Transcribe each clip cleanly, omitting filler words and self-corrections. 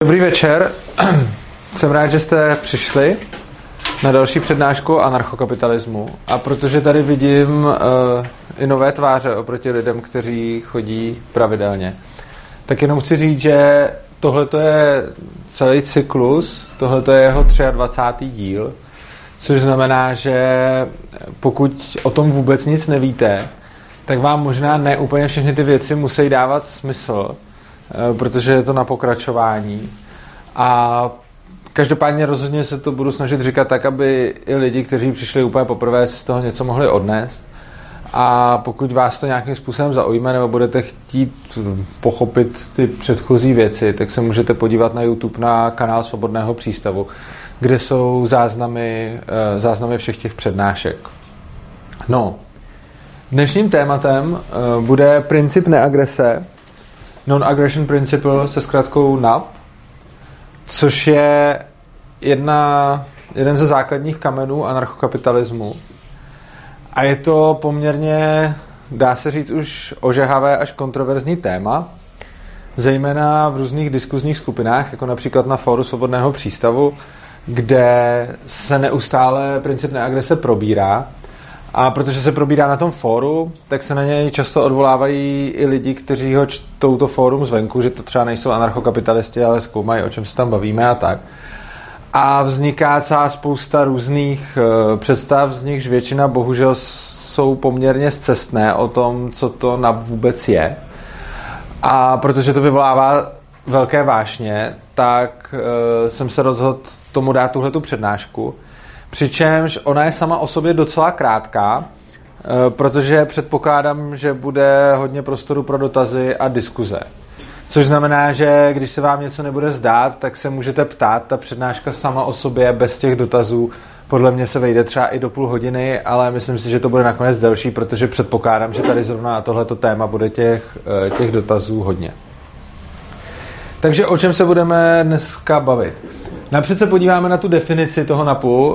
Dobrý večer, jsem rád, že jste přišli na další přednášku o anarchokapitalismu. A protože tady vidím i nové tváře oproti lidem, kteří chodí pravidelně, tak jenom chci říct, že tohle je celý cyklus, tohle je jeho 23. díl, což znamená, že pokud o tom vůbec nic nevíte, tak vám možná ne úplně všechny ty věci musí dávat smysl, protože je to na pokračování. A každopádně rozhodně se to budu snažit říkat tak, aby i lidi, kteří přišli úplně poprvé, si z toho něco mohli odnést. A pokud vás to nějakým způsobem zaujme nebo budete chtít pochopit ty předchozí věci, tak se můžete podívat na YouTube na kanál Svobodného přístavu, kde jsou záznamy všech těch přednášek. No, dnešním tématem bude princip neagrese, Non-Aggression Principle se zkratkou NAP, což je jeden ze základních kamenů anarchokapitalismu. A je to poměrně, dá se říct, už ožehavé až kontroverzní téma, zejména v různých diskuzních skupinách, jako například na fóru Svobodného přístavu, kde se neustále princip neagrese probírá. A protože se probírá na tom fóru, tak se na něj často odvolávají i lidi, kteří ho čtou to fórum zvenku, že to třeba nejsou anarchokapitalisti, ale zkoumají, o čem se tam bavíme a tak. A vzniká celá spousta různých představ, z nichž většina bohužel jsou poměrně scestné o tom, co to NAP vůbec je. A protože to vyvolává velké vášně, tak jsem se rozhodl tomu dát tuhletu přednášku. Přičemž ona je sama o sobě docela krátká, protože předpokládám, že bude hodně prostoru pro dotazy a diskuze. Což znamená, že když se vám něco nebude zdát, tak se můžete ptát. Ta přednáška sama o sobě bez těch dotazů podle mě se vejde třeba i do půl hodiny, ale myslím si, že to bude nakonec delší, protože předpokládám, že tady zrovna na tohleto téma bude těch dotazů hodně. Takže o čem se budeme dneska bavit? Napřed se podíváme na tu definici toho NAPu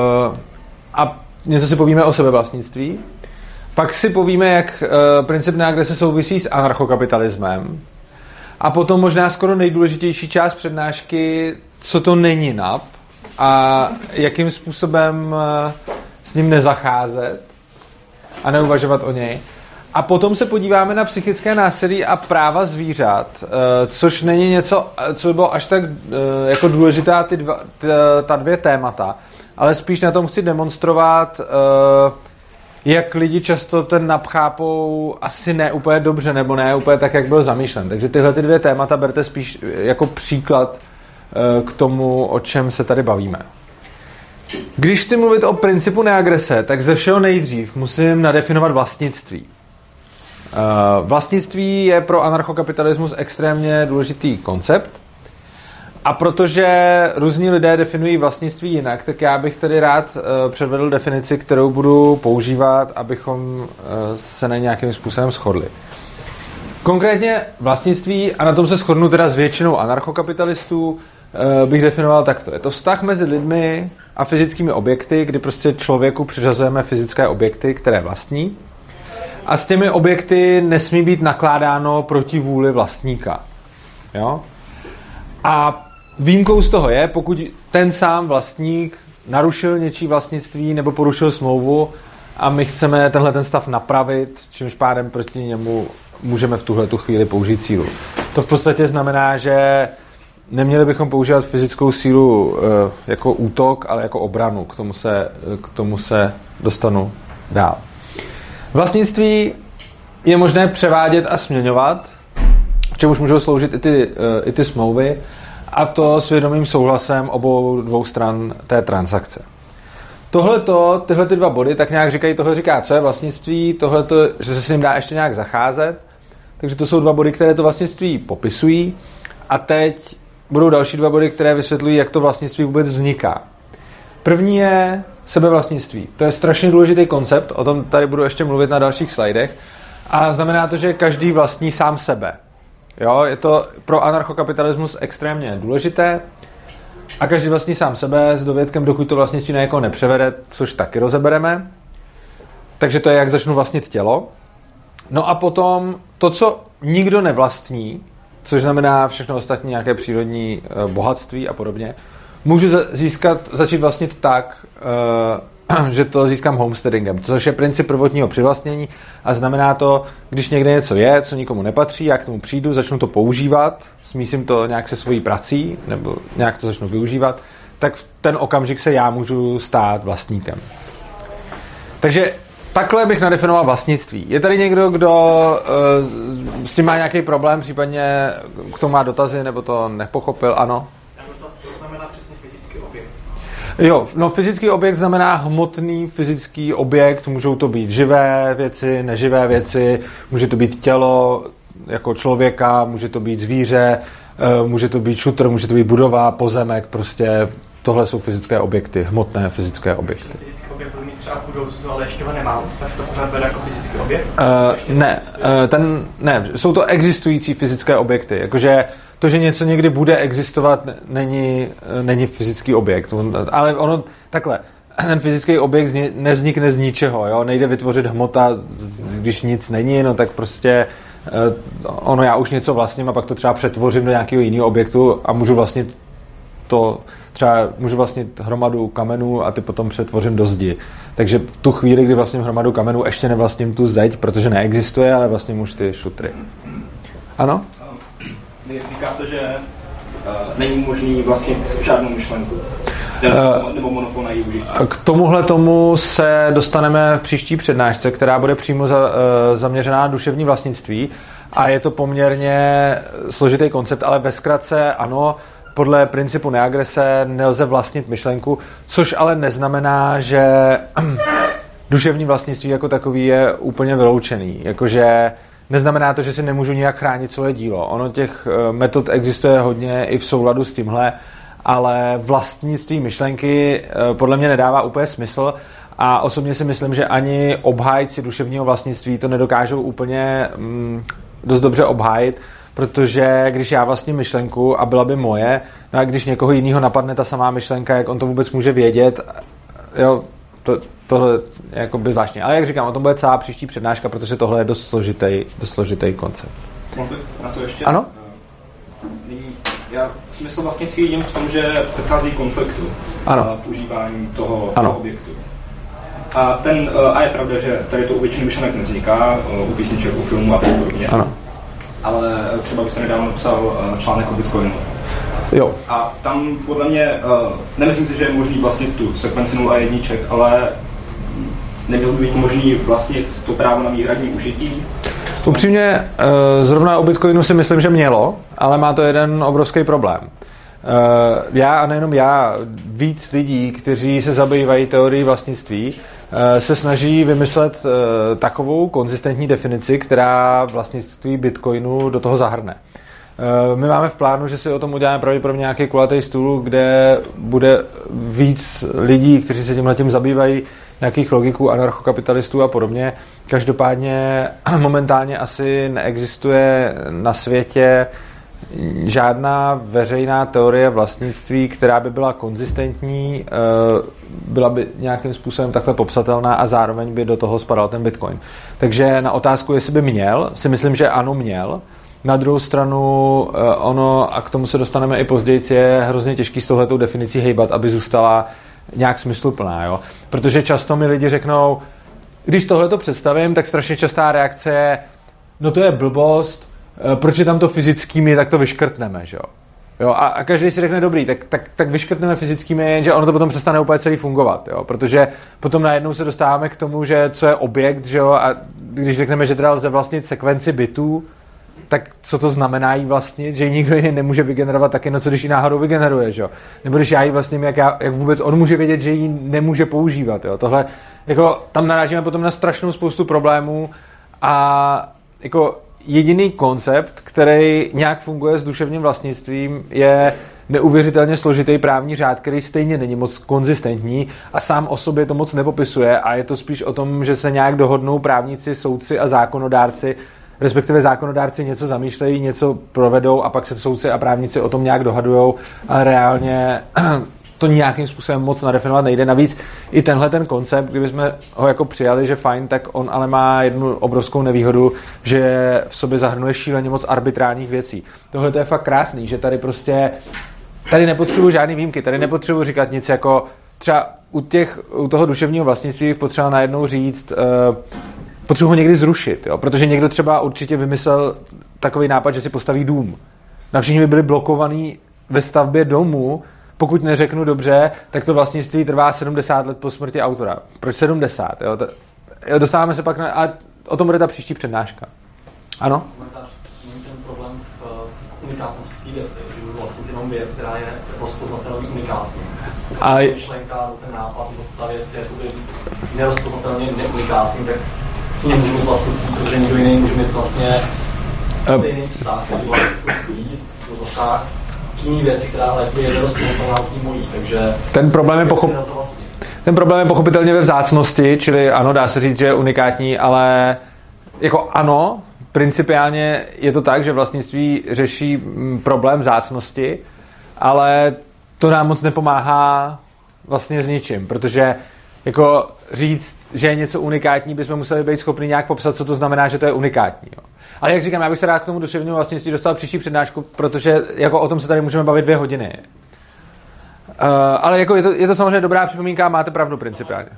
a něco si povíme o sebevlastnictví. Pak si povíme, jak princip neagrese souvisí s anarchokapitalismem. A potom možná skoro nejdůležitější část přednášky, co to není NAP a jakým způsobem s ním nezacházet a neuvažovat o něj. A potom se podíváme na psychické násilí a práva zvířat, což není něco, co by bylo až tak jako důležitá ta dvě témata, ale spíš na tom chci demonstrovat, jak lidi často ten NAP chápou asi ne úplně dobře, nebo ne úplně tak, jak byl zamýšlen. Takže tyhle ty dvě témata berte spíš jako příklad k tomu, o čem se tady bavíme. Když chci mluvit o principu neagrese, tak ze všeho nejdřív musím nadefinovat vlastnictví. Vlastnictví je pro anarchokapitalismus extrémně důležitý koncept a protože různí lidé definují vlastnictví jinak, tak já bych tady rád předvedl definici, kterou budu používat, abychom se na nějakým způsobem shodli. Konkrétně vlastnictví, a na tom se shodnu teda s většinou anarchokapitalistů, bych definoval takto. Je to vztah mezi lidmi a fyzickými objekty, kdy prostě člověku přiřazujeme fyzické objekty, které vlastní. A s těmi objekty nesmí být nakládáno proti vůli vlastníka. Jo? A výjimkou z toho je, pokud ten sám vlastník narušil něčí vlastnictví nebo porušil smlouvu a my chceme ten stav napravit, čímž pádem proti němu můžeme v tuhletu chvíli použít sílu. To v podstatě znamená, že neměli bychom používat fyzickou sílu jako útok, ale jako obranu. K tomu se dostanu dál. Vlastnictví je možné převádět a směňovat, k čemuž můžou sloužit i ty smlouvy, a to s vědomým souhlasem obou dvou stran té transakce. Tyhle ty dva body tak nějak říkají, tohle říká, co je vlastnictví, tohleto, že se s ním dá ještě nějak zacházet, takže to jsou dva body, které to vlastnictví popisují a teď budou další dva body, které vysvětlují, jak to vlastnictví vůbec vzniká. První je sebevlastnictví. To je strašně důležitý koncept, o tom tady budu ještě mluvit na dalších slajdech. A znamená to, že každý vlastní sám sebe. Jo, je to pro anarchokapitalismus extrémně důležité a každý vlastní sám sebe s dovědkem, dokud to vlastnictví na někoho nepřevede, což taky rozebereme. Takže to je, jak začnu vlastnit tělo. No a potom to, co nikdo nevlastní, což znamená všechno ostatní, nějaké přírodní bohatství a podobně, můžu začít vlastnit tak, že to získám homesteadingem, což je princip prvotního přivlastnění a znamená to, když někde něco je, co nikomu nepatří, já k tomu přijdu, začnu to používat, smísím to nějak se svojí prací, nebo nějak to začnu využívat, tak v ten okamžik se já můžu stát vlastníkem. Takže takhle bych nadefinoval vlastnictví. Je tady někdo, kdo s tím má nějaký problém, případně k tomu má dotazy, nebo to nepochopil? Ano? Co znamená přesně fyzický objekt? Jo, no fyzický objekt znamená hmotný fyzický objekt, můžou to být živé věci, neživé věci, může to být tělo jako člověka, může to být zvíře, může to být šutr, může to být budova, pozemek, prostě tohle jsou fyzické objekty, hmotné fyzické objekty. Fyzický objekt budu mít třeba v budoucnu, ale ještě ho nemám, tak se to pořád bere jako fyzický objekt? Ne, jsou to existující fyzické objekty, jakože to, že něco někdy bude existovat, není fyzický objekt, ale ono takhle, ten fyzický objekt nevznikne z ničeho, jo? Nejde vytvořit hmota, když nic není, no tak prostě ono já už něco vlastním a pak to třeba přetvořím do nějakého jiného objektu a můžu vlastnit hromadu kamenů a ty potom přetvořím do zdi. Takže v tu chvíli, kdy vlastním hromadu kamenů, ještě nevlastním tu zeď, protože neexistuje, ale vlastním už ty šutry. Ano? Říká to, že není možný vlastnit žádnou myšlenku. Nebo monopol na její užití. K tomuhle tomu se dostaneme v příští přednášce, která bude přímo zaměřená na duševní vlastnictví a je to poměrně složitý koncept, ale ve zkratce ano, podle principu neagrese nelze vlastnit myšlenku, což ale neznamená, že duševní vlastnictví jako takový je úplně vyloučený. Jakože neznamená to, že si nemůžu nijak chránit svoje dílo. Ono těch metod existuje hodně i v souladu s tímhle, ale vlastnictví myšlenky podle mě nedává úplně smysl a osobně si myslím, že ani obhájci duševního vlastnictví to nedokážou úplně dost dobře obhájit, protože když já vlastním myšlenku a byla by moje, no a když někoho jiného napadne ta samá myšlenka, jak on to vůbec může vědět, jo, tohle je jako by zvláštní. Ale jak říkám, o tom bude celá příští přednáška, protože tohle je dost složitý koncept. Mohl bych na to ještě? Ano? Já smysl vlastnictví vidím v tom, že předchází konfliktu v užívání toho objektu. A je pravda, že tady to u většiny myšlenek nevzniká, u písniček, u filmů a podobně. Ano. Ale třeba byste nedávno napsal článek o Bitcoinu. Jo. A tam podle mě, nemyslím si, že je možný vlastnit tu sekvenci 0 a jedniček, ale nebylo by být možný vlastnit to právo na výhradní užití? Upřímně, zrovna o Bitcoinu si myslím, že mělo, ale má to jeden obrovský problém. Já a nejenom já, víc lidí, kteří se zabývají teorií vlastnictví, se snaží vymyslet takovou konzistentní definici, která vlastnictví Bitcoinu do toho zahrne. My máme v plánu, že si o tom uděláme pravděpodobně nějaký kulatý stůl, kde bude víc lidí, kteří se tímhletím zabývají, nějakých logiků, anarchokapitalistů a podobně. Každopádně momentálně asi neexistuje na světě žádná veřejná teorie vlastnictví, která by byla konzistentní, byla by nějakým způsobem takhle popsatelná a zároveň by do toho spadal ten Bitcoin. Takže na otázku, jestli by měl, si myslím, že ano, měl. Na druhou stranu ono, a k tomu se dostaneme i později, je hrozně těžký s touhletou definicí hejbat, aby zůstala nějak smysluplná. Jo? Protože často mi lidi řeknou, když tohleto představím, tak strašně častá reakce je, no to je blbost, proč je tam to fyzickými, tak to vyškrtneme, že jo? Jo, a každý si řekne, dobrý, tak vyškrtneme fyzickými, jenže ono to potom přestane úplně celý fungovat, jo? Protože potom najednou se dostáváme k tomu, že co je objekt, že jo, a když řekneme, že teda lze vlastnit sekvenci bitů, tak co to znamená jí vlastnit, že ji nikdo jiný nemůže vygenerovat taky, no co když ji náhodou vygeneruje, že jo? Nebo když já ji vlastním, jak vůbec on může vědět, že ji nemůže používat, jo? Tohle, jako tam narážíme potom na strašnou spoustu problémů a jako jediný koncept, který nějak funguje s duševním vlastnictvím, je neuvěřitelně složitý právní řád, který stejně není moc konzistentní a sám o sobě to moc nepopisuje a je to spíš o tom, že se nějak dohodnou právníci, soudci a zákonodárci, respektive zákonodárci něco zamýšlejí, něco provedou a pak se soudci a právníci o tom nějak dohadujou a reálně to nějakým způsobem moc nadefinovat nejde. Navíc i tenhle ten koncept, kdybychom ho jako přijali, že fajn, tak on ale má jednu obrovskou nevýhodu, že v sobě zahrnuje šíleně moc arbitrárních věcí. Tohle to je fakt krásný, že tady nepotřebuji žádný výjimky, tady nepotřebuji říkat nic jako třeba u toho duševního vlastnictví potřeba najednou říct, potřebuji ho někdy zrušit, jo? Protože někdo třeba určitě vymyslel takový nápad, že si postaví dům. Na všichni by byli blokovaní ve stavbě domu, pokud neřeknu dobře, tak to vlastnictví trvá 70 let po smrti autora. Proč 70? Jo? Dostáváme se pak a o tom bude ta příští přednáška. Ano? Ten problém v unikátnosti věci, že vlastně jenom věc, která je rozpoznatelný unikátní. A myšlenka, ten nápad, ta věc je nerozpoznatelně neunikátní, tak to nemůžu mít vlastnictví, protože nikdo jiný může mít vlastně stejný vztah, který vlastnictví v úzovkách k jiný věci, která ale je nerozpoznatelná tím mojí, takže ten problém je pochopitelně ve vzácnosti, čili ano, dá se říct, že je unikátní, ale jako ano, principiálně je to tak, že vlastnictví řeší problém vzácnosti, ale to nám moc nepomáhá vlastně s ničím, protože jako říct, že je něco unikátní, bychom museli být schopni nějak popsat, co to znamená, že to je unikátní. Jo. Ale jak říkám, já bych se rád k tomu duševnímu vlastnictví dostal příští přednášku, protože jako o tom se tady můžeme bavit 2 hodiny. Ale jako je to samozřejmě dobrá připomínka, máte pravdu principiálně.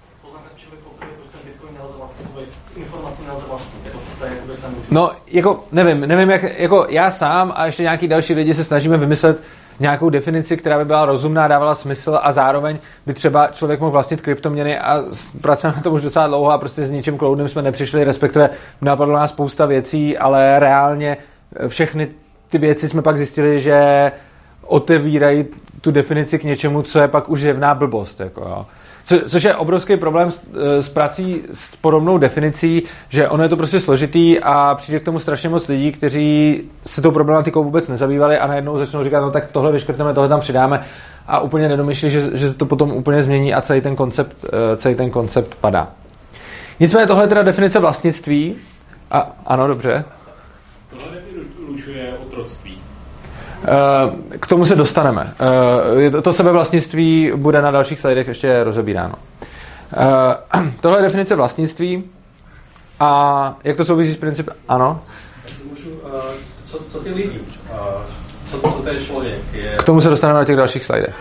No, jako nevím, jak jako já sám a ještě nějaký další lidi se snažíme vymyslet nějakou definici, která by byla rozumná, dávala smysl a zároveň by třeba člověk mohl vlastnit kryptoměny a pracujeme na tom už docela dlouho a prostě s ničím kloudným jsme nepřišli, respektive napadlo nás spousta věcí, ale reálně všechny ty věci jsme pak zjistili, že otevírají tu definici k něčemu, co je pak už zjevná blbost. Jako, jo. Což je obrovský problém s prací s podobnou definicí, že ono je to prostě složitý a přijde k tomu strašně moc lidí, kteří se tou problematikou vůbec nezabývali a najednou začnou říkat, no tak tohle vyškrtneme, tohle tam přidáme a úplně nedomyslí, že to potom úplně změní a celý ten koncept padá. Nicméně tohle je teda definice vlastnictví. A, ano, dobře. Tohle nevylučuje otroctví. K tomu se dostaneme. To sebevlastnictví bude na dalších slajdech ještě rozebíráno. Tohle je definice vlastnictví a jak to souvisí s principem? Ano? Co ty lidi? Co to je člověk? K tomu se dostaneme na těch dalších slajdech.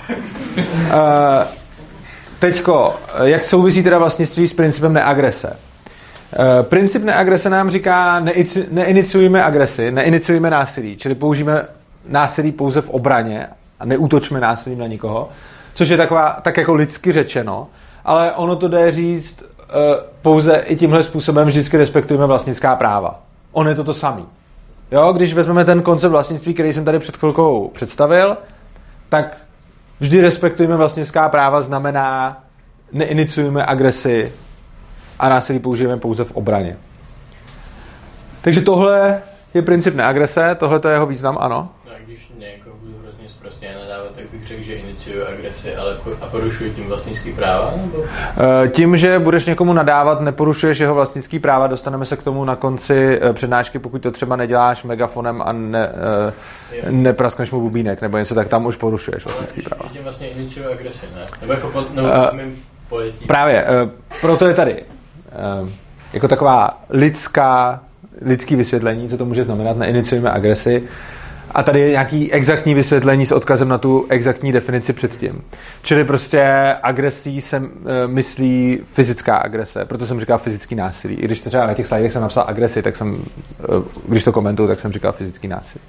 Teďko, jak souvisí teda vlastnictví s principem neagrese? Princip neagrese nám říká, neiniciujme agresi, neiniciujme násilí, čili použijeme násilí pouze v obraně a neútočme násilím na nikoho, což je tak jako lidsky řečeno, ale ono to jde říct pouze i tímhle způsobem vždycky respektujeme vlastnická práva. On je to samý. Jo, když vezmeme ten koncept vlastnictví, který jsem tady před chvilkou představil, tak vždy respektujeme vlastnická práva znamená neiniciujeme agresi a násilí použijeme pouze v obraně. Takže tohle je princip neagrese, tohle je jeho význam, ano. Když někoho budu hrozně zprostě nadávat, tak bych řekl, že iniciuju agresi, ale porušuji tím vlastnický práva? Nebo? Tím, že budeš někomu nadávat, neporušuješ jeho vlastnický práva, dostaneme se k tomu na konci přednášky, pokud to třeba neděláš megafonem a nepraskneš mu bubínek, nebo něco, tak tam už porušuješ vlastnický práva. Tím vlastně iniciuju agresi, ne? Nebo jako mým pojetím. Právě, proto je tady jako taková lidský vysvětlení, co to může znamenat, neiniciujeme agresi. A tady je nějaký exaktní vysvětlení s odkazem na tu exaktní definici předtím. Čili prostě agresí se myslí fyzická agrese, proto jsem říkal fyzický násilí. I když třeba na těch slidech jsem napsal agresi, tak jsem, když to komentuju, tak jsem říkal fyzický násilí.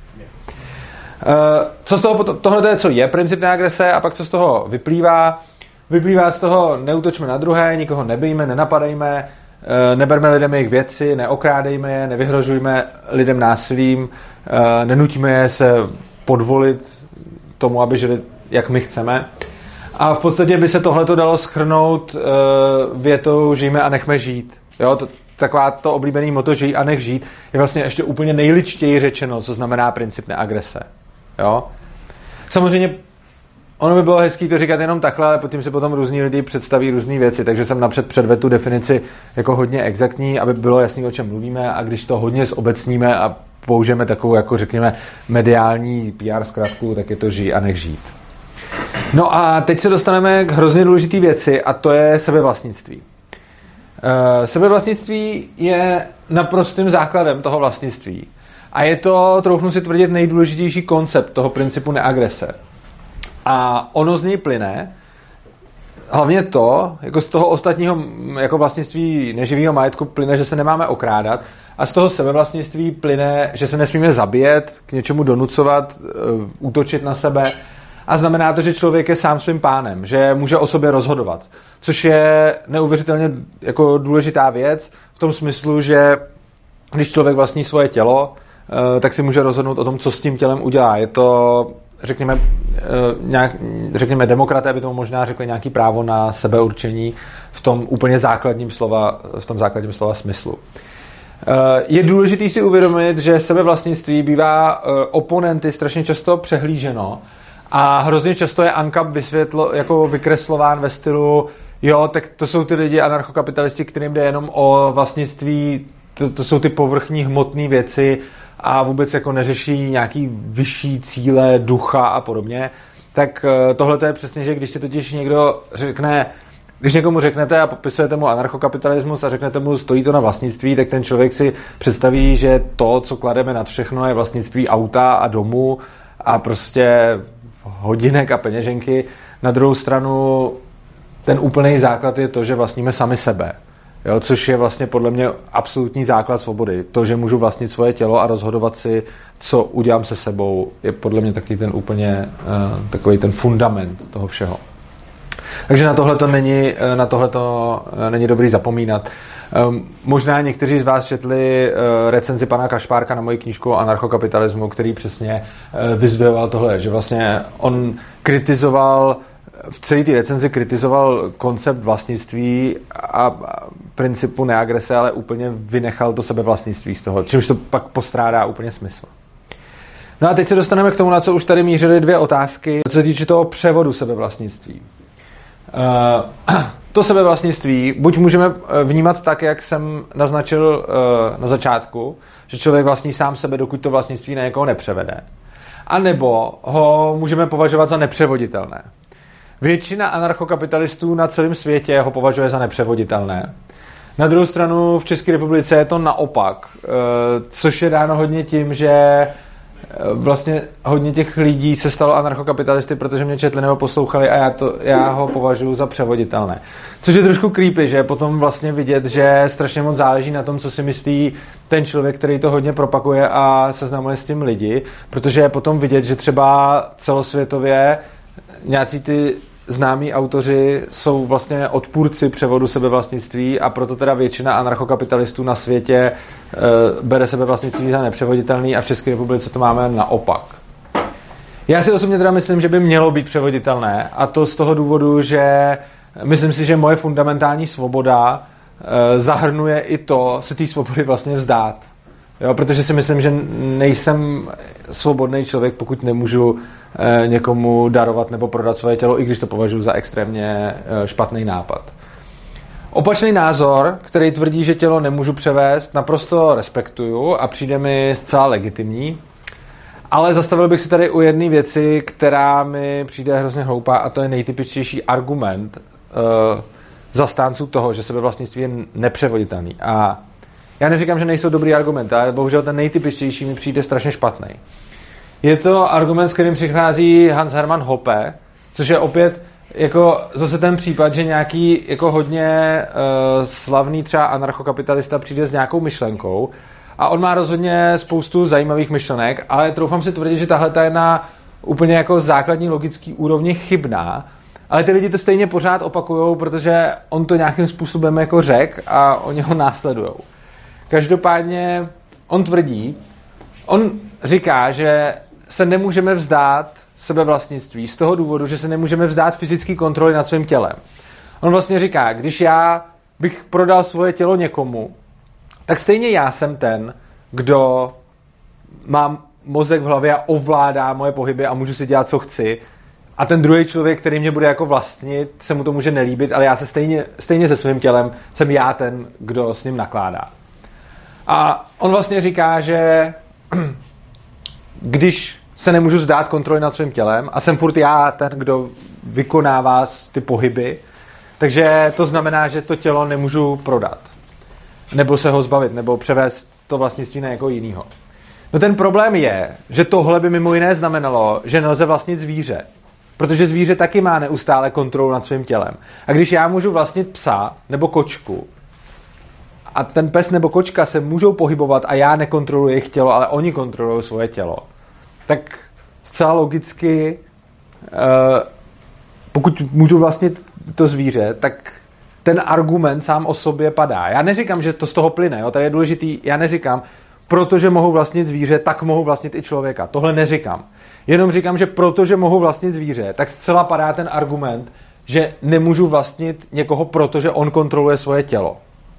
Co z toho, tohle je, co je princip agrese a pak co z toho vyplývá? Vyplývá z toho, neútočme na druhé, nikoho nebijme, nenapadejme, neberme lidem jejich věci, neokrádejme je, nevyhrožujme lidem násilím, nenutíme je se podvolit tomu, aby žili, jak my chceme. A v podstatě by se tohleto dalo shrnout větou žijme a nechme žít. Jo, taková to oblíbený motto žij a nech žít je vlastně ještě úplně nejličtěji řečeno, co znamená princip neagrese. Jo? Samozřejmě ono by bylo hezký to říkat jenom takhle, ale potom si potom různí lidi představí různé věci, takže jsem napřed předvedl tu definici jako hodně exaktní, aby bylo jasný, o čem mluvíme, a když to hodně zobecníme a použijeme takovou, jako řekněme, mediální PR zkratku, tak je to žij a nech žít. No a teď se dostaneme k hrozně důležité věci a to je sebevlastnictví. Sebevlastnictví je naprostým základem toho vlastnictví. A je to, troufnu si tvrdit, nejdůležitější koncept toho principu neagrese. A ono z něj plyne, hlavně to, jako z toho ostatního jako vlastnictví neživého majetku plyne, že se nemáme okrádat, a z toho sebevlastnictví plyne, že se nesmíme zabíjet, k něčemu donucovat, útočit na sebe. A znamená to, že člověk je sám svým pánem, že může o sobě rozhodovat. Což je neuvěřitelně jako důležitá věc v tom smyslu, že když člověk vlastní svoje tělo, tak si může rozhodnout o tom, co s tím tělem udělá. Je to, řekněme demokraté by tomu možná řekli nějaký právo na sebeurčení v tom úplně základním slova smyslu. Je důležitý si uvědomit, že sebevlastnictví bývá oponenty strašně často přehlíženo a hrozně často je ANCAP jako vykreslován ve stylu jo, tak to jsou ty lidi anarchokapitalisti, kterým jde jenom o vlastnictví, to jsou ty povrchní hmotné věci a vůbec jako neřeší nějaký vyšší cíle ducha a podobně. Tak tohle to je přesně, že když si totiž někdo řekne, když někomu řeknete a popisujete mu anarchokapitalismus a řeknete mu, stojí to na vlastnictví, tak ten člověk si představí, že to, co klademe nad všechno, je vlastnictví auta a domu a prostě hodinek a peněženky. Na druhou stranu ten úplný základ je to, že vlastníme sami sebe. Jo, což je vlastně podle mě absolutní základ svobody. To, že můžu vlastnit svoje tělo a rozhodovat si, co udělám se sebou, je podle mě taky ten úplně takový ten fundament toho všeho. Takže na tohle to není dobrý zapomínat. Možná někteří z vás četli recenzi pana Kašpárka na moji knížku o anarchokapitalismu, který přesně vyzdvihoval tohle, že vlastně on v celé té recenzi kritizoval koncept vlastnictví a principu neagrese, ale úplně vynechal to sebevlastnictví z toho, čímž to pak postrádá úplně smysl. No a teď se dostaneme k tomu, na co už tady mířily dvě otázky, co se týče toho převodu sebevlastnictví. To sebevlastnictví buď můžeme vnímat tak, jak jsem naznačil na začátku, že člověk vlastní sám sebe, dokud to vlastnictví na někoho nepřevede. A nebo ho můžeme považovat za nepřevoditelné. Většina anarchokapitalistů na celém světě ho považuje za nepřevoditelné. Na druhou stranu v České republice je to naopak, což je dáno hodně tím, že vlastně hodně těch lidí se stalo anarchokapitalisty, protože mě četli nebo poslouchali a já ho považuji za převoditelné. Což je trošku creepy, že potom vlastně vidět, že strašně moc záleží na tom, co si myslí ten člověk, který to hodně propaguje a seznamuje s tím lidi, protože je potom vidět, že třeba celosvětově nějací ty známí autoři jsou vlastně odpůrci převodu sebevlastnictví a proto teda většina anarchokapitalistů na světě bere sebevlastnictví za nepřevoditelný a v České republice to máme naopak. Já si osobně teda myslím, že by mělo být převoditelné a to z toho důvodu, že myslím si, že moje fundamentální svoboda zahrnuje i to se té svobody vlastně vzdát. Jo, protože si myslím, že nejsem svobodný člověk, pokud nemůžu někomu darovat nebo prodat svoje tělo, i když to považuji za extrémně špatný nápad. Opačný názor, který tvrdí, že tělo nemůžu převést, naprosto respektuju a přijde mi zcela legitimní, ale zastavil bych se tady u jedné věci, která mi přijde hrozně hloupá a to je nejtypičtější argument zastánců toho, že sebevlastnictví je nepřevoditelný. A já neříkám, že nejsou dobrý argumenty, ale bohužel ten nejtypičtější mi přijde strašně špatný. Je to argument, s kterým přichází Hans Hermann Hoppe, což je opět jako zase ten případ, že nějaký jako hodně slavný třeba anarchokapitalista přijde s nějakou myšlenkou a on má rozhodně spoustu zajímavých myšlenek, ale troufám si tvrdit, že tahle je na úplně jako základní logický úrovni chybná, ale ty lidi to stejně pořád opakujou, protože on to nějakým způsobem jako řekl a oni ho následujou. Každopádně on říká, že se nemůžeme vzdát sebevlastnictví z toho důvodu, že se nemůžeme vzdát fyzické kontroly nad svým tělem. On vlastně říká, když já bych prodal svoje tělo někomu, tak stejně já jsem ten, kdo mám mozek v hlavě a ovládá moje pohyby a můžu si dělat, co chci. A ten druhý člověk, který mě bude jako vlastnit, se mu to může nelíbit, ale já se stejně se svým tělem jsem já ten, kdo s ním nakládá. A on vlastně říká, že když se nemůžu vzdát kontroly nad svým tělem a jsem furt já ten, kdo vykonává ty pohyby. Takže to znamená, že to tělo nemůžu prodat. Nebo se ho zbavit, nebo převést to vlastnictví na někoho jinýho. No ten problém je, že tohle by mimo jiné znamenalo, že nelze vlastnit zvíře. Protože zvíře taky má neustále kontrolu nad svým tělem. A když já můžu vlastnit psa nebo kočku a ten pes nebo kočka se můžou pohybovat a já nekontroluji jejich tělo, ale oni kontrolují svoje tělo, tak zcela logicky, pokud můžu vlastnit to zvíře, tak ten argument sám o sobě padá. Já neříkám, že to z toho plyne, jo? Tady je důležitý, já neříkám, protože mohu vlastnit zvíře, tak mohu vlastnit i člověka. Tohle neříkám. Jenom říkám, že protože mohu vlastnit zvíře, tak zcela padá ten argument, že nemůžu vlastnit někoho, protože on kontroluje svoje tělo.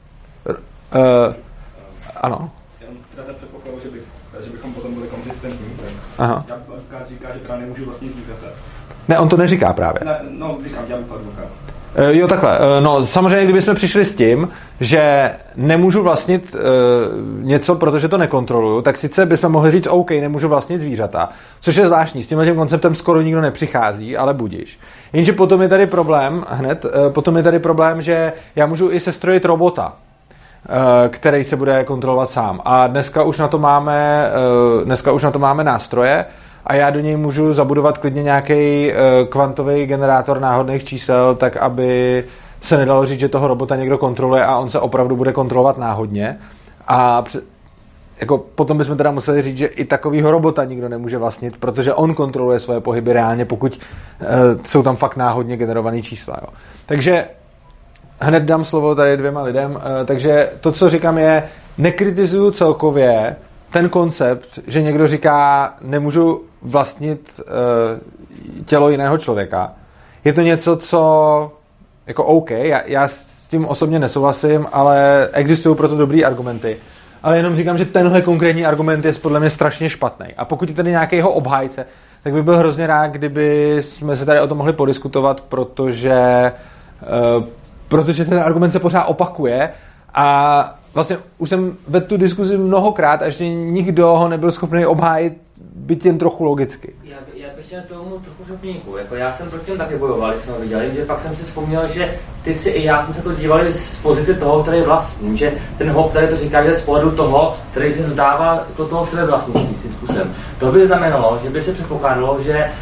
Ano. Já se předpokladu, že bychom potom byli konzistentní. Aha. Já říká, že teda nemůžu vlastnit zvířata. Ne, on to neříká právě. Ne, no, říkám, já bych advokát. Jo, takhle. No, samozřejmě, kdybychom přišli s tím, že nemůžu vlastnit něco, protože to nekontroluju, tak sice bychom mohli říct, OK, nemůžu vlastnit zvířata, což je zvláštní. S tímhle konceptem skoro nikdo nepřichází, ale budiš. Jenže potom je tady problém, že já můžu i sestrojit robota, který se bude kontrolovat sám. A dneska už na to máme nástroje, a já do něj můžu zabudovat klidně nějaký kvantový generátor náhodných čísel, tak aby se nedalo říct, že toho robota někdo kontroluje a on se opravdu bude kontrolovat náhodně. A jako potom bychom teda museli říct, že i takovýho robota nikdo nemůže vlastnit, protože on kontroluje svoje pohyby reálně, pokud jsou tam fakt náhodně generovaný čísla. Jo. Takže hned dám slovo tady 2 lidem. Takže to, co říkám, je, nekritizuju celkově ten koncept, že někdo říká, nemůžu vlastnit tělo jiného člověka. Je to něco, co jako OK, já s tím osobně nesouhlasím, ale existují proto dobrý argumenty. Ale jenom říkám, že tenhle konkrétní argument je podle mě strašně špatný. A pokud je tady nějaký jeho obhájce, tak bych byl hrozně rád, kdyby jsme se tady o tom mohli podiskutovat, protože ten argument se pořád opakuje a vlastně už jsem vedl tu diskuzi mnohokrát a ještě nikdo ho nebyl schopný obhájit, byť jen trochu logicky. Já bych chtěl tomu trochu šupníku. Jako já jsem proti těm taky bojoval, když jsme ho viděli, že pak jsem si vzpomněl, že ty si i já jsme se to dívali z pozice toho, který je vlastní, že ten Hobbes tady to říká, že z pohledu toho, který se vzdává do toho sebevlastnictví svým způsobem. To by znamenalo, že by se předpokládalo,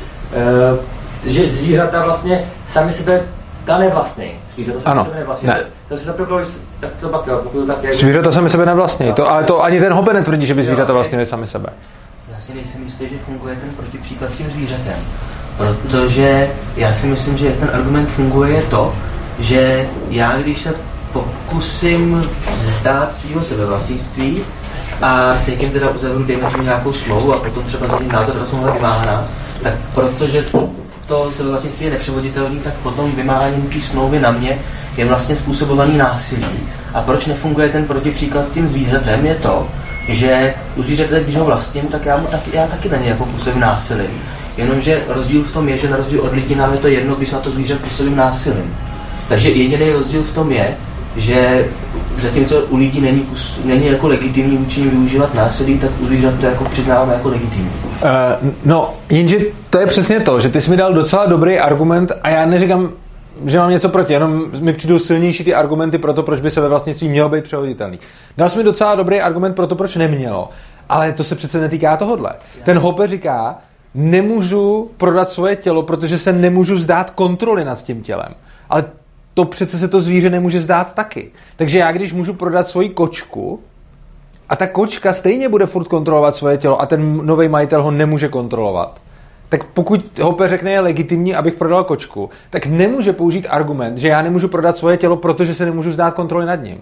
že zvířata vlastně sami sebe nevlastní. Zvířata sami sebe nevlastní. Ne. To si zaprvé, jak to pak jo, pokud tak je. Zvířata sami sebe nevlastní, ale to ani ten Hobbes netvrdí, že by zvířata vlastnili sami sebe. Já si nejsem jistý, že funguje ten protipříklad s tím zvířetem. Protože já si myslím, že ten argument funguje je to, že já když se pokusím vzdát svýho sebevlastnictví a s někým teda uzavřu, dejme tomu nějakou smlouvu a potom třeba za ním na to ta smlouva vymáhaná, tak protože to sebevlastnictví je nepřevoditelný, tak potom vymáháním té smlouvy na mě je vlastně způsobovaný násilí. A proč nefunguje ten protipříklad s tím zvířetem je to, že u zvířete, když ho vlastním, tak já taky na něj jako působím násilím. Jenomže rozdíl v tom je, že na rozdíl od lidí nám je to jedno, když na to zvíře působím násilím. Takže jediný rozdíl v tom je, že zatímco u lidí není jako legitimní vůči nim využívat násilí, tak u zvířat to jako přiznáváme jako legitimní. No, jenže to je přesně to, že ty jsi mi dal docela dobrý argument a já neříkám, že mám něco proti, jenom mi přijdou silnější ty argumenty pro to, proč by sebevlastnictví mělo být převoditelný. Dal jsi mi docela dobrý argument pro to, proč nemělo, ale to se přece netýká tohodle. Ten Hobbes říká, nemůžu prodat svoje tělo, protože se nemůžu vzdát kontroly nad tím tělem. Ale to přece se to zvíře nemůže zdát taky. Takže já, když můžu prodat svoji kočku a ta kočka stejně bude furt kontrolovat svoje tělo a ten nový majitel ho nemůže kontrolovat, tak pokud Hobbes řekne, je legitimní, abych prodal kočku, tak nemůže použít argument, že já nemůžu prodat svoje tělo, protože se nemůžu vzdát kontroly nad ním.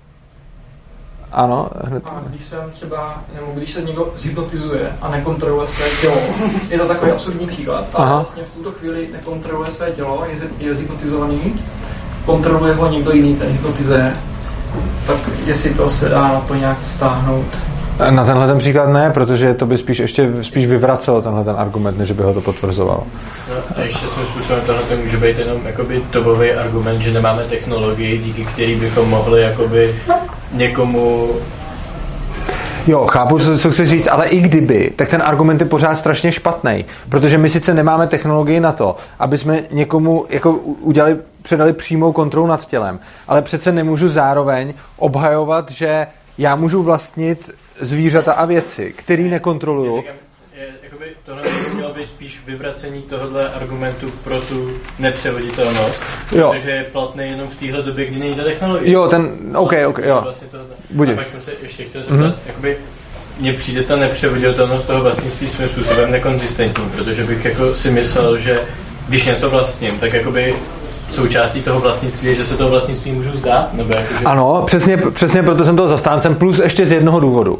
Ano, hned. A když se někdo zhypnotizuje a nekontroluje své tělo, je to takový absurdní příklad, ale vlastně v tuto chvíli nekontroluje své tělo, je zhypnotizovaný, kontroluje ho někdo jiný, ten hypnotizuje, tak jestli to se dá na to nějak vztáhnout. Na tenhle ten příklad ne, protože to by spíš vyvracelo tenhle ten argument, než by ho to potvrzovalo. No, a ještě svým způsobem tohle může být jenom jakoby dobový argument, že nemáme technologii, díky který bychom mohli jakoby někomu Jo, chápu, co chceš říct, ale i kdyby, tak ten argument je pořád strašně špatný, protože my sice nemáme technologii na to, aby jsme někomu jako předali přímou kontrolu nad tělem, ale přece nemůžu zároveň obhajovat, že já můžu vlastnit zvířata a věci, které nekontroluju. Tohle by mělo být spíš vyvracení tohohle argumentu pro tu nepřevoditelnost, protože je platný jenom v téhle době, kdy není ta technologie. Jo, OK, jo. Vlastně a pak jsem se ještě chtěl zeptat, jakoby mně přijde ta nepřevoditelnost toho vlastnictví svým způsobem nekonzistentní, protože bych jako si myslel, že když něco vlastním, tak jakoby součástí toho vlastnictví je, že se toho vlastnictví můžu vzdát? Nebo jakože... Ano, přesně proto jsem toho zastáncem, plus ještě z jednoho důvodu.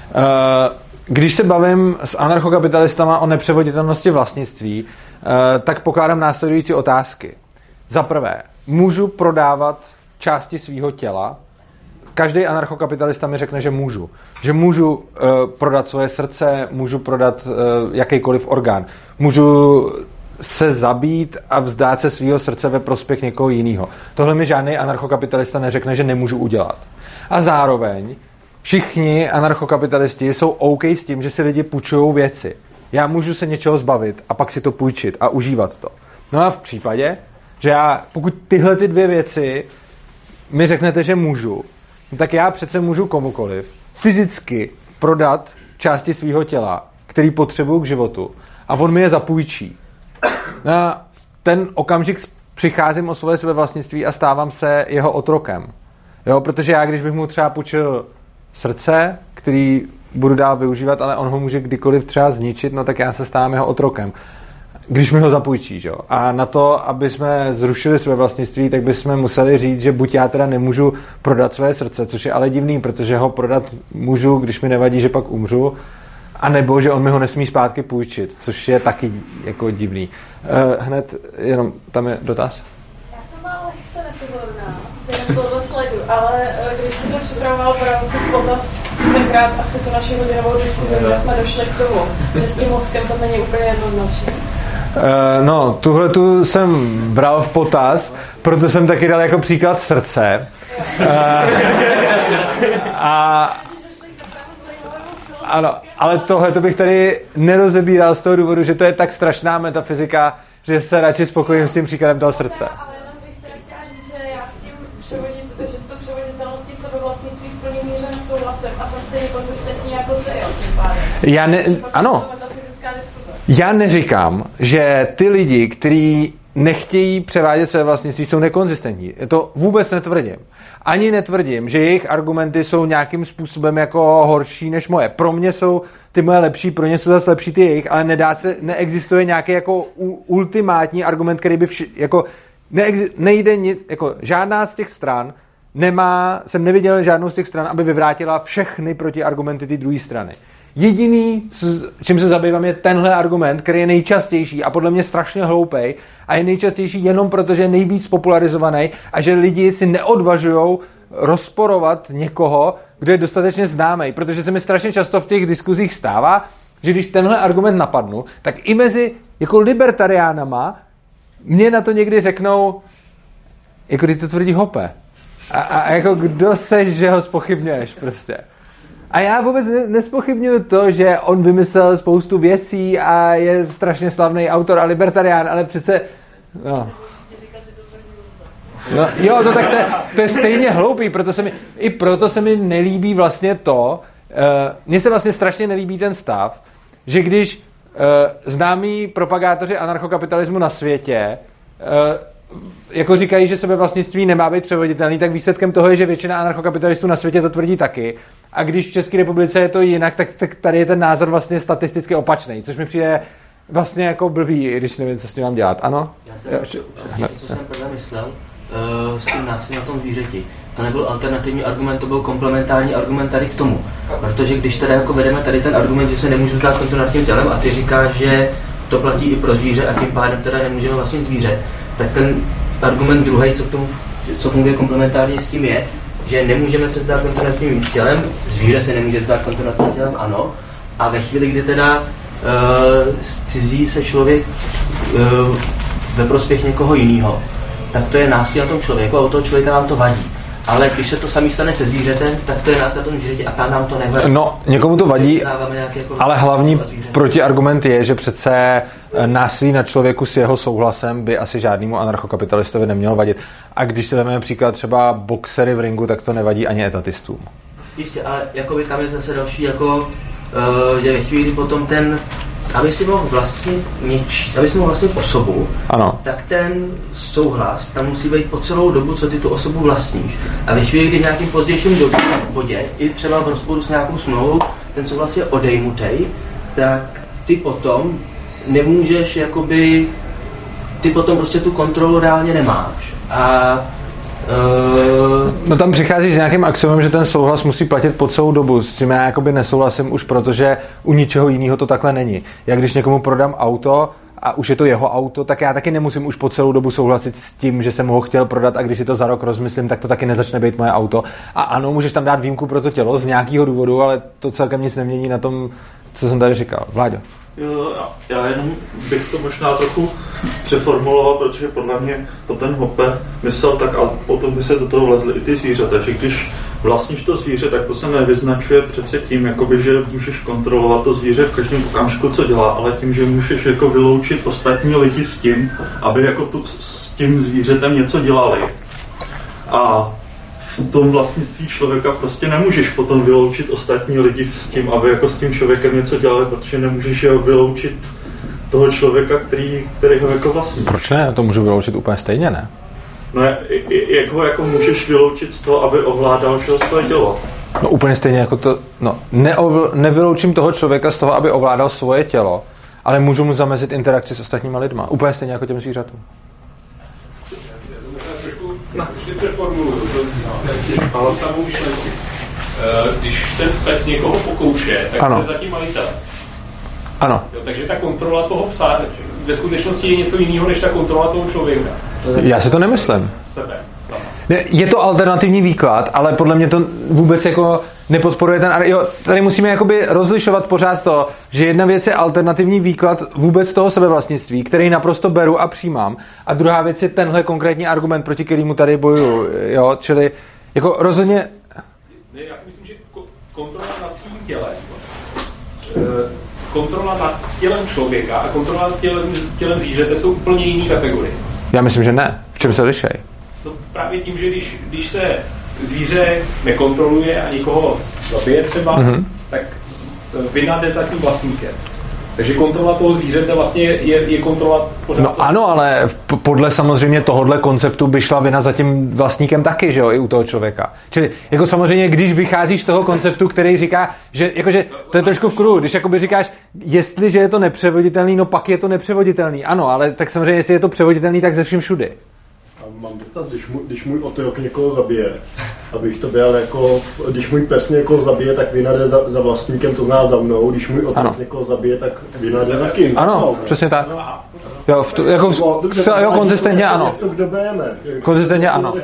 Když se bavím s anarchokapitalistama o nepřevoditelnosti vlastnictví, tak pokládám následující otázky. Za prvé, můžu prodávat části svého těla? Každý anarchokapitalista mi řekne, že můžu. Že můžu prodat svoje srdce, můžu prodat jakýkoliv orgán. Můžu se zabít a vzdát se svého srdce ve prospěch někoho jiného. Tohle mi žádný anarchokapitalista neřekne, že nemůžu udělat. A zároveň všichni anarchokapitalisti jsou OK s tím, že si lidi půjčují věci. Já můžu se něčeho zbavit a pak si to půjčit a užívat to. No a v případě, že pokud tyhle ty dvě věci mi řeknete, že můžu, tak já přece můžu komukoliv fyzicky prodat části svého těla, který potřebuju k životu, a on mi je zapůjčí. No a v ten okamžik přicházím o svoje vlastnictví a stávám se jeho otrokem. Jo, protože já, když bych mu třeba půjčil srdce, který budu dál využívat, ale on ho může kdykoliv třeba zničit, no tak já se stávám jeho otrokem. Když mi ho zapůjčí, jo. A na to, aby jsme zrušili své vlastnictví, tak bychom museli říct, že buď já teda nemůžu prodat své srdce, což je ale divný, protože ho prodat můžu, když mi nevadí, že pak umřu, a nebo že on mi ho nesmí zpátky půjčit, což je taky jako divný. Hned jenom tam je dotaz. Já jsem málo lehce nepozorná, jenom tohle sledu, ale když jsem to připravoval, bral jsem potaz tenkrát asi tu naši hodinovou diskuzi, kde jsme došli k tomu, že s tím mozkem to není úplně jednoznačné. No, tuhletu jsem bral v potaz, proto jsem taky dal jako příklad srdce. Ano, ale tohle to bych tady nerozebíral z toho důvodu, že to je tak strašná metafyzika, že se radši spokojím s tím příkladem toho srdce. Ale jenom bych chtěla říct, že já s tím že s tou převoditelností sebevlastnictví v plný míře nesouhlasím a jsem stejně konzistentní jako ty, tím pádem. Ano. Já neříkám, že ty lidi, kteří nechtějí převádět své vlastnictví, jsou nekonzistentní. To vůbec netvrdím. Ani netvrdím, že jejich argumenty jsou nějakým způsobem jako horší než moje. Pro mě jsou ty moje lepší, pro ně jsou zase lepší ty jejich, ale neexistuje nějaký jako ultimátní argument, který by nejde jako žádná z těch stran jsem neviděl žádnou z těch stran, aby vyvrátila všechny protiargumenty ty druhé strany. Jediný, čím se zabývám, je tenhle argument, který je nejčastější a podle mě strašně hloupej a je nejčastější jenom proto, že je nejvíc popularizovaný a že lidi si neodvažujou rozporovat někoho, kdo je dostatečně známý, protože se mi strašně často v těch diskuzích stává, že když tenhle argument napadnu, tak i mezi jako libertariánama mě na to někdy řeknou, jako ty to tvrdí Hoppe. A jako kdo seš, že ho zpochybňuješ prostě. A já vůbec nespochybňuju to, že on vymyslel spoustu věcí a je strašně slavný autor a libertarián, ale přece... No. No, jo, to je stejně hloupý, proto se mi nelíbí vlastně to, mně se vlastně strašně nelíbí ten stav, že když známí propagátoři anarchokapitalismu na světě jako říkají, že sebevlastnictví nemá být převoditelný, tak výsledkem toho je, že většina anarchokapitalistů na světě to tvrdí taky. A když v České republice je to jinak, tak tady je ten názor vlastně statisticky opačný, což mi přijde vlastně jako blbý, když nevím, co s tím mám dělat. Ano? Já jsem přesně co jsem tohle myslel s tím násilím na tom zvířeti. To nebyl alternativní argument, to byl komplementární argument tady k tomu. Protože když teda jako vedeme tady ten argument, že se nemůžu dát kontrol nad tím tělem a ty říkáš, že to platí i pro zvíře a tím pádem teda nemůžeme vlastnit zvíře, tak ten argument druhý, co funguje komplementárně s tím je, že nemůžeme se zdát kontrol nad svým tělem, zvíře se nemůže zdát kontrol nad svým tělem, ano, a ve chvíli, kdy teda cizí se člověk ve prospěch někoho jiného, tak to je násilí na tom člověku a u toho člověka nám to vadí. ale když se to samý stane se zvířetem, tak to je nás na tom zvířeti a tam nám to nevadí. No, někomu to vadí, ale hlavní protiargument je, že přece násilí na člověku s jeho souhlasem by asi žádnému anarchokapitalistovi nemělo vadit. A když si vezmeme příklad třeba boxery v ringu, tak to nevadí ani etatistům. Jistě, ale jakoby tam je zase další, jako, že ve chvíli potom ten, aby si mohl vlastnit osobu, ano. Tak ten souhlas tam musí být po celou dobu, co ty tu osobu vlastníš. A ve chvíli, kdy v nějakým pozdějším bodě, i třeba v rozporu s nějakou smlouvou, ten souhlas je odejmutej, tak ty potom nemůžeš, jakoby, ty potom prostě tu kontrolu reálně nemáš. A no tam přicházíš s nějakým axiomem, že ten souhlas musí platit po celou dobu, s čím já jakoby nesouhlasím už protože u ničeho jiného to takhle není. Já když někomu prodám auto a už je to jeho auto, tak já taky nemusím už po celou dobu souhlasit s tím, že jsem ho chtěl prodat a když si to za rok rozmyslím, tak to taky nezačne být moje auto. A ano, můžeš tam dát výjimku pro to tělo z nějakého důvodu, ale to celkem nic nemění na tom, co jsem tady říkal. Vláďo. Jo, já jenom bych to možná trochu přeformuloval, protože podle mě to ten Hoppe myslel tak a potom by se do toho vlezly i ty zvířata, že když vlastníš to zvíře, tak to se nevyznačuje přece tím, jakoby, že můžeš kontrolovat to zvíře v každém okamžiku, co dělá, ale tím, že můžeš jako vyloučit ostatní lidi s tím, aby jako s tím zvířetem něco dělali. A v tom vlastnictví člověka prostě nemůžeš potom vyloučit ostatní lidi s tím, aby jako s tím člověkem něco dělali, protože nemůžeš vyloučit toho člověka, který ho jako vlastní. Proč ne? To můžu vyloučit úplně stejně, ne? No jak ho jako můžeš vyloučit z toho, aby ovládal svoje tělo? No úplně stejně jako to, no nevyloučím toho člověka z toho, aby ovládal svoje tělo, ale můžu mu zamezit interakci s ostatníma lidma. Úplně stejně jako těm zvířatům. Ještě přeformuluju, ale samou myšlenku. Když se pes někoho pokouše, tak ano. To je zatím majitel. Ano. Jo, takže ta kontrola toho psa ve skutečnosti je něco jiného, než ta kontrola toho člověka. Já si to nemyslím. Sebe. Je to alternativní výklad, ale podle mě to vůbec jako nepodporuje ten... Jo, tady musíme jakoby rozlišovat pořád to, že jedna věc je alternativní výklad vůbec toho sebevlastnictví, který naprosto beru a přijímám. A druhá věc je tenhle konkrétní argument, proti kterému tady bojuju. Jo, čili jako rozhodně... Ne, já si myslím, že kontrola nad svým tělem, kontrola nad tělem člověka a kontrola nad tělem zvířete jsou úplně jiný kategorie. Já myslím, že ne. V čem se lišej? No právě tím, že když se zvíře nekontroluje a nikoho zabije třeba, tak vina jde za tím vlastníkem. Takže kontrola toho zvířete vlastně je kontrola pořád. No ano, ale podle samozřejmě tohohle konceptu by šla vina za tím vlastníkem taky, že jo, i u toho člověka. Čili jako samozřejmě, když vycházíš z toho konceptu, který říká, že jakože to je trošku v kruhu, když jakoby říkáš, jestliže je to nepřevoditelný, no pak je to nepřevoditelný. Ano, ale tak samozřejmě, jestli je to převoditelný, tak ze vším všudy. Mám dotaz, když můj otrok někoho zabije, abych to byl jako, když můj pes někoho zabije, tak vina jde za vlastníkem, to zná za mnou, když můj otrok někoho zabije, tak vina jde taky. Ano, přesně tak. Jo, jo, konzistentně ano. Jak to kdo bereme? Konzistentně ano.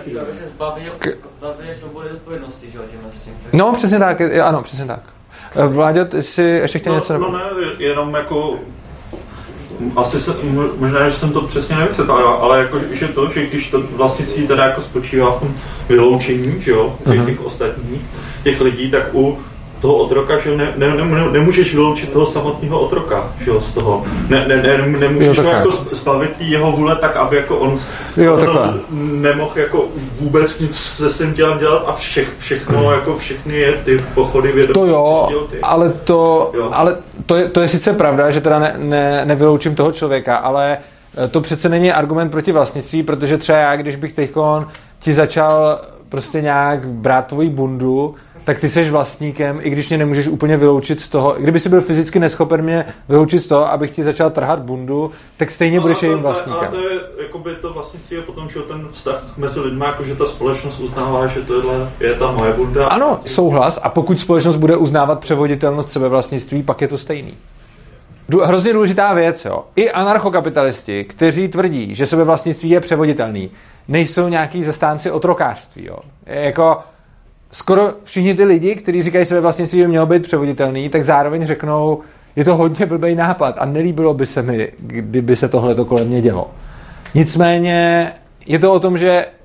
No, přesně tak, ano, přesně tak. Vláďo, ty jsi ještě chtěl něco? No ne, jenom jako asi možná, že jsem to přesně nevysvětlil, ale jako, že to, že když to vlastnictví teda jako spočívá v tom vyloučení, že jo, těch ostatních, těch lidí, tak u toho otroka, že nemůžeš vyloučit toho samotného otroka, že jo, z toho. Nemůžeš ho jako zbavit jeho vůle tak, aby jako on nemohl jako vůbec nic se svým tělem dělat a všechno, jako všechny je ty pochody vědomí. To jo, ale to je sice pravda, že teda nevyloučím toho člověka, ale to přece není argument proti vlastnictví, protože třeba já, když bych teďkon ti začal prostě nějak brát tvoji bundu, tak ty seš vlastníkem, i když mě nemůžeš úplně vyloučit z toho. Kdyby jsi byl fyzicky neschopen mě vyloučit z toho, abych ti začal trhat bundu, tak stejně budeš jejím vlastníkem. Ale to je, jakoby to vlastnictví je potom, že ten vztah mezi lidmi, jakože ta společnost uznává, že tohle je ta moje bunda. Ano, souhlas. A pokud společnost bude uznávat převoditelnost sebevlastnictví, pak je to stejný. Hrozně důležitá věc, jo. I anarchokapitalisti, kteří tvrdí, že sebevlastnictví je převoditelný, nejsou nějaký zastánci otrokářství, jo. Jako skoro všichni ty lidi, kteří říkají, že sebevlastnictví by mělo být převoditelný, tak zároveň řeknou, je to hodně blbý nápad a nelíbilo by se mi, kdyby se tohleto kolem mě dělo. Nicméně je to o tom, že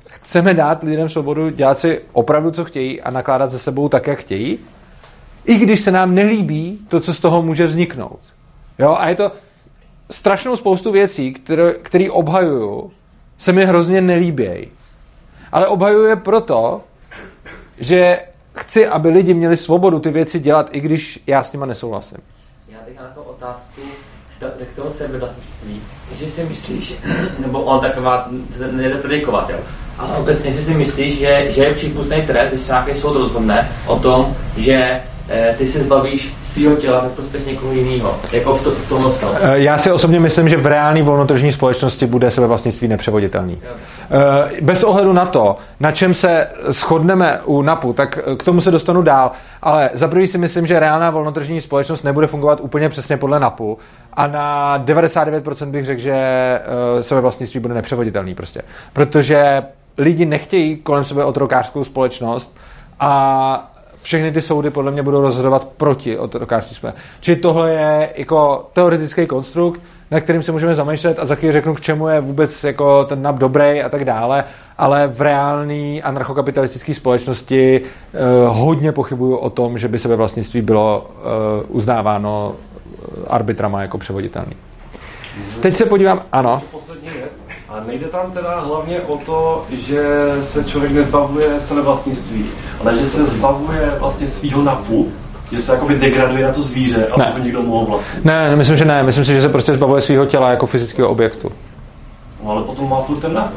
chceme dát lidem svobodu dělat si opravdu, co chtějí a nakládat se sebou tak, jak chtějí, i když se nám nelíbí to, co z toho může vzniknout. Jo? A je to strašnou spoustu věcí, které obhajuju, se mi hrozně nelíbějí. Ale obhajuju je proto, že chci, aby lidi měli svobodu ty věci dělat, i když já s nima nesouhlasím. Já bych na to otázku k tomu sebevlastnictví. Jestli si myslíš, nebo on taková, nejde predikovat, jo, ale obecně si myslíš, že je přípustný trest, když nějaký soud rozhodne o tom, že ty se zbavíš svýho těla ve prospěch někoho jiného, jako v tomhle stavu. Já si osobně myslím, že v reálné volnotržní společnosti bude sebevlastnictví nepřevoditelný. Bez ohledu na to, na čem se shodneme u NAPu, tak k tomu se dostanu dál, ale za prvý si myslím, že reálná volnotržní společnost nebude fungovat úplně přesně podle NAPu a na 99% bych řekl, že sebevlastnictví bude nepřevoditelný prostě. Protože lidi nechtějí kolem sebe otrokářskou společnost a všechny ty soudy podle mě budou rozhodovat proti otrokářství. Čili tohle je jako teoretický konstrukt, na kterým se můžeme zamýšlet a za chvíli řeknu, k čemu je vůbec jako ten NAP dobrý a tak dále, ale v reálné anarchokapitalistické společnosti hodně pochybuju o tom, že by sebevlastnictví bylo uznáváno arbitrama jako převoditelný. Teď se podívám, ano. Poslední věc. A nejde tam teda hlavně o to, že se člověk nezbavuje sebevlastnictví, ale že se zbavuje vlastně svýho NAPu, že se jakoby degraduje na to zvíře, aby někdo mohl vlastnit. Ne, myslím, že ne. Myslím si, že se prostě zbavuje svýho těla jako fyzického objektu. No, ale potom má furt ten NAP.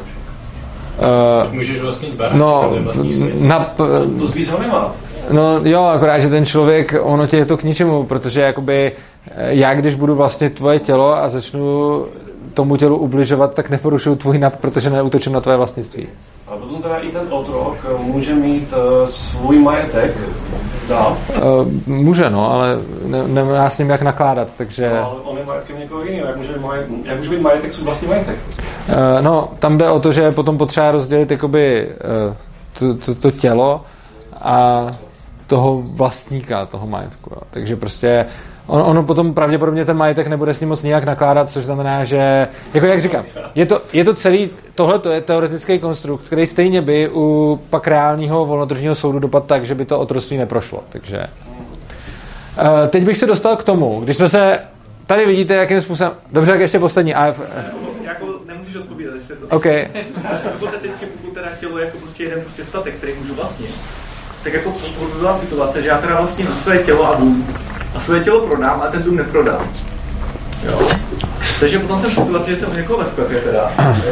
Můžeš vlastnit barák, no, NAP... To zvíře nemá. No jo, akorát, že ten člověk, ono tě je to k ničemu, protože jakoby já, když budu vlastnit tvoje tělo a začnu tomu tělu ubližovat, tak neporušuju tvůj NAP, protože neútočím na tvoje vlastnictví. A potom teda i ten otrok může mít svůj majetek dál? Může, no, ale nemá s ním jak nakládat, takže... No, ale on je majetkem někoho jiného, jak může být majetek svůj vlastní majetek? No, tam jde o to, že je potom potřeba rozdělit jakoby to tělo a toho vlastníka toho majetku. Jo. Takže prostě ono potom pravděpodobně ten majetek nebude s ním moc nijak nakládat, což znamená, že, jako jak říkám, je to celý, tohle je teoretický konstrukt, který stejně by u pak reálního volnotržního soudu dopadl tak, že by to otroctví neprošlo. Takže teď bych se dostal k tomu, když jsme se, tady vidíte, jakým způsobem, dobře, jak ještě poslední. Jako nemůžeš odpovídat, jestli to... OK. Hypoteticky, pokud teda tělo je jako prostě jeden prostě statek, který můžu vlastnit, tak jako byla situace, že já teda vlastním své tělo a dům. A své tělo prodám, ale ten dům neprodám. Jo. Takže potom jsem v situaci, že jsem u někoho ve sklepě teda.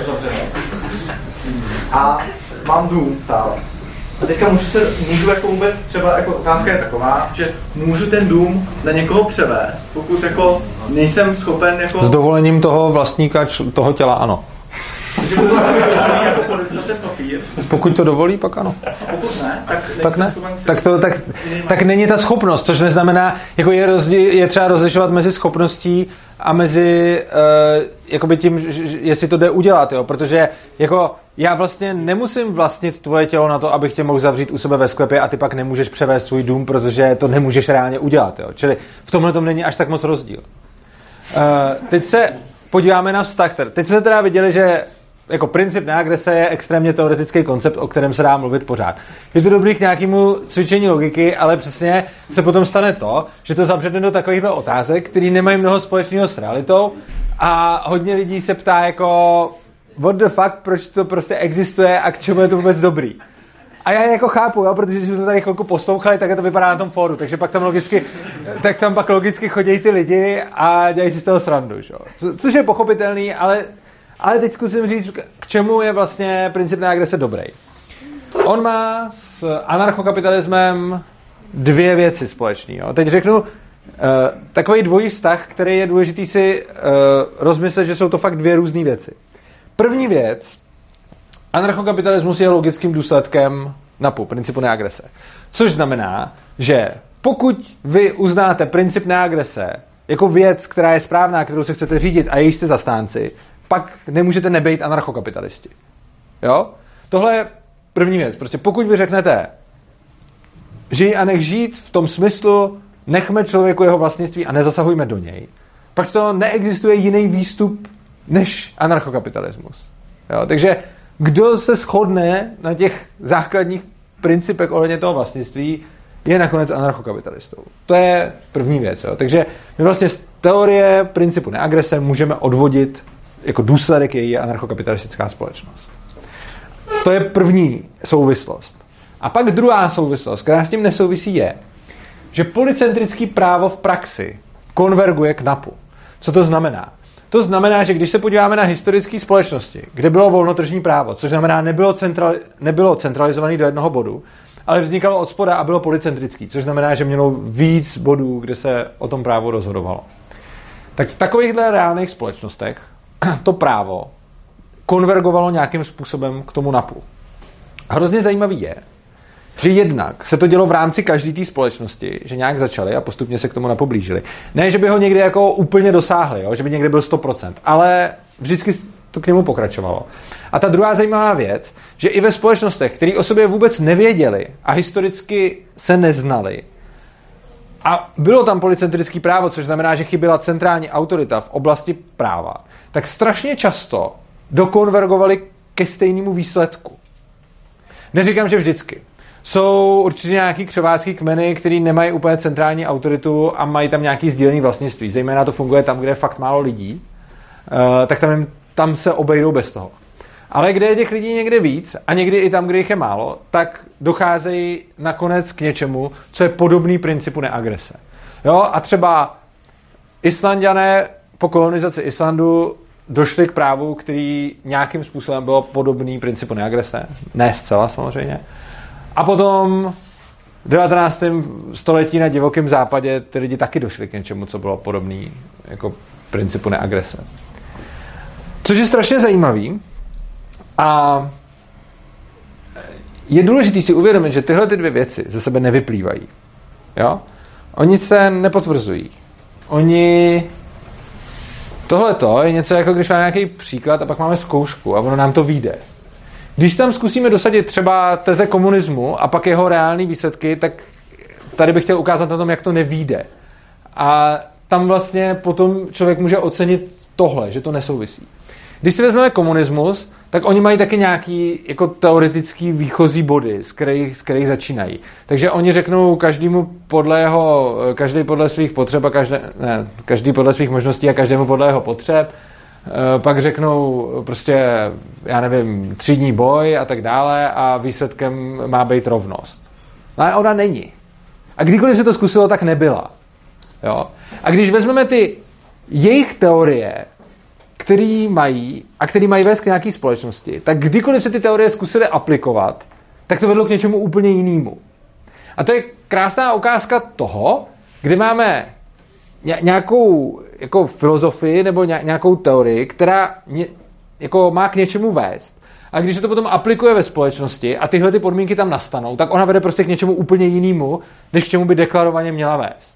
A mám dům stále. A teďka můžu jako vůbec třeba, jako otázka je taková, že můžu ten dům na někoho převést, pokud jako nejsem schopen jako... S dovolením toho vlastníka toho těla, ano. Jako podepsat ten papír. Pokud to dovolí, pak ano. A pokud ne, tak ne. Tak není ta schopnost, což neznamená, jako je třeba rozlišovat mezi schopností a mezi jakoby tím, jestli to jde udělat, jo, protože jako já vlastně nemusím vlastnit tvoje tělo na to, abych tě mohl zavřít u sebe ve sklepě a ty pak nemůžeš převést svůj dům, protože to nemůžeš reálně udělat, jo. Čili v tomhle tom není až tak moc rozdíl. Teď se podíváme na vztah. Teď jsme teda viděli, že jako princip neagrese je extrémně teoretický koncept, o kterém se dá mluvit pořád. Je to dobrý k nějakému cvičení logiky, ale přesně se potom stane to, že to zabředne do takovýchto otázek, které nemají mnoho společného s realitou a hodně lidí se ptá jako what the fuck, proč to prostě existuje a k čemu je to vůbec dobrý. A já jako chápu, jo, protože když jsme to tady chvilku poslouchali, tak to vypadá na tom fóru, takže pak tam pak logicky chodí ty lidi a dělají si z toho srandu, že? Což je pochopitelný, ale teď zkusím říct, k čemu je vlastně princip neagrese dobrý. On má s anarchokapitalismem dvě věci společný. Jo. Teď řeknu takový dvojí vztah, který je důležitý si rozmyslet, že jsou to fakt dvě různé věci. První věc, anarchokapitalismus je logickým důsledkem NAPu, principu neagrese. Což znamená, že pokud vy uznáte princip neagrese jako věc, která je správná, kterou se chcete řídit a její jste zastánci, pak nemůžete nebejt anarchokapitalisti. Jo? Tohle je první věc. Prostě pokud vy řeknete, žij a nech žít v tom smyslu, nechme člověku jeho vlastnictví a nezasahujme do něj, pak z toho neexistuje jiný výstup než anarchokapitalismus. Jo? Takže kdo se shodne na těch základních principech ohledně toho vlastnictví, je nakonec anarchokapitalistou. To je první věc. Jo. Takže my vlastně z teorie principu neagrese můžeme odvodit jako důsledek její anarchokapitalistická společnost. To je první souvislost. A pak druhá souvislost, která s tím nesouvisí, je, že policentrický právo v praxi konverguje k NAPu. Co to znamená? To znamená, že když se podíváme na historické společnosti, kde bylo volnotržní právo, což znamená nebylo centralizované do jednoho bodu, ale vznikalo od spoda a bylo policentrický, což znamená, že mělo víc bodů, kde se o tom právu rozhodovalo. Tak v takovýchhle reálných společnostech to právo konvergovalo nějakým způsobem k tomu NAPu. Hrozně zajímavý je, že jednak se to dělo v rámci každé té společnosti, že nějak začali a postupně se k tomu NAPu blížili. Ne, že by ho někdy jako úplně dosáhli, jo? Že by někdy byl 100%, ale vždycky to k němu pokračovalo. A ta druhá zajímavá věc, že i ve společnostech, které o sobě vůbec nevěděli a historicky se neznali, a bylo tam policentrické právo, což znamená, že chyběla centrální autorita v oblasti práva, tak strašně často dokonvergovali ke stejnému výsledku. Neříkám, že vždycky. Jsou určitě nějaký křovácký kmeny, který nemají úplně centrální autoritu a mají tam nějaký sdílený vlastnictví. Zejména to funguje tam, kde je fakt málo lidí, tak tam se obejdou bez toho. Ale kde je těch lidí někde víc a někdy i tam, kde jich je málo, tak docházejí nakonec k něčemu, co je podobný principu neagrese. Jo? A třeba Islanďané po kolonizaci Islandu došli k právu, který nějakým způsobem bylo podobný principu neagrese. Ne zcela samozřejmě. A potom v 19. století na divokém západě ty lidi taky došli k něčemu, co bylo podobný jako principu neagrese. Což je strašně zajímavý a je důležité si uvědomit, že tyhle ty dvě věci ze sebe nevyplývají. Jo? Oni se nepotvrzují. Tohleto je něco jako když máme nějaký příklad a pak máme zkoušku a ono nám to vyjde. Když tam zkusíme dosadit třeba teze komunismu a pak jeho reální výsledky, tak tady bych chtěl ukázat na tom, jak to nevyjde. A tam vlastně potom člověk může ocenit tohle, že to nesouvisí. Když si vezmeme komunismus, tak oni mají taky nějaký jako teoretický výchozí body, z kterých začínají. Takže oni řeknou každý podle svých potřeb a každý podle svých možností a každému podle jeho potřeb. Pak řeknou prostě, já nevím, třídní boj a tak dále a výsledkem má být rovnost. No ale ona není. A kdykoliv se to zkusilo, tak nebyla. Jo? A když vezmeme ty jejich teorie, který mají vést k nějaké společnosti, tak kdykoliv se ty teorie zkusily aplikovat, tak to vedlo k něčemu úplně jinému. A to je krásná ukázka toho, kdy máme nějakou jako filozofii nebo nějakou teorii, která jako má k něčemu vést. A když se to potom aplikuje ve společnosti a tyhle ty podmínky tam nastanou, tak ona vede prostě k něčemu úplně jinému, než k čemu by deklarovaně měla vést.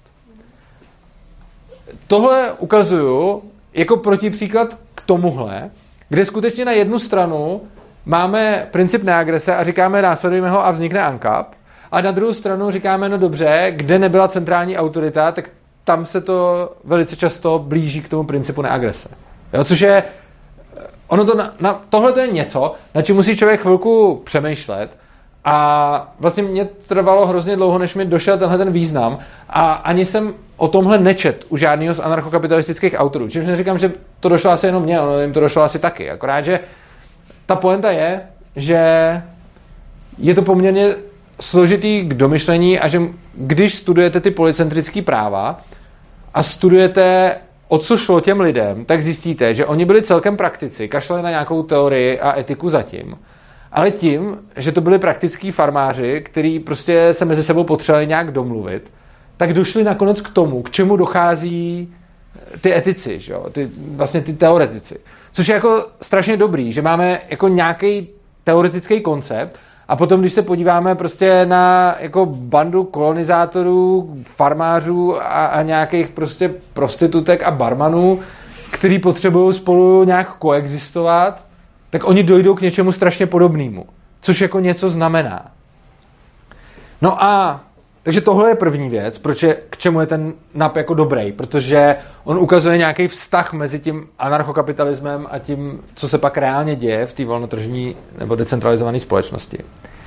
Tohle ukazuju jako protipříklad k tomuhle, kde skutečně na jednu stranu máme princip neagrese a říkáme, následujeme ho a vznikne ANCAP, a na druhou stranu říkáme, no dobře, kde nebyla centrální autorita, tak tam se to velice často blíží k tomu principu neagrese. Jo, což je, tohle to je něco, na čem musí člověk chvilku přemýšlet a vlastně mě trvalo hrozně dlouho, než mi došel tenhle ten význam a ani jsem o tomhle nečet u žádného z anarchokapitalistických autorů. Čímž neříkám, že to došlo asi jenom mně, ono jim to došlo asi taky. Akorát, že ta pointa je, že je to poměrně složitý k domyšlení a že když studujete ty policentrické práva a studujete, o co šlo těm lidem, tak zjistíte, že oni byli celkem praktici, kašlali na nějakou teorii a etiku zatím, ale tím, že to byli praktický farmáři, kteří prostě se mezi sebou potřebovali nějak domluvit, tak došli nakonec k tomu, k čemu dochází ty etici, že jo? Vlastně ty teoretici. Což je jako strašně dobrý, že máme jako nějaký teoretický koncept a potom, když se podíváme prostě na jako bandu kolonizátorů, farmářů a nějakých prostě prostitutek a barmanů, který potřebují spolu nějak koexistovat, tak oni dojdou k něčemu strašně podobnému. Což jako něco znamená. No a Takže tohle je první věc, k čemu je ten NAP jako dobrý, protože on ukazuje nějaký vztah mezi tím anarchokapitalismem a tím, co se pak reálně děje v té volnotržní nebo decentralizované společnosti.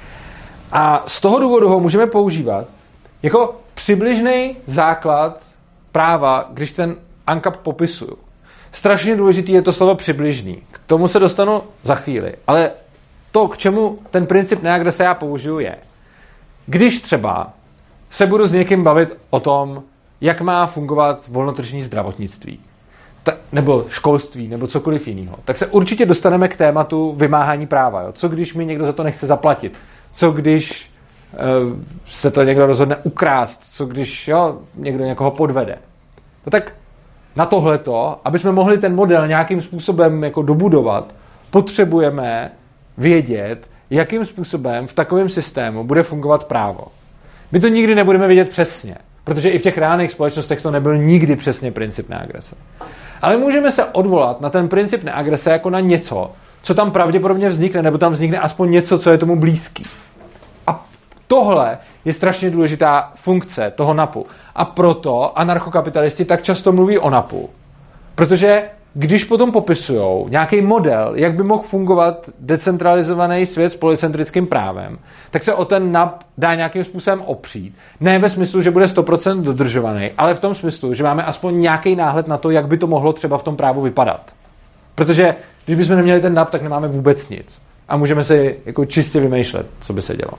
A z toho důvodu ho můžeme používat jako přibližný základ práva, když ten ANCAP popisuju. Strašně důležitý je to slovo přibližný. K tomu se dostanu za chvíli. Ale to, k čemu ten princip neagrese já použiju, je, když třeba se budu s někým bavit o tom, jak má fungovat volnotržní zdravotnictví, nebo školství, nebo cokoliv jiného, tak se určitě dostaneme k tématu vymáhání práva. Jo? Co když mi někdo za to nechce zaplatit? Co když se to někdo rozhodne ukrást? Co když někdo někoho podvede? No tak na tohleto, aby jsme mohli ten model nějakým způsobem jako dobudovat, potřebujeme vědět, jakým způsobem v takovém systému bude fungovat právo. My to nikdy nebudeme vědět přesně, protože i v těch reálných společnostech to nebyl nikdy přesně princip neagrese. Ale můžeme se odvolat na ten princip neagrese jako na něco, co tam pravděpodobně vznikne, nebo tam vznikne aspoň něco, co je tomu blízký. A tohle je strašně důležitá funkce toho NAPu. A proto anarchokapitalisti tak často mluví o NAPu. Protože když potom popisujou nějaký model, jak by mohl fungovat decentralizovaný svět s polycentrickým právem, tak se o ten NAP dá nějakým způsobem opřít. Ne ve smyslu, že bude 100% dodržovaný, ale v tom smyslu, že máme aspoň nějaký náhled na to, jak by to mohlo třeba v tom právu vypadat. Protože když bychom neměli ten NAP, tak nemáme vůbec nic. A můžeme si jako čistě vymýšlet, co by se dělo.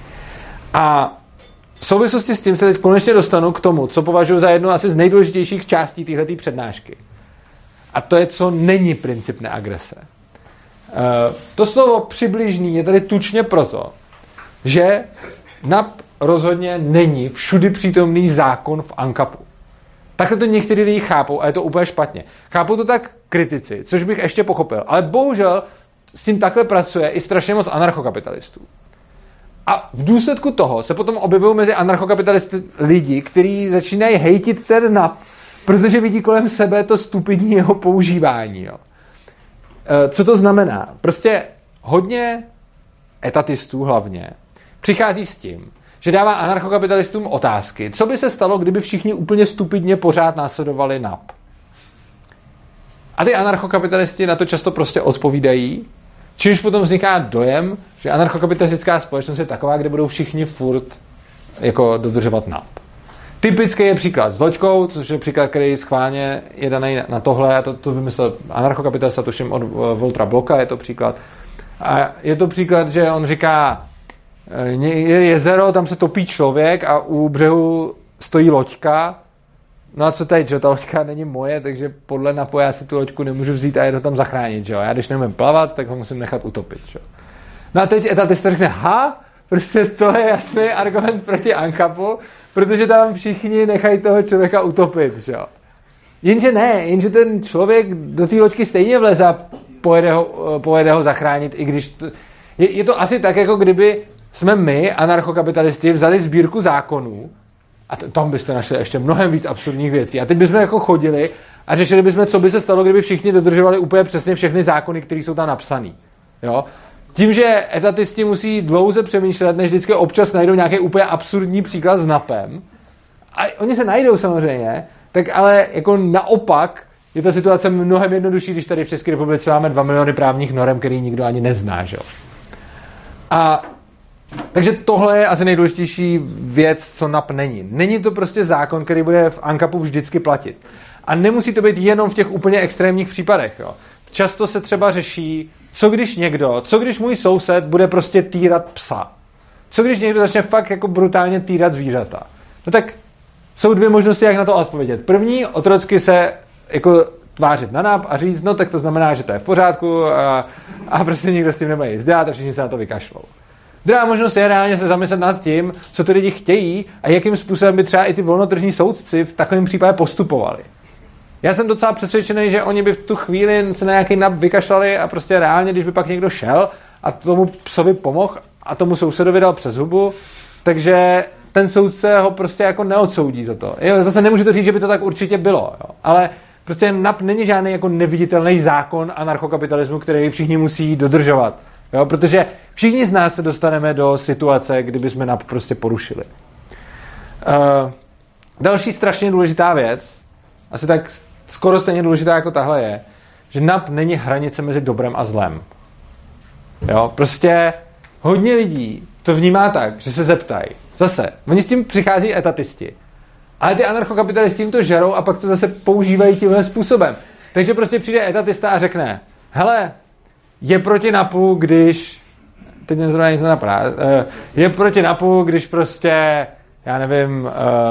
A v souvislosti s tím se teď konečně dostanu k tomu, co považuji za jednu asi z nejdůležitějších částí téhleté přednášky. A to je, co není princip neagrese. To slovo přibližný je tady tučně proto, že NAP rozhodně není všudy přítomný zákon v ANCAPu. Takhle to někteří lidi chápou a je to úplně špatně. Chápou to tak kritici, což bych ještě pochopil. Ale bohužel s tím takhle pracuje i strašně moc anarchokapitalistů. A v důsledku toho se potom objevují mezi anarchokapitalisty lidi, kteří začínají hejtit ten NAP, protože vidí kolem sebe to stupidní jeho používání. Jo. Co to znamená? Prostě hodně etatistů hlavně přichází s tím, že dává anarchokapitalistům otázky. Co by se stalo, kdyby všichni úplně stupidně pořád následovali NAP? A ty anarchokapitalisti na to často prostě odpovídají, čímž potom vzniká dojem, že anarchokapitalistická společnost je taková, kde budou všichni furt jako dodržovat NAP. Typický je příklad s loďkou, což je příklad, který schválně je daný na tohle, a to vymyslel anarchokapitalista, tuším od Waltera Blocka, je to příklad. A je to příklad, že on říká, je jezero, tam se topí člověk a u břehu stojí loďka. No a co teď, že ta loďka není moje, takže podle NAPu já si tu loďku nemůžu vzít a je to tam zachránit, že jo. Já když neumím plavat, tak ho musím nechat utopit, že jo. No a teď etatista řekne, prostě to je jasný argument proti ANCAPu, protože tam všichni nechají toho člověka utopit, že jo. Jenže ten člověk do té loďky stejně vleze a pojede ho zachránit, i když je to asi tak, jako kdyby jsme my, anarchokapitalisti, vzali sbírku zákonů a tam byste našli ještě mnohem víc absurdních věcí. A teď bychom jako chodili a řešili bychom, co by se stalo, kdyby všichni dodržovali úplně přesně všechny zákony, které jsou tam napsané. Jo? Tím, že etatisti musí dlouze přemýšlet, než vždycky občas najdou nějaký úplně absurdní příklad s NAPem. A oni se najdou samozřejmě, tak ale jako naopak je ta situace mnohem jednodušší, když tady v České republice máme 2 miliony právních norem, který nikdo ani nezná. Že? A takže tohle je asi nejdůležitější věc, co NAP není. Není to prostě zákon, který bude v ANCAPu vždycky platit. A nemusí to být jenom v těch úplně extrémních případech. Jo. Často se třeba řeší, co když můj soused bude prostě týrat psa. Co když někdo začne fakt jako brutálně týrat zvířata. No tak jsou 2 možnosti, jak na to odpovědět. První, otrocky se jako tvářit na NAP a říct, no tak to znamená, že to je v pořádku a prostě nikdo s tím nebude nic dělat a všichni se na to vykašlou. Druhá možnost je reálně se zamyslet nad tím, co ty lidi chtějí a jakým způsobem by třeba i ty volnotržní soudci v takovém případě postupovali. Já jsem docela přesvědčený, že oni by v tu chvíli se na nějaký NAP vykašlali a prostě reálně, když by pak někdo šel a tomu psovi pomohl a tomu sousedovi dal přes hubu, takže ten soudce ho prostě jako neodsoudí za to. Jo, zase nemůžu to říct, že by to tak určitě bylo, jo. Ale prostě NAP není žádný jako neviditelný zákon anarchokapitalismu, který všichni musí dodržovat. Jo, protože všichni z nás se dostaneme do situace, kdyby jsme NAP prostě porušili. Další strašně důležitá věc, asi tak skoro stejně důležitá jako tahle je, že NAP není hranice mezi dobrem a zlem. Jo, prostě hodně lidí to vnímá tak, že se zeptají. Zase, oni s tím přichází etatisti. Ale ty anarchokapitalisti jim to žerou a pak to zase používají tímhle způsobem. Takže prostě přijde etatista a řekne, hele, je proti NAPu, když... Teď mě zrovna nic nenapadá. Je proti NAPu, když prostě, já nevím...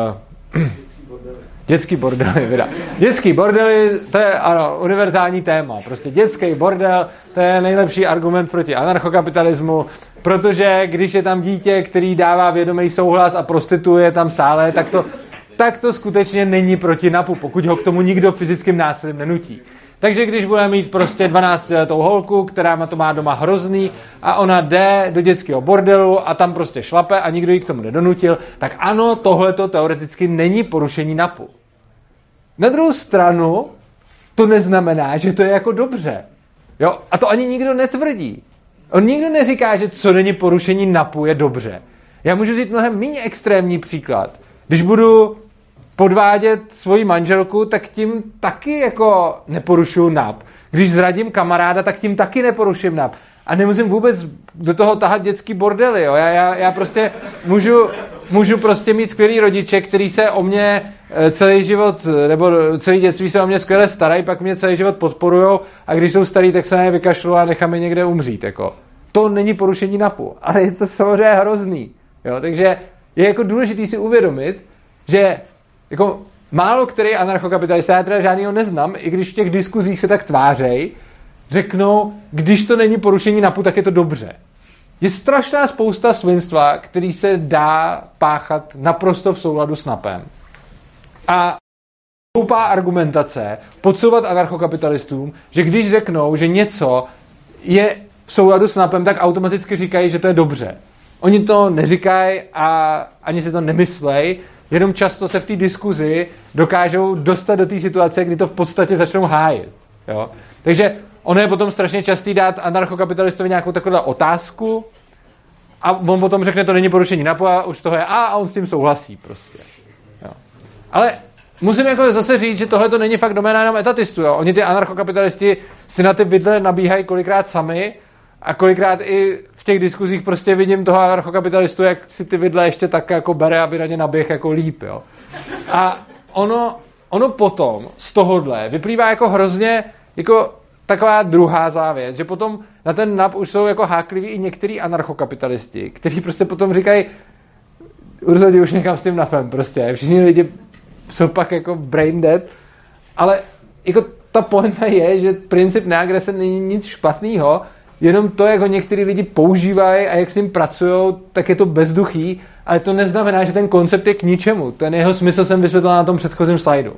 Dětský bordely, vida. Dětský bordely, to je ano, univerzální téma. Prostě dětský bordel, to je nejlepší argument proti anarchokapitalismu, protože když je tam dítě, který dává vědomý souhlas a prostituje tam stále, tak to skutečně není proti NAPu, pokud ho k tomu nikdo fyzickým násilím nenutí. Takže když bude mít prostě 12letou holku, která to má doma hrozný a ona jde do dětského bordelu a tam prostě šlape a nikdo ji k tomu nedonutil, tak ano, tohleto teoreticky není porušení NAPu. Na druhou stranu to neznamená, že to je jako dobře. Jo? A to ani nikdo netvrdí. On nikdo neříká, že co není porušení NAPu je dobře. Já můžu říct mnohem méně extrémní příklad. Když budu podvádět svoji manželku, tak tím taky jako neporušuju NAP. Když zradím kamaráda, tak tím taky neporuším NAP. A nemusím vůbec do toho tahat dětský bordely. Jo? Já prostě můžu prostě mít skvělý rodiče, který se o mě celý život, nebo celý dětství se o mě skvěle starají, pak mě celý život podporujou a když jsou starý, tak se na ně vykašlu a nechám je někde umřít. Jako. To není porušení NAPu, ale je to samozřejmě hrozný. Jo? Takže je jako důležitý si uvědomit, že jako málo který anarchokapitalista, já teda žádnýho neznám, i když v těch diskuzích se tak tvářej, řeknou, když to není porušení NAPu, tak je to dobře. Je strašná spousta svinstva, který se dá páchat naprosto v souladu s NAPem. A hloupá argumentace podsouvat anarchokapitalistům, že když řeknou, že něco je v souladu s NAPem, tak automaticky říkají, že to je dobře. Oni to neříkají a ani si to nemyslej, jenom často se v té diskuzi dokážou dostat do té situace, kdy to v podstatě začnou hájit. Jo? Takže ono je potom strašně častý dát anarchokapitalistovi nějakou takovou otázku a on potom řekne, to není porušení NAPu a už z toho je a on s tím souhlasí prostě. Jo. Ale musím jako zase říct, že tohle to není fakt doména jenom etatistů. Jo. Oni ty anarchokapitalisti si na ty vidle nabíhají kolikrát sami a kolikrát i v těch diskuzích prostě vidím toho anarchokapitalistu, jak si ty vidle ještě tak jako bere, aby na ně naběh jako líp. Jo. A ono potom z tohohle vyplývá jako hrozně jako taková druhá závěc, že potom na ten NAP už jsou jako hákliví i některý anarchokapitalisti, kteří prostě potom říkají Urzo, už někam s tím NAPem prostě. Všichni lidi jsou pak jako brain dead, ale jako ta pointa je, že princip neagrese není nic špatného, jenom to, jak ho některý lidi používají a jak s ním pracují, tak je to bezduchý, ale to neznamená, že ten koncept je k ničemu. Ten jeho smysl jsem vysvětlil na tom předchozím slajdu.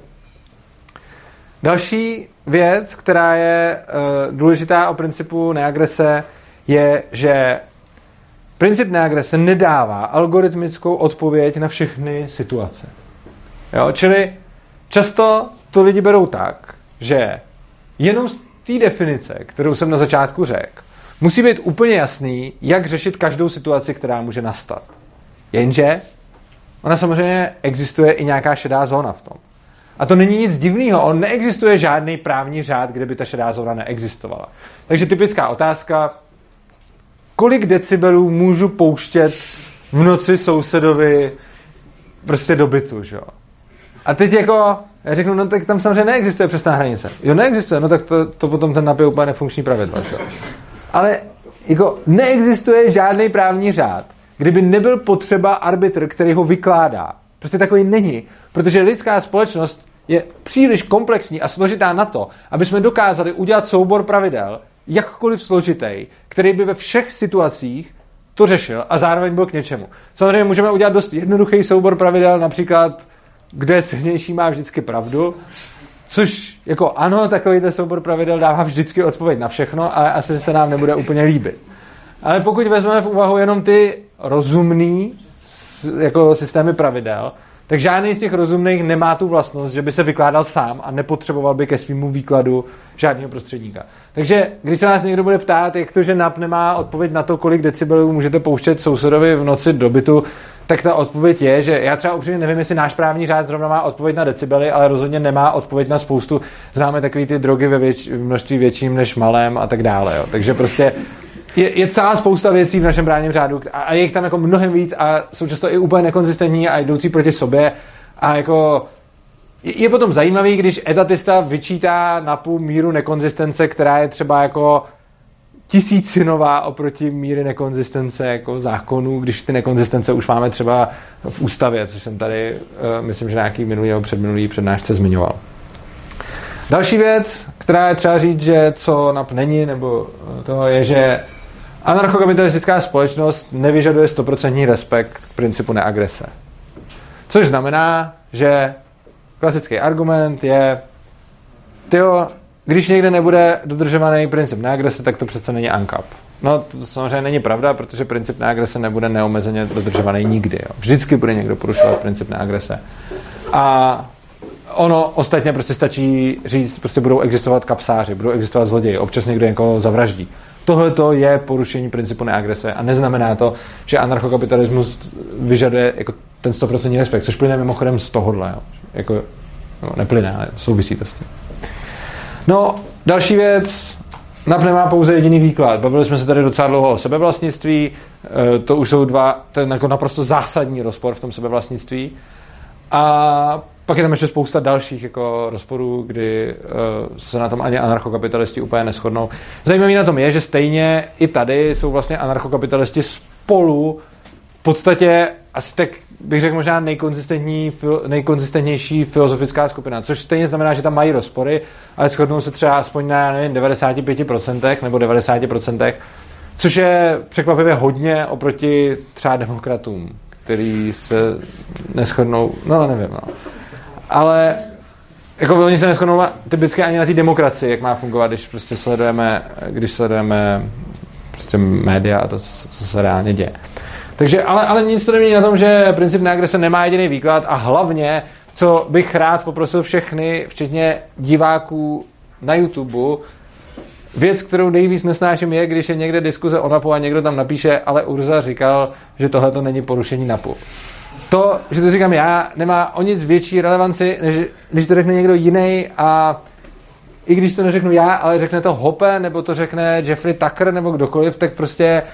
Další věc, která je důležitá o principu neagrese, je, že princip neagrese nedává algoritmickou odpověď na všechny situace. Jo? Čili často to lidi berou tak, že jenom z té definice, kterou jsem na začátku řekl, musí být úplně jasný, jak řešit každou situaci, která může nastat. Jenže ona samozřejmě existuje i nějaká šedá zóna v tom. A to není nic divného, on neexistuje žádný právní řád, kde by ta šedá zóna neexistovala. Takže typická otázka, kolik decibelů můžu pouštět v noci sousedovi prostě do bytu, že jo? A teď jako, já řeknu, no tak tam samozřejmě neexistuje přesná hranice. Jo, neexistuje, no tak to potom ten NAP je úplně nefunkční pravidlo, že jo? Ale jako neexistuje žádný právní řád, kdyby nebyl potřeba arbitr, který ho vykládá. Prostě takový není, protože lidská společnost je příliš komplexní a složitá na to, aby jsme dokázali udělat soubor pravidel, jakkoliv složitý, který by ve všech situacích to řešil a zároveň byl k něčemu. Samozřejmě můžeme udělat dost jednoduchý soubor pravidel, například, kdo je silnější, má vždycky pravdu, což jako ano, takovýhle soubor pravidel dává vždycky odpověď na všechno, ale asi se nám nebude úplně líbit. Ale pokud vezmeme v úvahu jenom ty rozumný jako systémy pravidel, tak žádný z těch rozumných nemá tu vlastnost, že by se vykládal sám a nepotřeboval by ke svému výkladu žádného prostředníka. Takže když se nás někdo bude ptát, jak to, že NAP nemá odpověď na to, kolik decibelů můžete pouštět sousedovi v noci do bytu, tak ta odpověď je, že já třeba upřímně nevím, jestli náš právní řád zrovna má odpověď na decibely, ale rozhodně nemá odpověď na spoustu, známe takový ty drogy ve množství větším než malém a tak dále. Jo. Takže prostě je celá spousta věcí v našem právním řádu a je jich tam jako mnohem víc a jsou často i úplně nekonzistentní a jdoucí proti sobě a jako je potom zajímavý, když etatista vyčítá NAPu míru nekonzistence, která je třeba jako tisícinová oproti míry nekonzistence jako zákonů, když ty nekonzistence už máme třeba v ústavě, což jsem tady, myslím, že nějaký minulý nebo předminulý přednášce zmiňoval. Další věc, která je třeba říct, že co NAP není, nebo to je, že anarchokapitalistická společnost nevyžaduje 100% respekt k principu neagrese. Což znamená, že klasický argument je když někde nebude dodržovaný princip neagrese, tak to přece není ANCAP. No, to samozřejmě není pravda, protože princip neagrese nebude neomezeně dodržovaný nikdy. Jo. Vždycky bude někdo porušovat princip neagrese. A ono ostatně prostě stačí říct, prostě budou existovat kapsáři, budou existovat zloději, občas někdo někoho zavraždí. Tohle to je porušení principu neagrese a neznamená to, že anarchokapitalismus vyžaduje jako ten 100% respekt, což plyne mimochodem z tohohle. Jo. Jako, neplyne, ale souvisí to s tím. No, další věc, NAP nemá pouze jediný výklad. Bavili jsme se tady docela dlouho o sebevlastnictví, to už jsou to je jako naprosto zásadní rozpor v tom sebevlastnictví. A pak je tam ještě spousta dalších jako rozporů, kdy se na tom ani anarchokapitalisti úplně neshodnou. Zajímavý na tom je, že stejně i tady jsou vlastně anarchokapitalisti spolu v podstatě asi tak bych řekl možná nejkonzistentnější filozofická skupina, což stejně znamená, že tam mají rozpory, ale shodnou se třeba aspoň na 95% nebo 90%, což je překvapivě hodně oproti třeba demokratům, který se neshodnou, no nevím, no. Ale jako oni se neshodnou typicky ani na té demokracii, jak má fungovat, když prostě sledujeme prostě média a to, co se reálně děje. Takže, ale nic to nemění na tom, že princip neagrese nemá jediný výklad a hlavně, co bych rád poprosil všechny, včetně diváků na YouTube, věc, kterou nejvíc nesnáším je, když je někde diskuze o NAPu a někdo tam napíše, ale Urza říkal, že tohle to není porušení NAPu. To, že to říkám já, nemá o nic větší relevanci, než když to řekne někdo jiný a i když to neřeknu já, ale řekne to Hoppe, nebo to řekne Jeffrey Tucker, nebo kdokoliv, tak prostě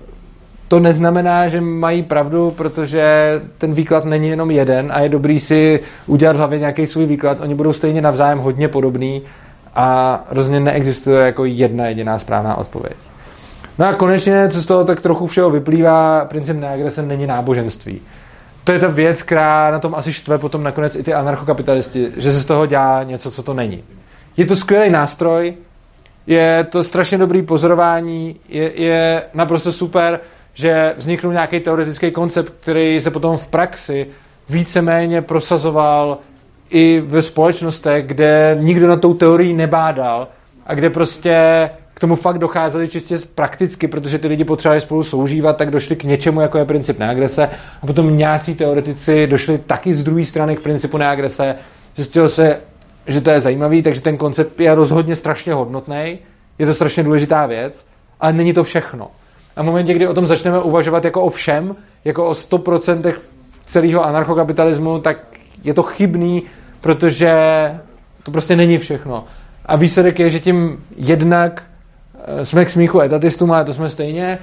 to neznamená, že mají pravdu, protože ten výklad není jenom jeden a je dobrý si udělat v hlavě nějaký svůj výklad. Oni budou stejně navzájem hodně podobný a rozhodně neexistuje jako jedna jediná správná odpověď. No a konečně, co z toho tak trochu všeho vyplývá, princip neagrese není náboženství. To je ta věc, která na tom asi štve potom nakonec i ty anarchokapitalisti, že se z toho dělá něco, co to není. Je to skvělý nástroj, je to strašně dobrý pozorování, je naprosto super, že vzniknul nějaký teoretický koncept, který se potom v praxi víceméně prosazoval i ve společnostech, kde nikdo na tou teorií nebádal a kde prostě k tomu fakt docházeli čistě prakticky, protože ty lidi potřebovali spolu soužívat, tak došli k něčemu, jako je princip neagrese a potom nějací teoretici došli taky z druhé strany k principu neagrese, zjistilo se, že to je zajímavý, takže ten koncept je rozhodně strašně hodnotný, je to strašně důležitá věc, ale není to všechno. A v momentě, kdy o tom začneme uvažovat jako o všem, jako o 100% celého anarchokapitalismu, tak je to chybný, protože to prostě není všechno. A výsledek je, že tím jednak jsme k smíchu etatistům, ale to jsme stejně,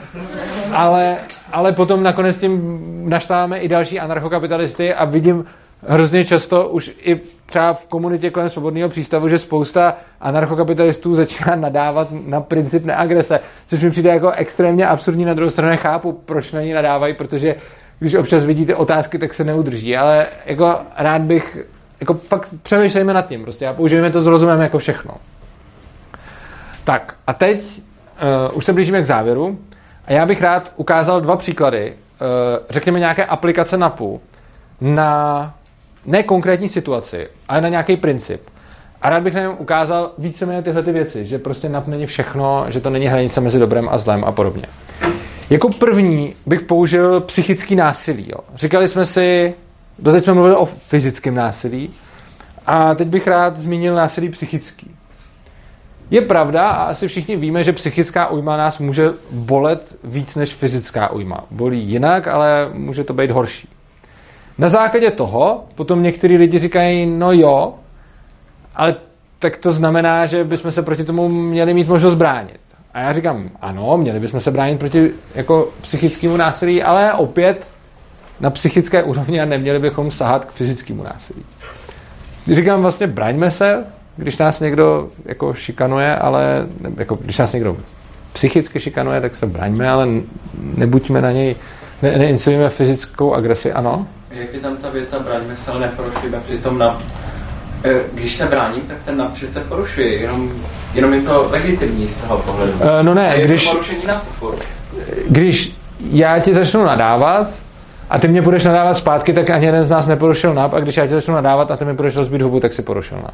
ale potom nakonec tím naštváme i další anarchokapitalisty a vidím hrozně často už i třeba v komunitě kolem Svobodného přístavu, že spousta anarchokapitalistů začíná nadávat na princip neagrese, což mi přijde jako extrémně absurdní, na druhou stranu chápu, proč na ní nadávají, protože když občas vidíte otázky, tak se neudrží, ale jako rád bych, jako fakt přemýšlejme nad tím prostě a použijeme to s rozumem jako všechno. Tak a teď už se blížíme k závěru a já bych rád ukázal 2 příklady, řekněme nějaké aplikace NAPu na ne konkrétní situaci, ale na nějaký princip. A rád bych na něm ukázal víceméně tyhle ty věci, že prostě NAP není všechno, že to není hranice mezi dobrem a zlem a podobně. Jako první bych použil psychický násilí. Jo. Říkali jsme si, doteď jsme mluvili o fyzickém násilí a teď bych rád zmínil násilí psychický. Je pravda a asi všichni víme, že psychická újma nás může bolet víc než fyzická újma. Bolí jinak, ale může to být horší. Na základě toho potom některý lidi říkají, no jo, ale tak to znamená, že bychom se proti tomu měli mít možnost bránit. A já říkám, ano, měli bychom se bránit proti jako psychickému násilí, ale opět na psychické úrovni a neměli bychom sahat k fyzickému násilí. Říkám vlastně, braňme se, když nás někdo jako šikanuje, ale jako když nás někdo psychicky šikanuje, tak se braňme, ale nebuďme na něj, neinstalujeme fyzickou agresi, ano? Jak je tam ta věta, braňme se, ale neporušujeme, přitom když se bráním, tak ten nap přece porušuje, jenom je to legitimní z toho pohledu. No ne, když já ti začnu nadávat a ty mě budeš nadávat zpátky, tak ani jeden z nás neporušil nap, a když já ti začnu nadávat a ty mi budeš rozbít hubu, tak si porušil nap.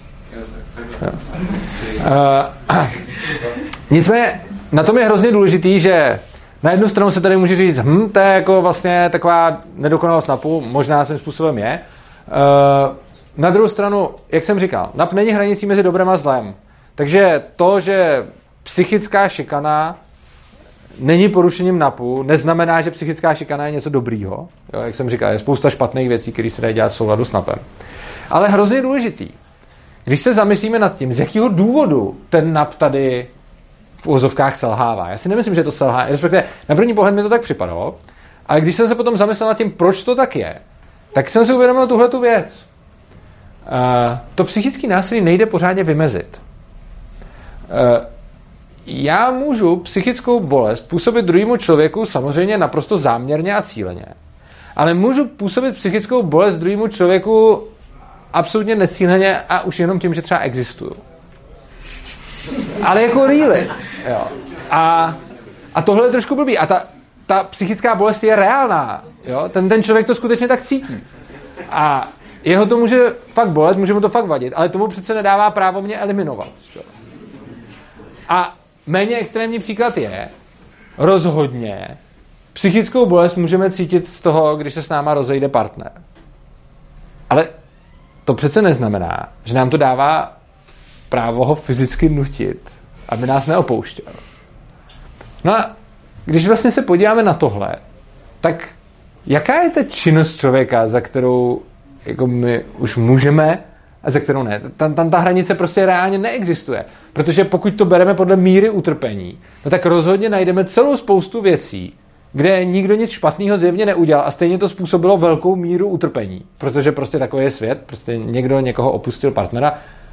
Nicméně na tom je hrozně důležitý, že na jednu stranu se tady může říct, to je jako vlastně taková nedokonalost napu, možná svým způsobem je. Na druhou stranu, jak jsem říkal, nap není hranicí mezi dobrem a zlem. Takže to, že psychická šikana není porušením napu, neznamená, že psychická šikana je něco dobrýho. Jo, jak jsem říkal, je spousta špatných věcí, které se dají dělat v souladu s napem. Ale hrozně důležitý. Když se zamyslíme nad tím, z jakého důvodu ten nap tady v uvozovkách selhává. Já si nemyslím, že to selhá. Respektive na první pohled mi to tak připadalo, ale když jsem se potom zamyslel nad tím, proč to tak je, tak jsem si uvědomil tuhletu věc. To psychické násilí nejde pořádně vymezit. Já můžu psychickou bolest působit druhému člověku samozřejmě naprosto záměrně a cíleně, ale můžu působit psychickou bolest druhému člověku absolutně necíleně a už jenom tím, že třeba existuju. Ale jako really. Jo. A tohle je trošku blbý. A ta psychická bolest je reálná. Jo? Ten člověk to skutečně tak cítí. A jeho to může fakt bolet, může mu to fakt vadit, ale tomu přece nedává právo mě eliminovat. Jo? A méně extrémní příklad je, rozhodně psychickou bolest můžeme cítit z toho, když se s náma rozejde partner. Ale to přece neznamená, že nám to dává právo ho fyzicky nutit, aby nás neopouštěl. No a když vlastně se podíváme na tohle, tak jaká je ta činnost člověka, za kterou jako my už můžeme a za kterou ne? Tam ta hranice prostě reálně neexistuje. Protože pokud to bereme podle míry utrpení, no tak rozhodně najdeme celou spoustu věcí, kde nikdo nic špatného zjevně neudělal a stejně to způsobilo velkou míru utrpení. Protože prostě takový je svět, prostě někdo někoho opustil partnera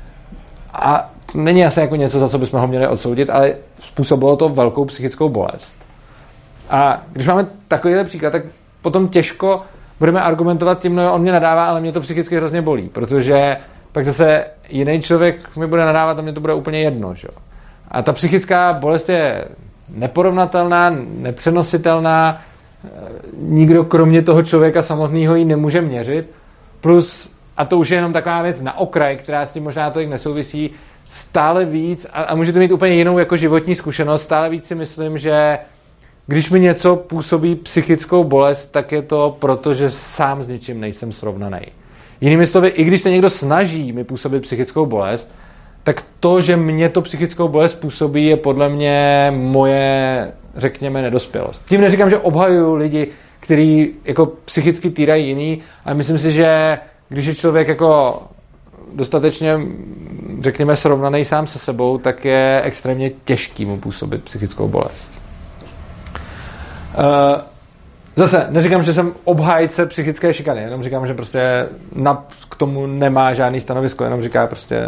a to není asi jako něco, za co bychom ho měli odsoudit, ale způsobilo to velkou psychickou bolest. A když máme takovýhle příklad, tak potom těžko budeme argumentovat tím, no on mě nadává, ale mě to psychicky hrozně bolí, protože pak zase jiný člověk mi bude nadávat a mě to bude úplně jedno. Že? A ta psychická bolest je neporovnatelná, nepřenositelná, nikdo kromě toho člověka samotného ji nemůže měřit, plus, a to už je jenom taková věc na okraj, která s tím možná tolik nesouvisí, stále víc, a můžete mít úplně jinou jako životní zkušenost, stále víc si myslím, že když mi něco působí psychickou bolest, tak je to proto, že sám s ničím nejsem srovnaný. Jinými slovy, i když se někdo snaží mi působit psychickou bolest, tak to, že mě to psychickou bolest působí, je podle mě moje, řekněme, nedospělost. Tím neříkám, že obhajuju lidi, kteří jako psychicky týrají jiný, ale myslím si, že když je člověk jako dostatečně, řekněme, srovnaný sám se sebou, tak je extrémně těžký mu působit psychickou bolest. Zase, neříkám, že jsem obhájce psychické šikany, jenom říkám, že prostě k tomu nemá žádný stanovisko, jenom říká prostě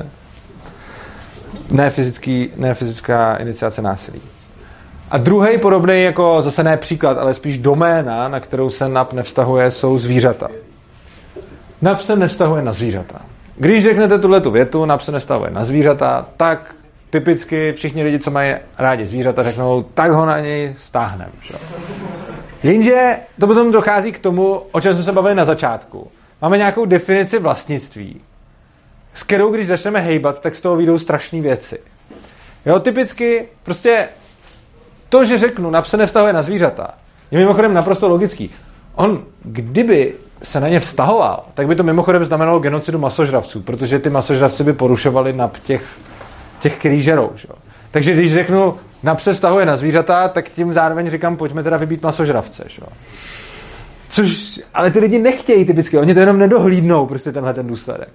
ne fyzická iniciace násilí. A druhý podobný, jako zase ne příklad, ale spíš doména, na kterou se NAP nevztahuje, jsou zvířata. NAP se nevztahuje na zvířata. Když řeknete tuhletu větu, NAP se nevztahuje na zvířata, tak typicky všichni lidi, co mají rádi zvířata, řeknou, tak ho na něj stáhneme. Jenže to potom dochází k tomu, o čem jsme se bavili na začátku. Máme nějakou definici vlastnictví, s kterou, když začneme hejbat, tak z toho vyjdou strašné věci. Jo, typicky prostě to, že řeknu, NAP se nevztahuje na zvířata, je mimochodem naprosto logický. On, kdyby se na ně vztahoval, tak by to mimochodem znamenalo genocidu masožravců, protože ty masožravci by porušovali NAP těch těch, který žerou. Že? Takže když řeknu, NAP se vztahuje na zvířata, tak tím zároveň říkám, pojďme teda vybít masožravce. Že? Což, ale ty lidi nechtějí typicky, oni to jenom nedohlídnou, prostě tenhle ten důsledek.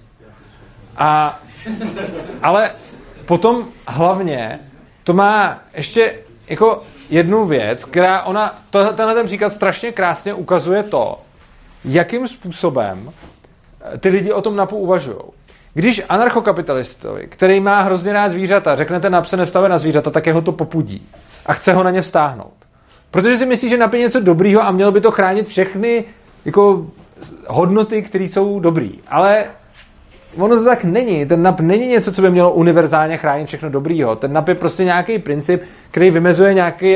Ale potom hlavně to má ještě jako jednu věc, která tenhle ten příklad strašně krásně ukazuje to, jakým způsobem ty lidi o tom NAPu uvažují. Když anarchokapitalistovi, který má hrozně rád zvířata, řeknete NAP se nevztahuje na zvířata, tak jeho to popudí a chce ho na ně vztáhnout. Protože si myslí, že NAP je něco dobrýho a mělo by to chránit všechny jako hodnoty, které jsou dobrý. Ale ono to tak není. Ten NAP není něco, co by mělo univerzálně chránit všechno dobrýho. Ten NAP je prostě nějaký princip, který vymezuje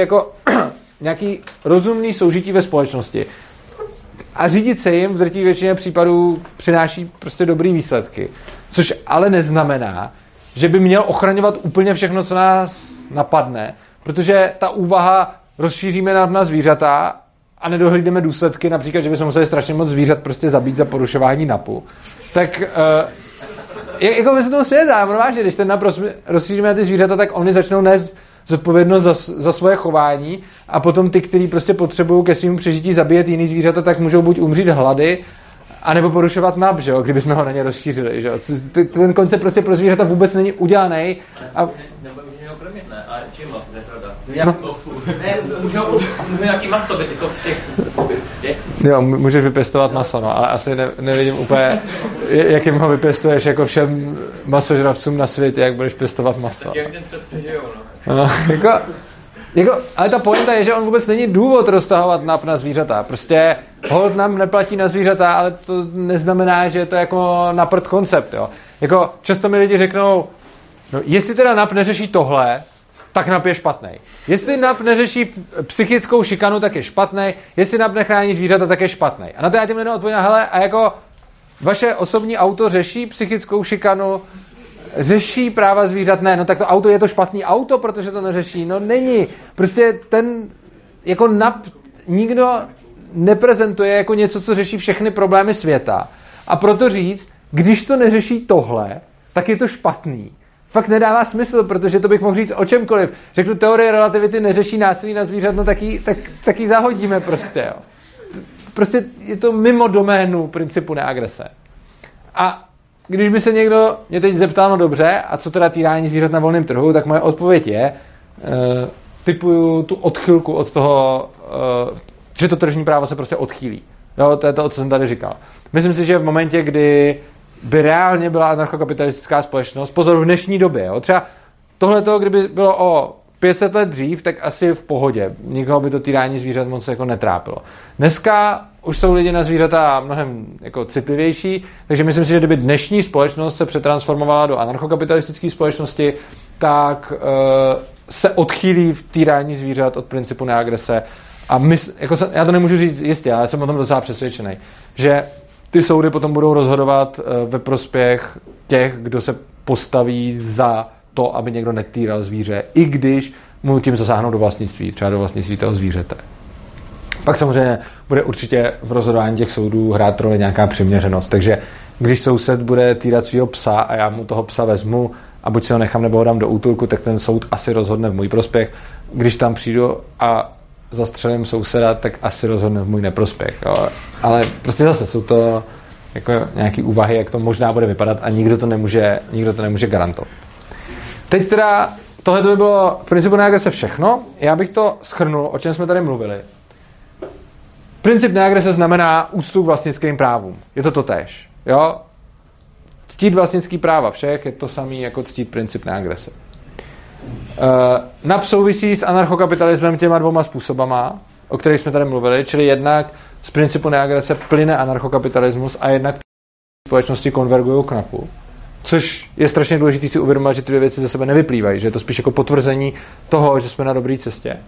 nějaký rozumný soužití ve společnosti. A řídit se jim v drtivé většině případů přináší prostě dobrý výsledky. Což ale neznamená, že by měl ochraňovat úplně všechno, co nás napadne, protože ta úvaha rozšíříme na zvířata a nedohlídneme důsledky, například, že bychom museli strašně moc zvířat prostě zabít za porušování NAPu. Tak jako by se tomu svědá, vážně, když ten NAP rozšíříme na ty zvířata, tak oni začnou nést zodpovědnost za svoje chování a potom ty, kteří prostě potřebují ke svým přežití zabíjet jiný zvířata, tak můžou buď umřít hlady, anebo porušovat NAP, že jo, kdybychom ho na ně rozšířili, že jo. Ten koncept prostě pro zvířata vůbec není udělaný. Nebo už něho krmit, ne? A čím vlastně, to je pravda? Ne, můžou nějaký maso být jako v těch... Jo, můžeš vypěstovat maso, no, ale asi nevidím úplně, jakým ho vypěstuješ jako všem masožravcům na světě, jak budeš pěstovat maso. Tak jak ten přes přežijou, no. No, ale ta pointa je, že on vůbec není důvod roztahovat NAP na zvířata. Prostě hold nám neplatí na zvířata, ale to neznamená, že je to jako na prd koncept, jo. Jako často mi lidi řeknou, no, jestli teda NAP neřeší tohle, tak NAP je špatný. Jestli NAP neřeší psychickou šikanu, tak je špatný. Jestli NAP nechrání zvířata, tak je špatný. A na to já těm lidem odpovím, hele, a jako vaše osobní auto řeší psychickou šikanu, řeší práva zvířat, ne, no tak to auto je to špatný auto, protože to neřeší, no není. Prostě ten, jako NAP nikdo neprezentuje jako něco, co řeší všechny problémy světa. A proto říct, když to neřeší tohle, tak je to špatný. Fakt nedává smysl, protože to bych mohl říct o čemkoliv. Řeknu, teorie relativity neřeší násilí na zvířat, no tak ji zahodíme prostě, jo. Prostě je to mimo doménu principu neagrese. A když by se někdo mě teď zeptal, no dobře, a co teda týrání zvířat na volném trhu, tak moje odpověď je, typuju tu odchylku od toho, že to tržní právo se prostě odchýlí. Jo, to je to, co jsem tady říkal. Myslím si, že v momentě, kdy by reálně byla anarchokapitalistická společnost, pozor, v dnešní době, jo, třeba tohleto, kdyby bylo o 500 let dřív, tak asi v pohodě. Nikoho by to týrání zvířat moc jako netrápilo. Dneska už jsou lidi na zvířata mnohem jako citlivější, takže myslím si, že kdyby dnešní společnost se přetransformovala do anarchokapitalistické společnosti, tak se odchýlí v týrání zvířat od principu neagrese. A já to nemůžu říct jistě, ale jsem o tom docela přesvědčený, že ty soudy potom budou rozhodovat ve prospěch těch, kdo se postaví za to, aby někdo netýral zvíře, i když mu tím zasáhnou do vlastnictví, třeba do vlastnictví toho zvířete. Pak samozřejmě bude určitě v rozhodování těch soudů hrát roli nějaká přiměřenost, takže když soused bude týrat svého psa a já mu toho psa vezmu a buď si ho nechám nebo ho dám do útulku, tak ten soud asi rozhodne v můj prospěch. Když tam přijdu a zastřelím souseda, tak asi rozhodne v můj neprospěch. Jo. Ale prostě zase jsou to jako nějaký úvahy, jak to možná bude vypadat a nikdo to nemůže garantovat. Teď teda tohle by bylo v principu neagrese všechno. Já bych to shrnul, o čem jsme tady mluvili. Princip neagrese znamená úctu k vlastnickým právům. Je to totéž. Jo? Ctít vlastnický práva všech je to samý jako ctít princip neagrese. NAP souvisí s anarchokapitalismem těma dvouma způsobama, o kterých jsme tady mluvili, čili jednak z principu neagrese plyne anarchokapitalismus a jednak společnosti konvergují k NAPu. Což je strašně důležité si uvědomit, že ty dvě věci ze sebe nevyplývají, že je to spíš jako potvrzení toho, že jsme na dobré cestě.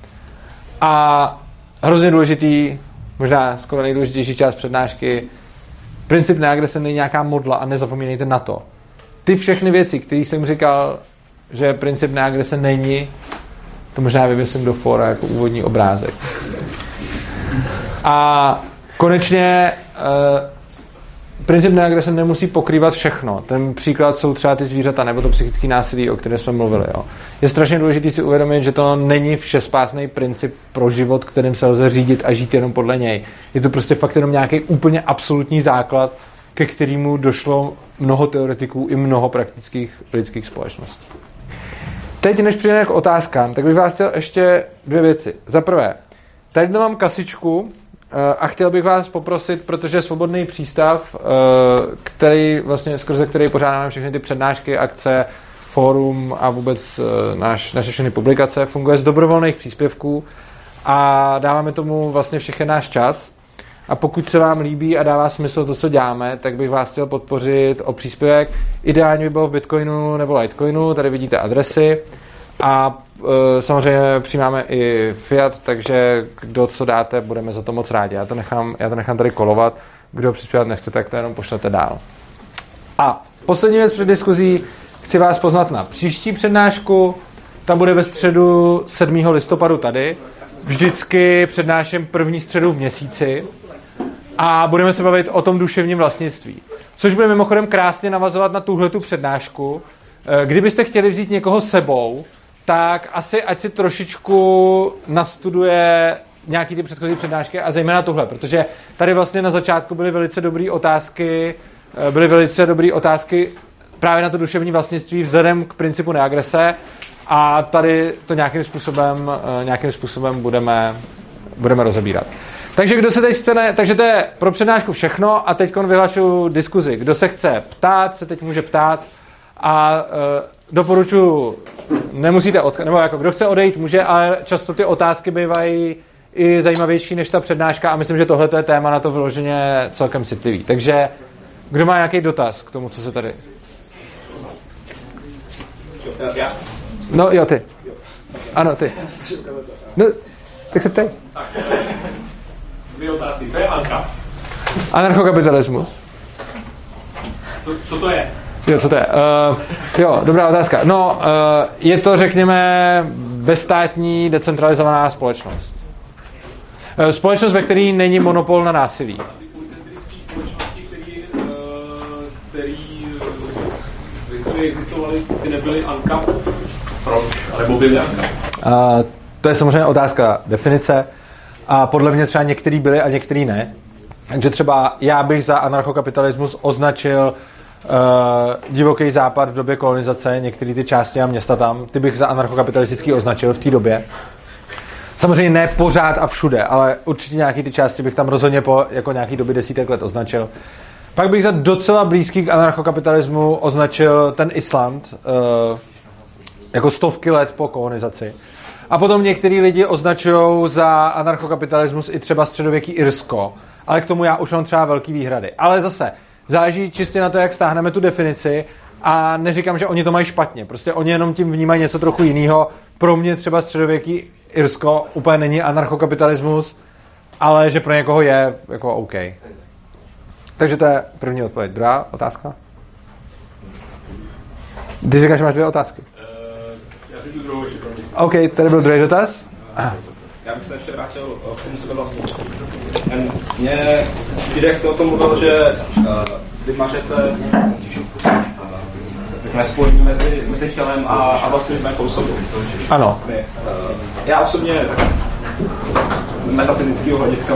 A hrozně důležitý, možná skoro nejdůležitější část přednášky, princip neagrese není nějaká modla a nezapomínejte na to. Ty všechny věci, které jsem říkal, že princip neagrese není, to možná vyvěsím do fóra jako úvodní obrázek. A konečně princip neagrese nemusí pokrývat všechno. Ten příklad jsou třeba ty zvířata nebo to psychické násilí, o kterém jsme mluvili. Jo. Je strašně důležité si uvědomit, že to není všespásný princip pro život, kterým se lze řídit a žít jenom podle něj. Je to prostě fakt jenom nějaký úplně absolutní základ, ke kterému došlo mnoho teoretiků i mnoho praktických lidských společností. Teď, než přijdeme k otázkám, tak bych vás chtěl ještě 2 věci. Za prvé, tady mám kasičku a chtěl bych vás poprosit, protože je Svobodný přístav, který vlastně skrze který pořádáme všechny ty přednášky, akce, fórum a vůbec naše všechny publikace, funguje z dobrovolných příspěvků a dáváme tomu vlastně všechny náš čas. A pokud se vám líbí a dává smysl to, co děláme, tak bych vás chtěl podpořit o příspěvek. Ideálně by bylo v Bitcoinu nebo Litecoinu, tady vidíte adresy. A samozřejmě přijímáme i fiat, takže kdo co dáte, budeme za to moc rádi. Já to nechám tady kolovat. Kdo přispívat nechce, tak to jenom pošlete dál. A poslední věc před diskuzí. Chci vás poznat na příští přednášku. Ta bude ve středu 7. listopadu tady. Vždycky přednáším první středu v měsíci. A budeme se bavit o tom duševním vlastnictví. Což bude mimochodem krásně navazovat na tuhletu přednášku. Kdybyste chtěli vzít někoho sebou, tak asi ať si trošičku nastuduje nějaký ty předchozí přednášky a zejména tuhle, protože tady vlastně na začátku byly velice dobré otázky právě na to duševní vlastnictví vzhledem k principu neagrese a tady to nějakým způsobem budeme rozebírat. Takže kdo se teď chce, takže to je pro přednášku všechno a teď vyhlašuju diskuzi. Kdo se chce ptát, se teď může ptát a doporučuji, nemusíte nebo jako kdo chce odejít, může, ale často ty otázky bývají i zajímavější než ta přednáška a myslím, že tohle je téma na to vyloženě celkem citlivý. Takže kdo má nějaký dotaz k tomu, co se tady... Já? No jo, ty. Ano, ty. No, tak se ptej. 2 otázky. Co je anka? Anarchokapitalismus. Co to je? Jo, co to je? Jo, dobrá otázka. No, je to, řekněme, bezstátní decentralizovaná společnost. Společnost, ve které není monopol na násilí. A ty koncentrické společnosti, které v historii existovaly, ty nebyly anka? Proč? Alebo byly anka? To je samozřejmě otázka definice. A podle mě třeba některý byli a některý ne. Takže třeba já bych za anarchokapitalismus označil divoký západ v době kolonizace, některé ty části a města tam, ty bych za anarchokapitalistický označil v té době. Samozřejmě ne pořád a všude, ale určitě nějaký ty části bych tam rozhodně po jako nějaký doby desítek let označil. Pak bych za docela blízký k anarchokapitalismu označil ten Island, jako stovky let po kolonizaci. A potom některý lidi označují za anarchokapitalismus i třeba středověký Irsko, ale k tomu já už mám třeba velký výhrady. Ale zase, záleží čistě na to, jak stáhneme tu definici a neříkám, že oni to mají špatně. Prostě oni jenom tím vnímají něco trochu jiného. Pro mě třeba středověký Irsko úplně není anarchokapitalismus, ale že pro někoho je jako OK. Takže to je první odpověď. Druhá otázka? Ty říkáš, že máš 2 otázky. Já si tu druhou ještě promyslím. OK, tady byl druhý dotaz. Aha. Já bych se ještě vrátil k tomu sebevlastnictví. Jak jste o tom mluvil, že vymažete spojení mezi tělem a vlastním jako osobou. Ano. Já osobně z metafyzického hlediska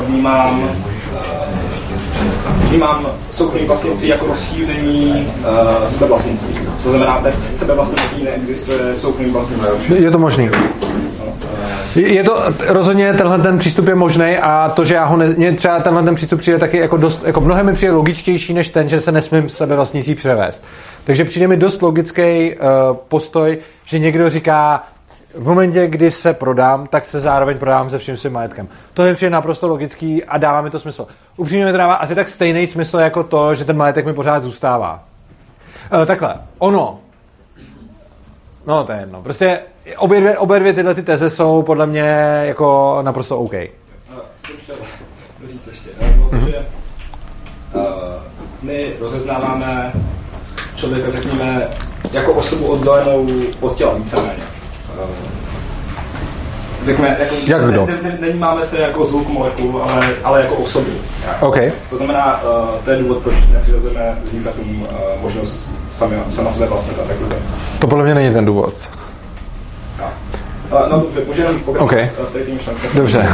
vnímám soukromé vlastnictví jako rozšíření sebevlastnictví. To znamená, bez sebevlastnictví neexistuje soukromé vlastnictví. Je to možný. Je to rozhodně, tenhle ten přístup je možný a to, že já ho mně třeba tenhle ten přístup přijde taky jako dost, jako mnohem mi přijde logičtější než ten, že se nesmím sebevlastnictví převést. Takže přijde mi dost logický postoj, že někdo říká, v momentě, kdy se prodám, tak se zároveň prodám se vším svým majetkem. To mi přijde naprosto logický a dává mi to smysl. Upřímně mi to dává asi tak stejný smysl jako to, že ten majetek mi pořád zůstává. Takhle, no to je jedno. Prostě obě dvě tyhle ty teze jsou podle mě jako naprosto OK. My rozeznáváme člověka, řekněme, jako osobu oddělenou od těla víceméně. řekněme, jako jak kdo? Nenímáme se jako zvuk molekul, ale jako osobu. Okay. To znamená, to je důvod, proč nepřirozujeme zvířatům možnost sama sebe vlastnit a takhle. To podle mě není ten důvod. No dobře, můžeme pokračovat v té myšlence. Dobře.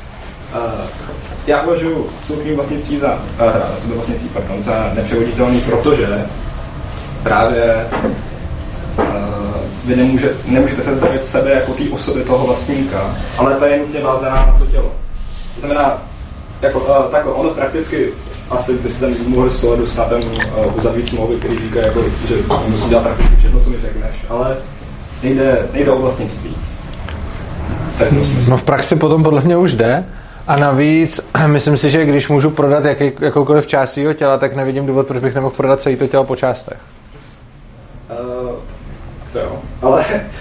Já považuji soukromé vlastnictví za sebevlastnictví, za nepřevoditelný, protože právě vy nemůžete se zbavit sebe jako té osoby toho vlastníka, ale ta je nutně vázaná na to tělo. To znamená, takhle, ono prakticky asi by se mohli s souladu s nátem uzavřít smlouvy, který říká, jako, že musí dělat prakticky všechno, co mi řekneš, ale nejde o vlastnictví. No v praxi potom podle mě už jde. A navíc, myslím si, že když můžu prodat jakoukoliv část svého těla, tak nevidím důvod, proč bych nemohl prodat celé to tělo po částech. To jo, ale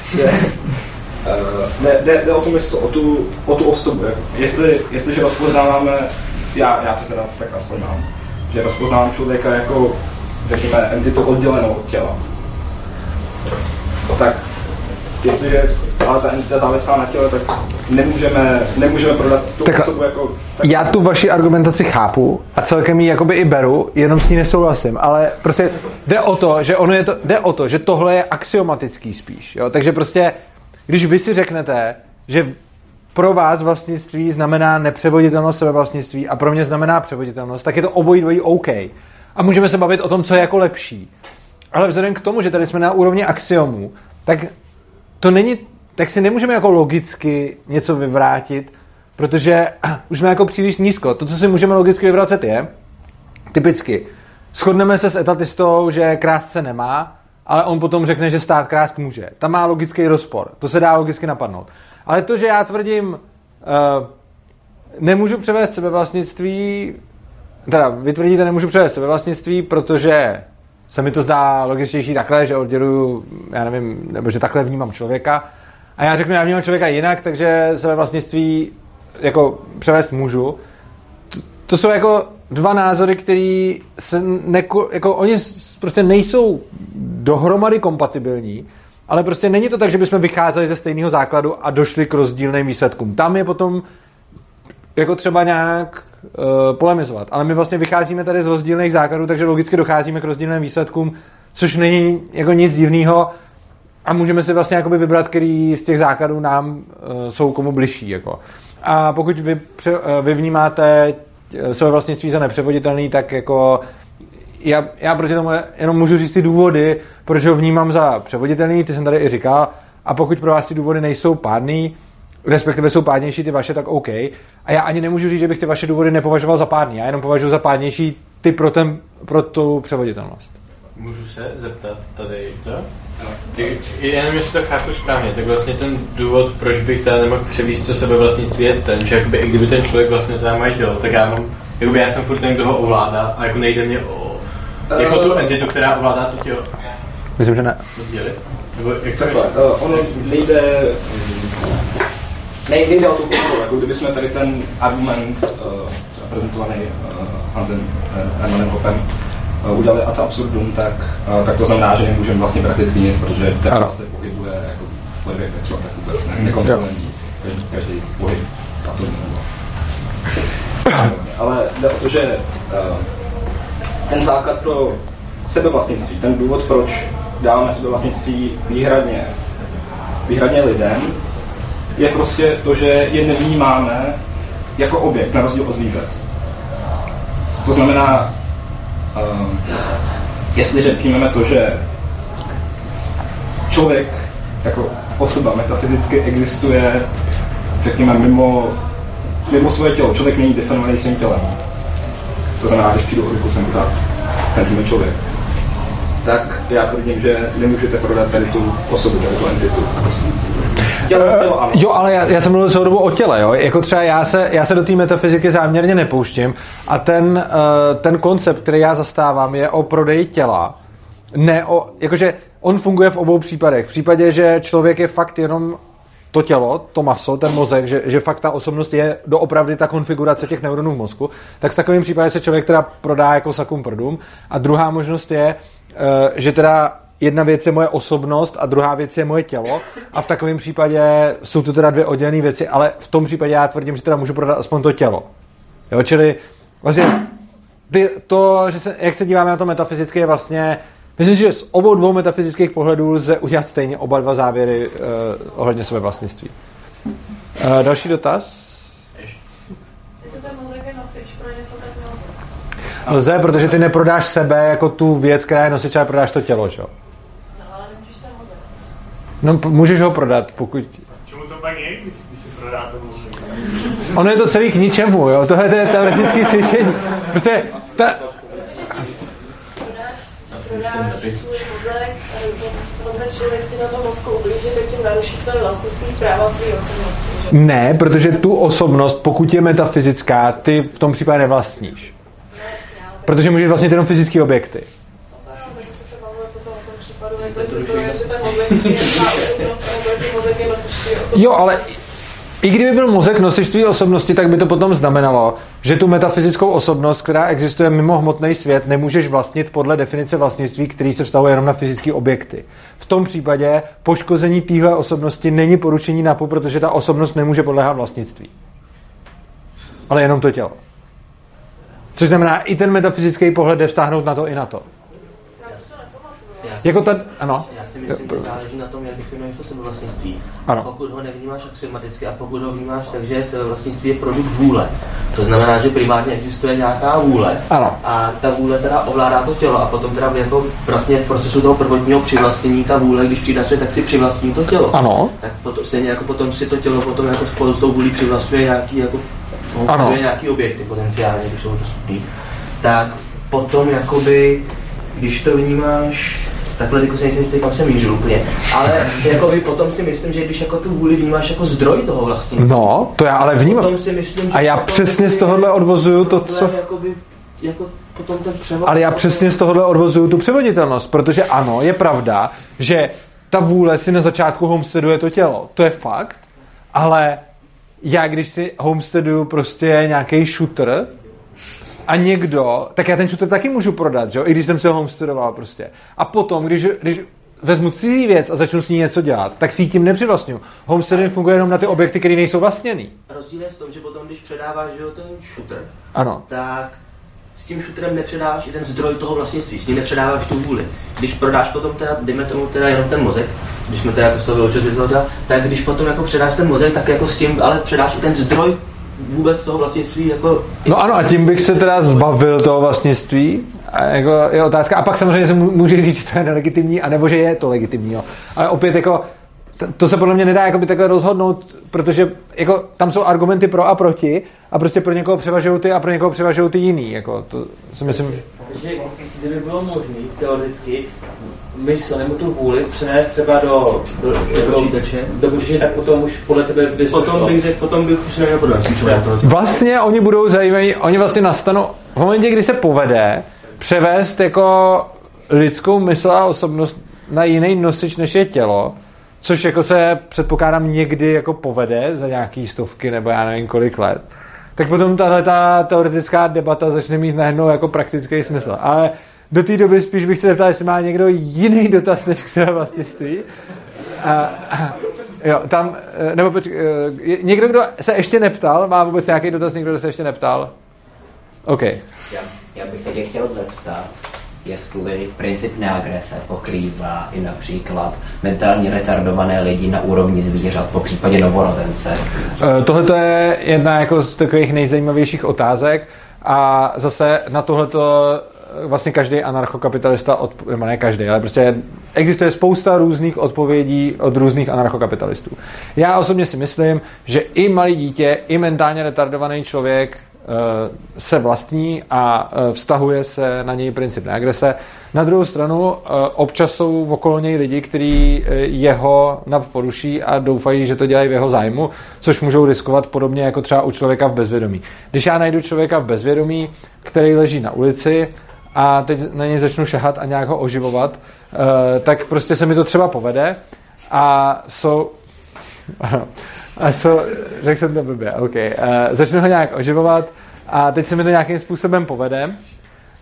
jde o tu mysl, o tu osobu. Jestliže rozpoznáváme, já to teda tak aspoň mám, že rozpoznávám člověka jako, řekněme, entitu oddělenou od těla, tak jestliže ale ta entita závislá na těle, tak nemůžeme prodat tu osobu jako... Já tu vaši argumentaci chápu a celkem ji jakoby i beru, jenom s ní nesouhlasím, ale prostě jde o to, že tohle je axiomatický spíš, jo? Takže prostě, když vy si řeknete, že pro vás vlastnictví znamená nepřevoditelnost sebevlastnictví a pro mě znamená převoditelnost, tak je to obojí dvojí OK. A můžeme se bavit o tom, co je jako lepší. Ale vzhledem k tomu, že tady jsme na úrovni axiomů, tak to není, tak si nemůžeme jako logicky něco vyvrátit, protože už jsme jako příliš nízko. To, co si můžeme logicky vyvracet je, typicky, shodneme se s etatistou, že krást se nemá, ale on potom řekne, že stát krást může. Tam má logický rozpor. To se dá logicky napadnout. Ale to, že já tvrdím, nemůžu převést sebevlastnictví, teda vy tvrdíte, nemůžu převést sebevlastnictví, protože se mi to zdá logičtější takhle, že odděluju, já nevím, nebo že takhle vnímám člověka. A já řeknu, já vnímám člověka jinak, takže sebevlastnictví jako převést můžu. To jsou jako dva názory, který se jako oni prostě nejsou dohromady kompatibilní, ale prostě není to tak, že bychom vycházeli ze stejného základu a došli k rozdílným výsledkům. Tam je potom jako třeba nějak polemizovat. Ale my vlastně vycházíme tady z rozdílných základů, takže logicky docházíme k rozdílným výsledkům, což není jako nic divného a můžeme si vlastně jakoby vybrat, který z těch základů nám jsou komu bližší. Jako. A pokud vy vnímáte své vlastnictví za nepřevoditelný, tak jako já proti tomu jenom můžu říct ty důvody, proč ho vnímám za převoditelný, ty jsem tady i říkal, a pokud pro vás ty důvody nejsou pádný, respektive jsou pádnější ty vaše, tak OK. A já ani nemůžu říct, že bych ty vaše důvody nepovažoval za pádný. Já jenom považuji za pádnější ty pro tu převoditelnost. Můžu se zeptat tady to? Já nevím, jestli to chápu správně, tak vlastně ten důvod, proč bych tady nemohl převíst to sebevlastnictví, je ten, že jakoby, i kdyby ten člověk vlastně tady má tělo, tak já jsem furt ten, kdo ho ovládá a jako nejde mě o jako tu entitu, která ovládá to tělo. Myslím, že ne. Nebo jak to ono nejde o tu kontrolu, jako kdybychom tady ten argument prezentovaný Hansem Hermanem Hoppem udělali ad absurdum, tak to znamená, že nemůžeme vlastně prakticky nic, protože ten se pohybuje jako v polivě třeba tak vůbec nekontrolení každý pohyb atomu. Ale jde o to, že ten základ pro sebevlastnictví, ten důvod, proč dáváme sebevlastnictví výhradně lidem, je prostě to, že je nevnímáme jako objekt, na rozdíl od zvířat. To znamená, jestliže přijmeme to, že člověk jako osoba metafyzicky existuje, řekněme, mimo svoje tělo, člověk není definovaný svým tělem. To znamená, když přijdu o jsem pořád ten člověk. Tak já tvrdím, že nemůžete prodat tady tu osobu, tady tu entitu. Jo, ale já jsem mluvil celou dobu o těle, jo? Jako třeba já se do té metafyziky záměrně nepouštím a ten koncept, který já zastávám, je o prodeji těla. Jakože on funguje v obou případech. V případě, že člověk je fakt jenom to tělo, to maso, ten mozek, že fakt ta osobnost je doopravdy ta konfigurace těch neuronů v mozku, tak v takovém případě se člověk teda prodá jako sakum prdům. A druhá možnost je, že teda jedna věc je moje osobnost a druhá věc je moje tělo a v takovém případě jsou to teda dvě oddělené věci, ale v tom případě já tvrdím, že teda můžu prodat aspoň to tělo. Jo, čili vlastně jak se díváme na to metafyzicky, je vlastně, myslím si, že z obou dvou metafyzických pohledů lze udělat stejně oba dva závěry ohledně své vlastnictví. Další dotaz? Jestli ten mozek je nosič, pro něco tak nelze. Lze, protože ty neprodáš sebe jako tu věc, která je nosič, ale prodáš to tělo, že jo? No, ale nemůžeš ten mozek. No, můžeš ho prodat, pokud... Čemu to pak je, když si prodá ten mozek? Ono je to celý k ničemu, jo? Tohle je teoretické cvičení. Prostě prodáš svůj mozek a ten člověk ti na to mozku ublíží, tak tím naruší tvoje vlastnický práva tvý osobnosti. Že? Ne, protože tu osobnost, pokud je metafyzická, ty v tom případě nevlastníš. Protože můžeš vlastnit jenom fyzické objekty. Se bavíme potom o tom případu, jak jestli ten mozek je má osobnost, nebo jestli mozek je nosič tvý osobnosti. Jo, ale i kdyby byl mozek nosič tvý osobnosti, tak by to potom znamenalo, že tu metafyzickou osobnost, která existuje mimo hmotný svět, nemůžeš vlastnit podle definice vlastnictví, který se vztahuje jenom na fyzické objekty. V tom případě poškození téhle osobnosti není porušení NAPu, protože ta osobnost nemůže podléhat vlastnictví. Ale jenom to tělo. Což znamená, i ten metafyzický pohled jde vztáhnout na to i na to. Jako ta, ano. Já si myslím, že záleží na tom, jak definuješ to sebevlastnictví. Ano. Pokud ho nevnímáš axiomaticky a pokud ho vnímáš tak, že sebevlastnictví je produkt vůle. To znamená, že primárně existuje nějaká vůle. Ano. A ta vůle teda ovládá to tělo a potom teda jako vlastně v procesu toho prvotního přivlastnění ta vůle, když přijde na svět, tak si přivlastní to tělo. Ano. Tak potom, stejně jako potom si to tělo potom jako spolu s tou vůlí přivlastňuje nějaký jako nějaký objekty potenciálně, když jsou dostupný. Tak potom jakoby, když to vnímáš takhle, jako se nejsem jistý, kam jsem mířil úplně, ale jakoby potom si myslím, že když jako tu vůli vnímáš jako zdroj toho vlastně. No, to já ale vnímám. Potom si myslím, že a já přesně z tohohle odvozuju to, co... Jakoby, jako potom ten převod... Ale já přesně z tohohle odvozuju tu převoditelnost, protože ano, je pravda, že ta vůle si na začátku homesteaduje to tělo. To je fakt, ale já když si homesteaduju prostě nějaký shooter a někdo, tak já ten shooter taky můžu prodat, že jo? I když jsem si ho homesteadoval prostě. A potom, když vezmu cizí věc a začnu s ní něco dělat, tak si ji tím nepřivlastňuji. Homesteading funguje jenom na ty objekty, které nejsou vlastněný. Rozdíl je v tom, že potom, když předáváš, že jo, ten shooter, ano, tak s tím shooterem nepředáváš i ten zdroj toho vlastnictví, s ním nepředáváš tu vůli. Když prodáš potom teda, dejme tomu teda jenom ten mozek, když jsme teda jako z toho vyloučili, tak když potom jako předáš ten mozek, tak jako s tím, ale předáš i ten zdroj vůbec toho vlastnictví jako... No ano, a tím bych se teda zbavil toho vlastnictví. A jako je otázka. A pak samozřejmě se může říct, že to je nelegitimní, anebo že je to legitimní. Jo. Ale opět jako to se podle mě nedá jako by takhle rozhodnout, protože jako tam jsou argumenty pro a proti a prostě pro někoho převažují ty a pro někoho převažují ty jiný. Jako, to si myslím... Takže kdyby bylo možné teoreticky mysl nebo tu vůli přenést třeba do počítače, tak potom už podle tebe bys potom bych už neměl problém. Vlastně oni budou zajímaví, oni vlastně nastanou v momentě, kdy se povede převést jako lidskou mysl a osobnost na jiný nosič, než je tělo, což jako se předpokládám někdy jako povede za nějaký stovky nebo já nevím kolik let, tak potom tahleta teoretická debata začne mít najednou jako praktický smysl. Ale do té doby spíš bych se zeptal, jestli má někdo jiný dotaz než k své vlastnictví. Jo, tam, nebo někdo, kdo se ještě neptal, má vůbec nějaký dotaz, někdo, kdo se ještě neptal? OK. Já bych se tě chtěl zeptat, jestli princip neagrese pokrývá i například mentálně retardované lidi na úrovni zvířat, po případě novorozence. Tohle je jedna jako z takových nejzajímavějších otázek a zase na tohleto vlastně každý anarchokapitalista, nebo ne každý, ale prostě existuje spousta různých odpovědí od různých anarchokapitalistů. Já osobně si myslím, že i malý dítě, i mentálně retardovaný člověk se vlastní a vztahuje se na něj princip neagrese. Na druhou stranu občas jsou okolo něj lidi, kteří jeho poruší a doufají, že to dělají v jeho zájmu, což můžou riskovat podobně jako třeba u člověka v bezvědomí. Když já najdu člověka v bezvědomí, který leží na ulici a teď na něj začnu šahat a nějak ho oživovat, tak prostě se mi to třeba povede a řekl jsem to blbě, OK. Začnu ho nějak oživovat a teď se mi to nějakým způsobem povede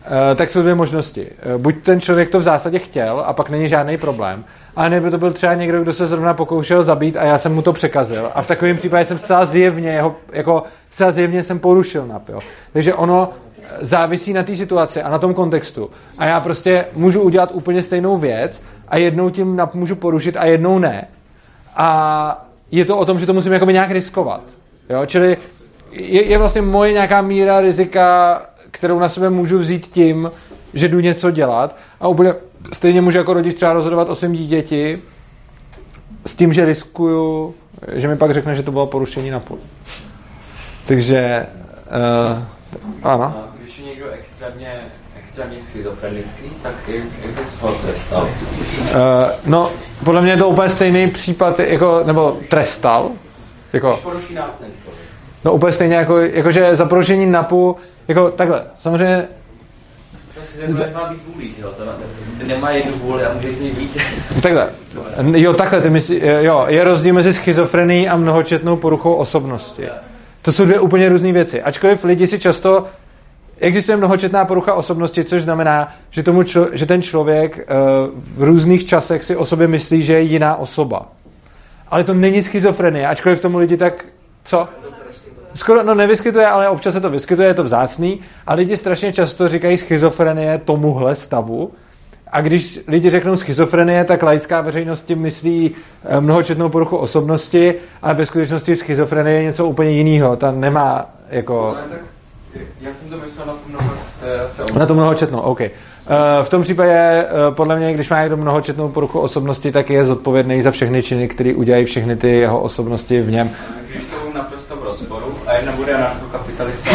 tak jsou dvě možnosti. Buď ten člověk to v zásadě chtěl a pak není žádný problém, a nebo to byl třeba někdo, kdo se zrovna pokoušel zabít a já jsem mu to překazil. A v takovém případě jsem zcela zjevně jsem porušil NAP. Jo. Takže ono závisí na té situaci a na tom kontextu. A já prostě můžu udělat úplně stejnou věc a jednou tím NAP můžu porušit a jednou ne. A je to o tom, že to musím jakoby nějak riskovat. Jo. Čili je vlastně moje nějaká míra rizika, kterou na sebe můžu vzít tím, že jdu něco dělat a úplně stejně můžu jako rodič třeba rozhodovat o svém dítěti s tím, že riskuju, že mi pak řekne, že to bylo porušení NAPu. Takže ano. Když je někdo extrémně schizofrenický, tak jak bys ho trestal? No, podle mě je to úplně stejný případ, jako, nebo trestal. Jako, když poruší NAP ten člověk. No úplně stejně, jakože za porušení NAPu, jako takhle, samozřejmě. To nemá víc vůlí, že jo? To nemá jednu vůli a můžeš mít víc. Takhle. Jo, takhle, ty myslí, jo, je rozdíl mezi schizofrenií a mnohočetnou poruchou osobnosti. To jsou dvě úplně různé věci. Ačkoliv lidi si často existuje mnohočetná porucha osobnosti, což znamená, že ten člověk v různých časech si o sobě myslí, že je jiná osoba. Ale to není schizofrenie, ačkoliv tomu lidi tak... Co? Skoro, no nevyskytuje, ale občas se to vyskytuje, je to vzácný a lidi strašně často říkají schizofrenie tomuhle stavu a když lidi řeknou schizofrenie, tak laická veřejnost tím myslí mnohočetnou poruchu osobnosti, ale ve skutečnosti schizofrenie je něco úplně jiného, ta nemá jako... Já jsem to myslel na tu na tu mnohočetnou, OK. V tom případě, podle mě, když má někdo mnohočetnou poruchu osobnosti, tak je zodpovědný za všechny činy, které udělají všechny ty jeho osobnosti v něm. Když jsou naprosto v rozporu a jedna bude anarchokapitalista,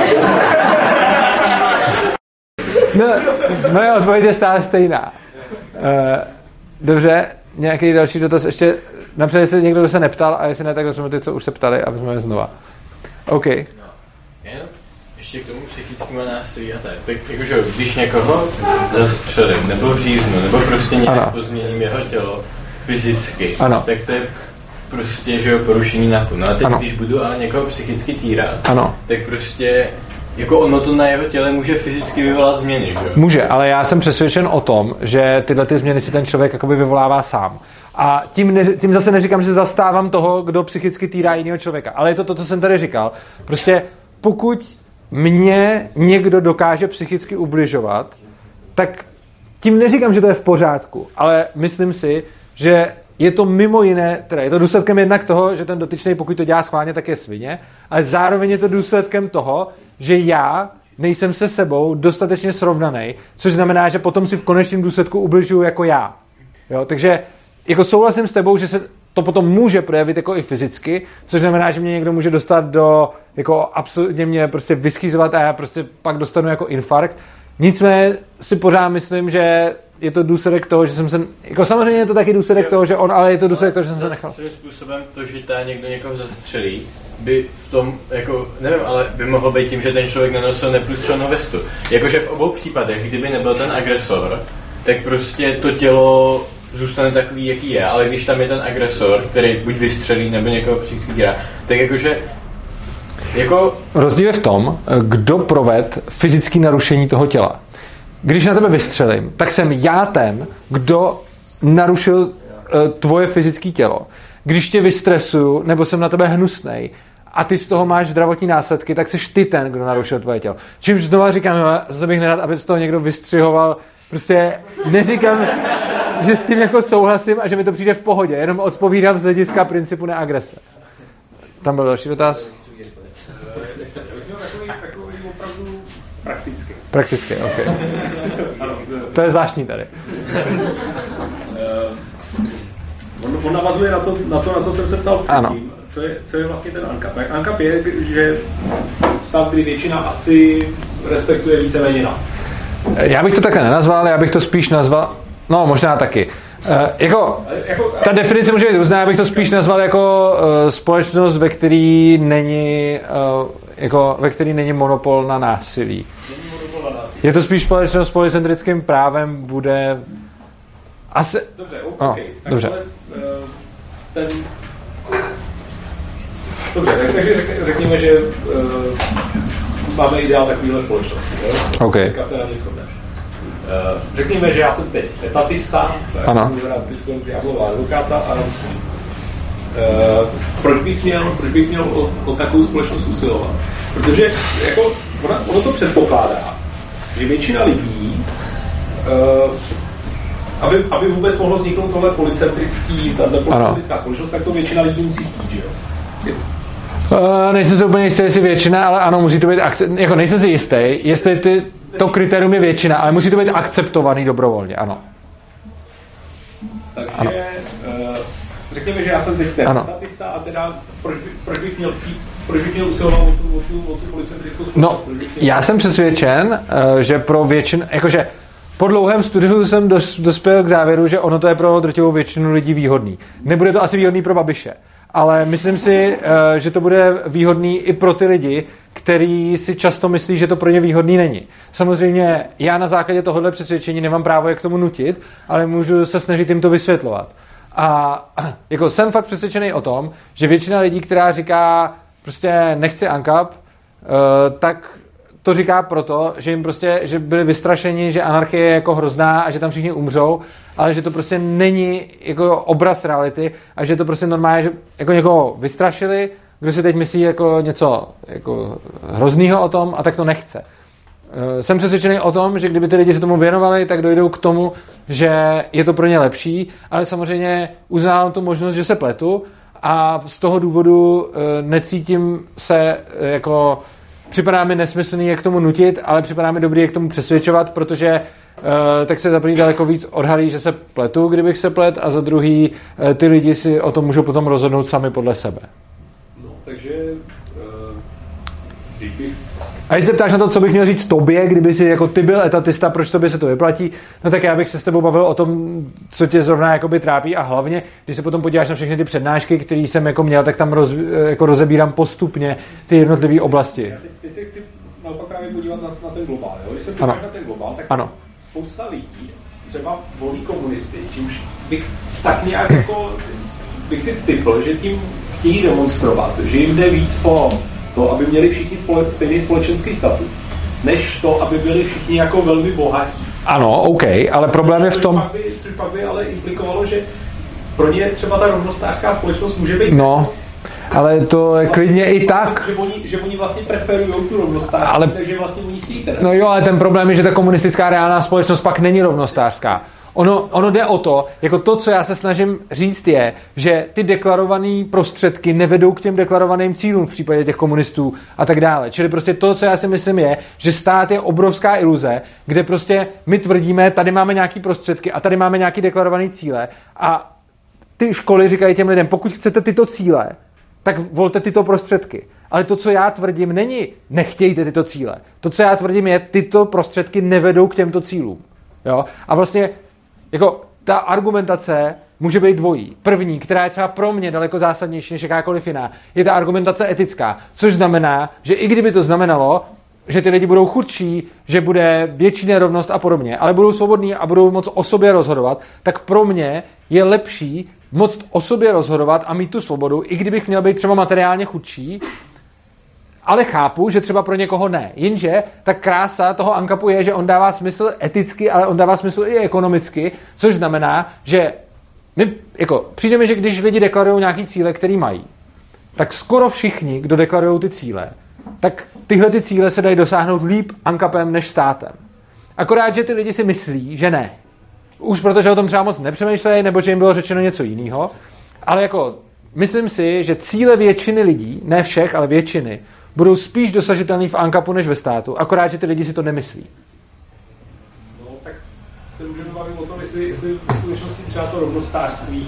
No je odpověď je stále stejná. Dobře, nějaký další dotaz ještě, například jestli někdo, kdo se neptal a jestli ne, tak vezmeme ty, co už se ptali a vezmeme znova. OK. Ještě k tomu psychickému násilí a tak jakože když někoho zastřelím, nebo říznu, nebo prostě nějak pozměním jeho tělo fyzicky, tak to je prostě, že jo, porušení NAPu. No a teď, když budu ale někoho psychicky týrat, tak prostě jako ono to na jeho těle může fyzicky vyvolat změny, že jo? Může, ale já jsem přesvědčen o tom, že tyhle ty změny si ten člověk jakoby vyvolává sám. A tím zase neříkám, že zastávám toho, kdo psychicky týrá jiného člověka. Ale je to, co jsem tady říkal. Prostě pokud mě někdo dokáže psychicky ubližovat, tak tím neříkám, že to je v pořádku, ale myslím si, že je to mimo jiné, teda je to důsledkem jednak toho, že ten dotyčný, pokud to dělá schválně, tak je svině, ale zároveň je to důsledkem toho, že já nejsem se sebou dostatečně srovnaný, což znamená, že potom si v konečném důsledku ubližuju jako já. Jo, takže jako souhlasím s tebou, že se to potom může projevit jako i fyzicky, což znamená, že mě někdo může dostat do, jako absolutně mě prostě vyschýzovat a já prostě pak dostanu jako infarkt. Nicméně si pořád myslím, že je to důsledek toho, že jsem se, jako samozřejmě je to taky důsledek toho, že on, ale je to důsledek toho, že jsem se nechal. Svým způsobem to, že někdo někoho zastřelí, by v tom, jako, nevím, ale by mohlo být tím, že ten člověk nenosil neprůstřelnou vestu. Jakože v obou případech, kdyby nebyl ten agresor, tak prostě to tělo zůstane takový, jaký je, ale když tam je ten agresor, který buď vystřelí, nebo někoho psychicky dělá, tak jakože jako... Rozdíl je v tom, kdo proved fyzické narušení toho těla. Když na tebe vystřelím, tak jsem já ten, kdo narušil tvoje fyzické tělo. Když tě vystresuju, nebo jsem na tebe hnusnej a ty z toho máš zdravotní následky, tak seš ty ten, kdo narušil tvoje tělo. Čímž znova říkám, zase bych nerad, aby z toho někdo vystřihoval. Prostě neříkám, že s tím jako souhlasím a že mi to přijde v pohodě, jenom odpovídám z hlediska principu neagrese. Tam byl další dotaz? Takový opravdu prakticky. Prakticky, ok. To je zvláštní tady. On navazuje na to, na co jsem se ptal předtím. Co je vlastně ten ANCAP? Tak ANCAP je, že stav, kdy většina asi respektuje víceméně NAP. Já bych to takhle nenazval, já bych to spíš nazval, no možná taky. Ta definice může být různá, já bych to spíš nazval jako společnost, ve který není monopol na násilí. Je to spíš společnost s policentrickým právem, bude asi... Dobře, okay. Dobře. Dobře, takže řekněme, že máme ideál takovýhle společnosti. Okay. Teďka se na něj shodneš. Řekněme, že já jsem teď etatista, teď advokáta a proč bych měl o takovou společnost usilovat? Protože jako, ono to předpokládá, že většina lidí, aby vůbec mohlo vzniknout tohle policentrická společnost, tak to většina lidí musí chtít, že jo? Nejsem si úplně jistý, jestli většina, ale ano, musí to být jako nejsem si jistý, jestli to kritérium je většina, ale musí to být akceptovaný dobrovolně, ano. Takže ano. Řekněme, že já jsem teď ten etatista a teda proč bych měl usilovat o tu policentrickou společnost? No, já jsem přesvědčen, že pro většinu, jakože po dlouhém studiu jsem dospěl k závěru, že ono to je pro drtivou většinu lidí výhodný. Nebude to asi výhodný pro Babiše, ale myslím si, že to bude výhodný i pro ty lidi, který si často myslí, že to pro ně výhodný není. Samozřejmě já na základě tohohle přesvědčení nemám právo je k tomu nutit, ale můžu se snažit jim to vysvětlovat. A jako jsem fakt přesvědčený o tom, že většina lidí, která říká prostě nechci ANCAP, tak to říká proto, že jim prostě, že byli vystrašeni, že anarchie je jako hrozná a že tam všichni umřou, ale že to prostě není jako obraz reality a že to prostě normálně, že jako někoho vystrašili, kdo si teď myslí jako něco jako hroznýho o tom a tak to nechce. Jsem přesvědčený o tom, že kdyby ty lidi se tomu věnovali, tak dojdou k tomu, že je to pro ně lepší, ale samozřejmě uznávám tu možnost, že se pletu a z toho důvodu necítím se jako připadá mi nesmyslný je k tomu nutit, ale připadá mi dobrý je k tomu přesvědčovat, protože tak se za první daleko víc odhalí, že se pletu, kdybych se plet, a za druhý ty lidi si o tom můžou potom rozhodnout sami podle sebe. No, takže a když se ptáš na to, co bych měl říct tobě, kdyby si jako ty byl etatista, proč tobě se to vyplatí, no tak já bych se s tebou bavil o tom, co tě zrovna jakoby trápí a hlavně, když se potom podíváš na všechny ty přednášky, které jsem jako měl, tak tam jako rozebírám postupně ty jednotlivé oblasti. Teď se chci naopak právě podívat na ten globál. Jo? Když se podíváš na ten globál, tak spousta lidí třeba volí komunisty, čímž bych tak nějak jako bych si typl, že tím chtějí demonstrovat, že jim jde víc o to, aby měli všichni stejný společenský statut, než to, aby byli všichni jako velmi bohatí. Ano, OK, ale problém je v tom... Což pak by ale implikovalo, že pro ně třeba ta rovnostářská společnost může být... No, ale to je vlastně klidně i tak. Že oni vlastně preferují tu rovnostářství, takže vlastně oni chtějí teda. No jo, ale ten problém je, že ta komunistická reálná společnost pak není rovnostářská. Ono jde o to, jako to, co já se snažím říct je, že ty deklarované prostředky nevedou k těm deklarovaným cílům v případě těch komunistů a tak dále. Čili prostě to, co já si myslím je, že stát je obrovská iluze, kde prostě my tvrdíme, tady máme nějaký prostředky a tady máme nějaký deklarované cíle a ty školy říkají těm lidem, pokud chcete tyto cíle, tak volte tyto prostředky. Ale to, co já tvrdím, není nechtějte tyto cíle. To, co já tvrdím je, tyto prostředky nevedou k těmto cílům. Jo? A vlastně jako ta argumentace může být dvojí. První, která je třeba pro mě daleko zásadnější než jakákoliv jiná, je ta argumentace etická, což znamená, že i kdyby to znamenalo, že ty lidi budou chudší, že bude větší nerovnost a podobně, ale budou svobodní a budou moct o sobě rozhodovat, tak pro mě je lepší moct o sobě rozhodovat a mít tu svobodu, i kdybych měl být třeba materiálně chudší, ale chápu, že třeba pro někoho ne. Jenže ta krása toho ANCAPu je, že on dává smysl eticky, ale on dává smysl i ekonomicky, což znamená, že my, jako, přijde mi, že když lidi deklarují nějaký cíle, který mají, tak skoro všichni, kdo deklarují ty cíle, tak tyhle ty cíle se dají dosáhnout líp ANCAPem než státem. Akorát, že ty lidi si myslí, že ne. Už protože o tom třeba moc nepřemýšlejí, nebo že jim bylo řečeno něco jiného, ale jako myslím si, že cíle většiny lidí, ne všech, ale většiny, budou spíš dosažitelný v ANCAPu než ve státu, akorát, že ty lidi si to nemyslí. No, tak se můžeme bavit o tom, jestli v skutečnosti třeba to rovnostářství,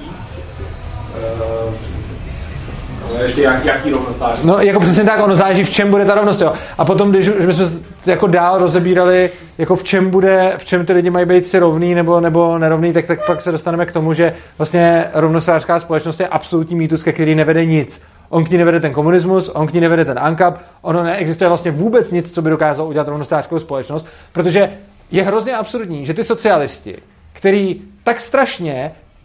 ještě jaký rovnostářství? No, jako přesně tak, ono záleží, v čem bude ta rovnost, jo. A potom, když bychom jako dál rozebírali, jako v čem ty lidi mají být si rovný nebo nerovný, tak pak se dostaneme k tomu, že vlastně rovnostářská společnost je absolutní mýtus, ke který nevede nic. On k ní nevede ten komunismus, on k ní nevede ten ANCAP, ono neexistuje vlastně vůbec nic, co by dokázalo udělat rovnostářskou společnost, protože je hrozně absurdní, že ty socialisti, který tak strašně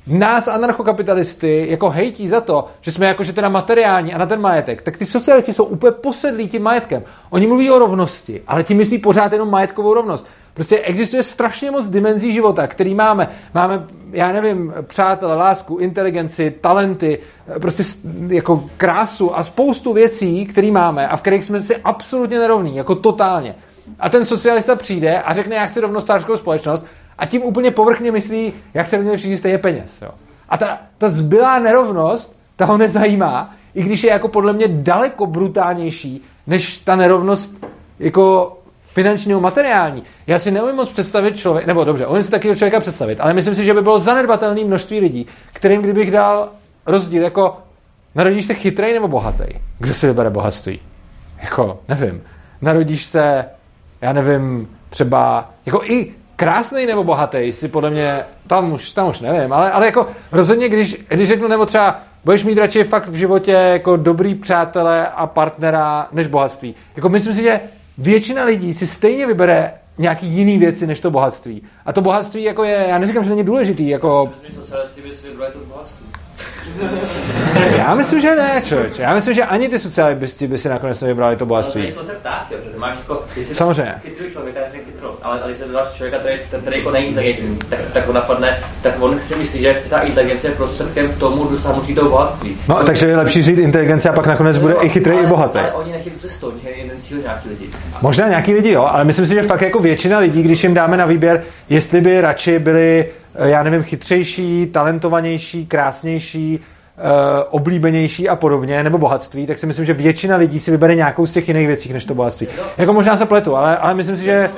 nás anarchokapitalisty jako hejtí za to, že jsme jakože teda materiální a na ten majetek, tak ty socialisti jsou úplně posedlí tím majetkem. Oni mluví o rovnosti, ale tím myslí pořád jenom majetkovou rovnost. Prostě existuje strašně moc dimenzí života, který máme. Máme, já nevím, přátelé, lásku, inteligenci, talenty, prostě jako krásu a spoustu věcí, které máme a v kterých jsme si absolutně nerovní, jako totálně. A ten socialista přijde a řekne, já chci rovnostářskou společnost a tím úplně povrchně myslí, jak se mě všichni stejně peněz. Jo. A ta zbylá nerovnost, ta ho nezajímá, i když je jako podle mě daleko brutálnější, než ta nerovnost jako finančního materiální. Já si neumím moc představit člověk, nebo dobře, umím si takového člověka představit, ale myslím si, že by bylo zanedbatelné množství lidí, kterým kdybych dal rozdíl, jako narodíš se chytrej nebo bohatý? Kdo si vybere bohatství? Jako, nevím. Narodíš se, já nevím, třeba, jako i krásnej nebo bohatý, si podle mě, tam už nevím, ale jako rozhodně, když řeknu, nebo třeba budeš mít radši fakt v životě jako dobrý přátele a partnera než bohatství. Jako myslím si, že většina lidí si stejně vybere nějaký jiný věci než to bohatství. A to bohatství jako je, já neříkám, že není důležitý, jako... Socialisti by si vybrali to bohatství. Já myslím, že ne, člověče. Já myslím, že ani ty socialisti by si nakonec nevybrali to bohatství. To se ptáš, protože máš jako... Samozřejmě. Chytrý člověk, tak řekl chytrost, ale když se dodáš člověka, který jako není inteligentní, tak ho napadne, tak on si myslí, že ta inteligence je prostředkem k tomu dosáhnutí toho bohatství. No, takže je lepší říct inteligence a pak nakonec bude i chytrý, i bohatý. Ale oni nechtějí tu cestu, oni jeden cíl nějaký lidi. Možná nějaký lidi, jo, ale myslím si, že fakt jako většina lidí, když jim dáme na výběr, jestli by radši byli, já nevím, chytřejší, talentovanější, krásnější, oblíbenější a podobně, nebo bohatství, tak si myslím, že většina lidí si vybere nějakou z těch jiných věcí, než to bohatství. Jako možná se pletu, ale myslím si, že...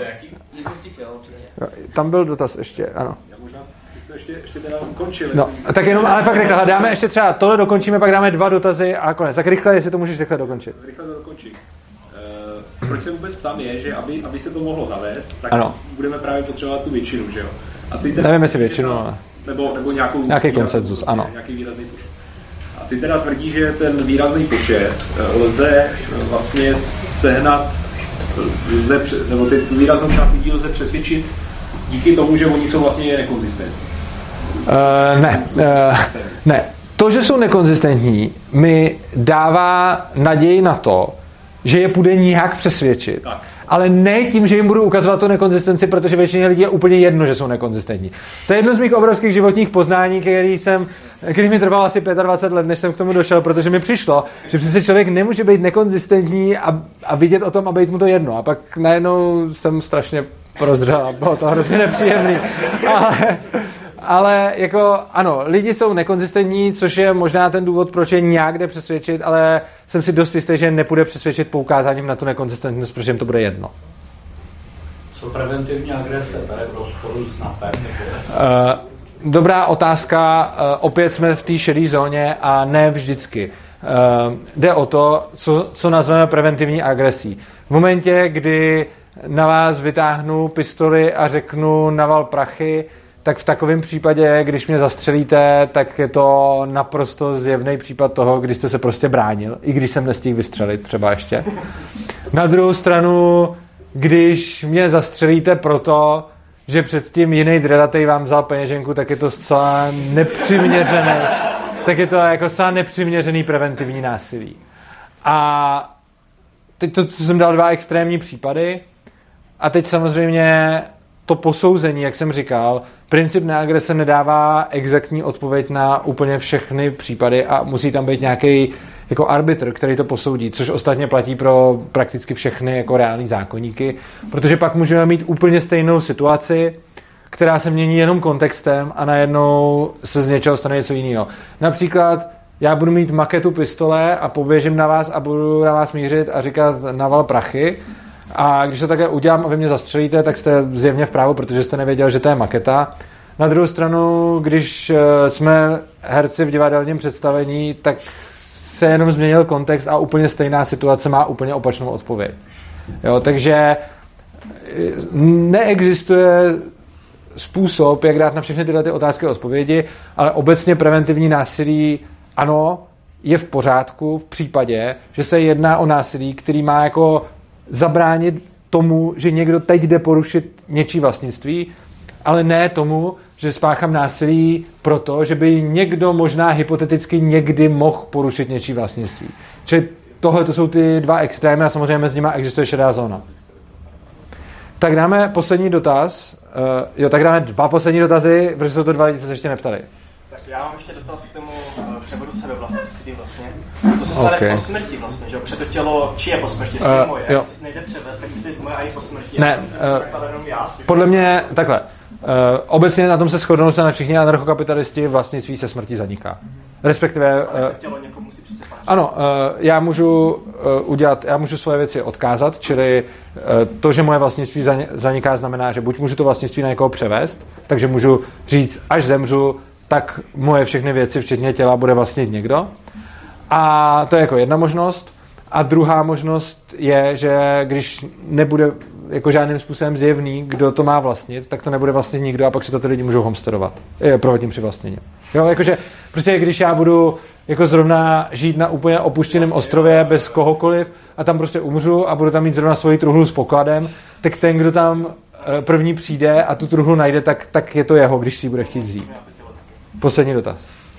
Tam byl dotaz ještě, ano. Já možná to ještě teda ukončil. No, tak jenom, ale fakt rychle, dáme ještě třeba tohle dokončíme, pak dáme 2 dotazy a konec. Tak rychle, jestli to můžeš rychle dokončit. Rychle to dokončím. Proč se vůbec ptám je, že aby se to mohlo zavést, tak ano. Budeme právě potřebovat tu většinu, že jo? A ty teda, nevím, jestli většinu, ale... Nebo nějaký konsenzus, ano. Nějaký výrazný počet. A ty teda tvrdí, že ten výrazný počet lze vlastně sehnat, nebo tu výraznou část lidí lze přesvědčit díky tomu, že oni jsou vlastně nekonzistentní. Ne. To, že jsou nekonzistentní, mi dává naději na to, že je půjde nějak přesvědčit. Tak. Ale ne tím, že jim budu ukazovat tu nekonzistenci, protože většině lidí je úplně jedno, že jsou nekonzistentní. To je jedno z mých obrovských životních poznání, který mi trvalo asi 25 let, než jsem k tomu došel, protože mi přišlo, že přece člověk nemůže být nekonzistentní a vidět o tom a být mu to jedno. A pak najednou jsem strašně prozřel a bylo to hrozně nepříjemný. Ale jako ano, lidi jsou nekonzistentní, což je možná ten důvod, proč je nějak jde přesvědčit, ale jsem si dost jistý, že nepůjde přesvědčit poukázáním na tu nekonzistentnost, protože jim to bude jedno. Co preventivní agrese, to je v rozporu s NAPem? Dobrá otázka, opět jsme v té šedé zóně a ne vždycky. Jde o to, co nazveme preventivní agresí. V momentě, kdy na vás vytáhnu pistoli a řeknu naval prachy, tak v takovém případě, když mě zastřelíte, tak je to naprosto zjevný případ toho, kdy jste se prostě bránil, i když jsem nestihl vystřelit třeba ještě. Na druhou stranu, když mě zastřelíte proto, že předtím jiný dredatej vám vzal peněženku, tak je to zcela nepřiměřený. Tak je to jako zcela nepřiměřený preventivní násilí. A teď to jsem dal 2 extrémní případy a teď samozřejmě to posouzení, jak jsem říkal, princip neagrese nedává exaktní odpověď na úplně všechny případy a musí tam být nějaký jako arbitr, který to posoudí, což ostatně platí pro prakticky všechny jako reální zákoníky, protože pak můžeme mít úplně stejnou situaci, která se mění jenom kontextem a najednou se z něčeho stane něco jiného. Například já budu mít maketu pistole a poběžím na vás a budu na vás mířit a říkat naval prachy. A když to také udělám a vy mě zastřelíte, tak jste zjevně v právu, protože jste nevěděl, že to je maketa. Na druhou stranu, když jsme herci v divadelním představení, tak se jenom změnil kontext a úplně stejná situace má úplně opačnou odpověď. Jo, takže neexistuje způsob, jak dát na všechny tyhle ty otázky odpovědi, ale obecně preventivní násilí, ano, je v pořádku v případě, že se jedná o násilí, který má jako zabránit tomu, že někdo teď jde porušit něčí vlastnictví, ale ne tomu, že spáchám násilí proto, že by někdo možná hypoteticky někdy mohl porušit něčí vlastnictví. Čili tohle to jsou ty dva extrémy a samozřejmě mezi nimi existuje šedá zóna. Tak dáme poslední dotaz. Tak dáme dva poslední dotazy, protože jsou to dva lidi, co se ještě neptali. Tak já mám ještě dotaz k tomu převodu sebevlastnictví vlastně. Co se stane po smrti vlastně, že před to tělo, či je po smrti, jestli je moje, jestli se nejde převést, tak musí být moje a i po smrti. Ne, podle mě takhle. Obecně na tom se shodnou se na všichni anarchokapitalisti, vlastnictví se smrtí zaniká. Respektive... tělo někomu musí přece patřit. Ano, já můžu svoje věci odkázat, čili to, že moje vlastnictví zaniká, znamená, že buď můžu to vlastnictví na někoho převést, takže můžu říct, až zemřu, tak moje všechny věci, včetně těla, bude vlastnit někdo. A to je jako jedna možnost. A druhá možnost je, že když nebude jako žádným způsobem zjevný, kdo to má vlastnit, tak to nebude vlastnit nikdo a pak si to ty lidi můžou homesteadovat. Prohodím při vlastnění. Jo, jakože prostě když já budu jako zrovna žít na úplně opuštěném ostrově bez kohokoliv a tam prostě umřu a budu tam mít zrovna svoji truhlu s pokladem, tak ten, kdo tam první přijde a tu truhlu najde, tak je to jeho, když si ji bude chtít vzít. Poslední dotaz.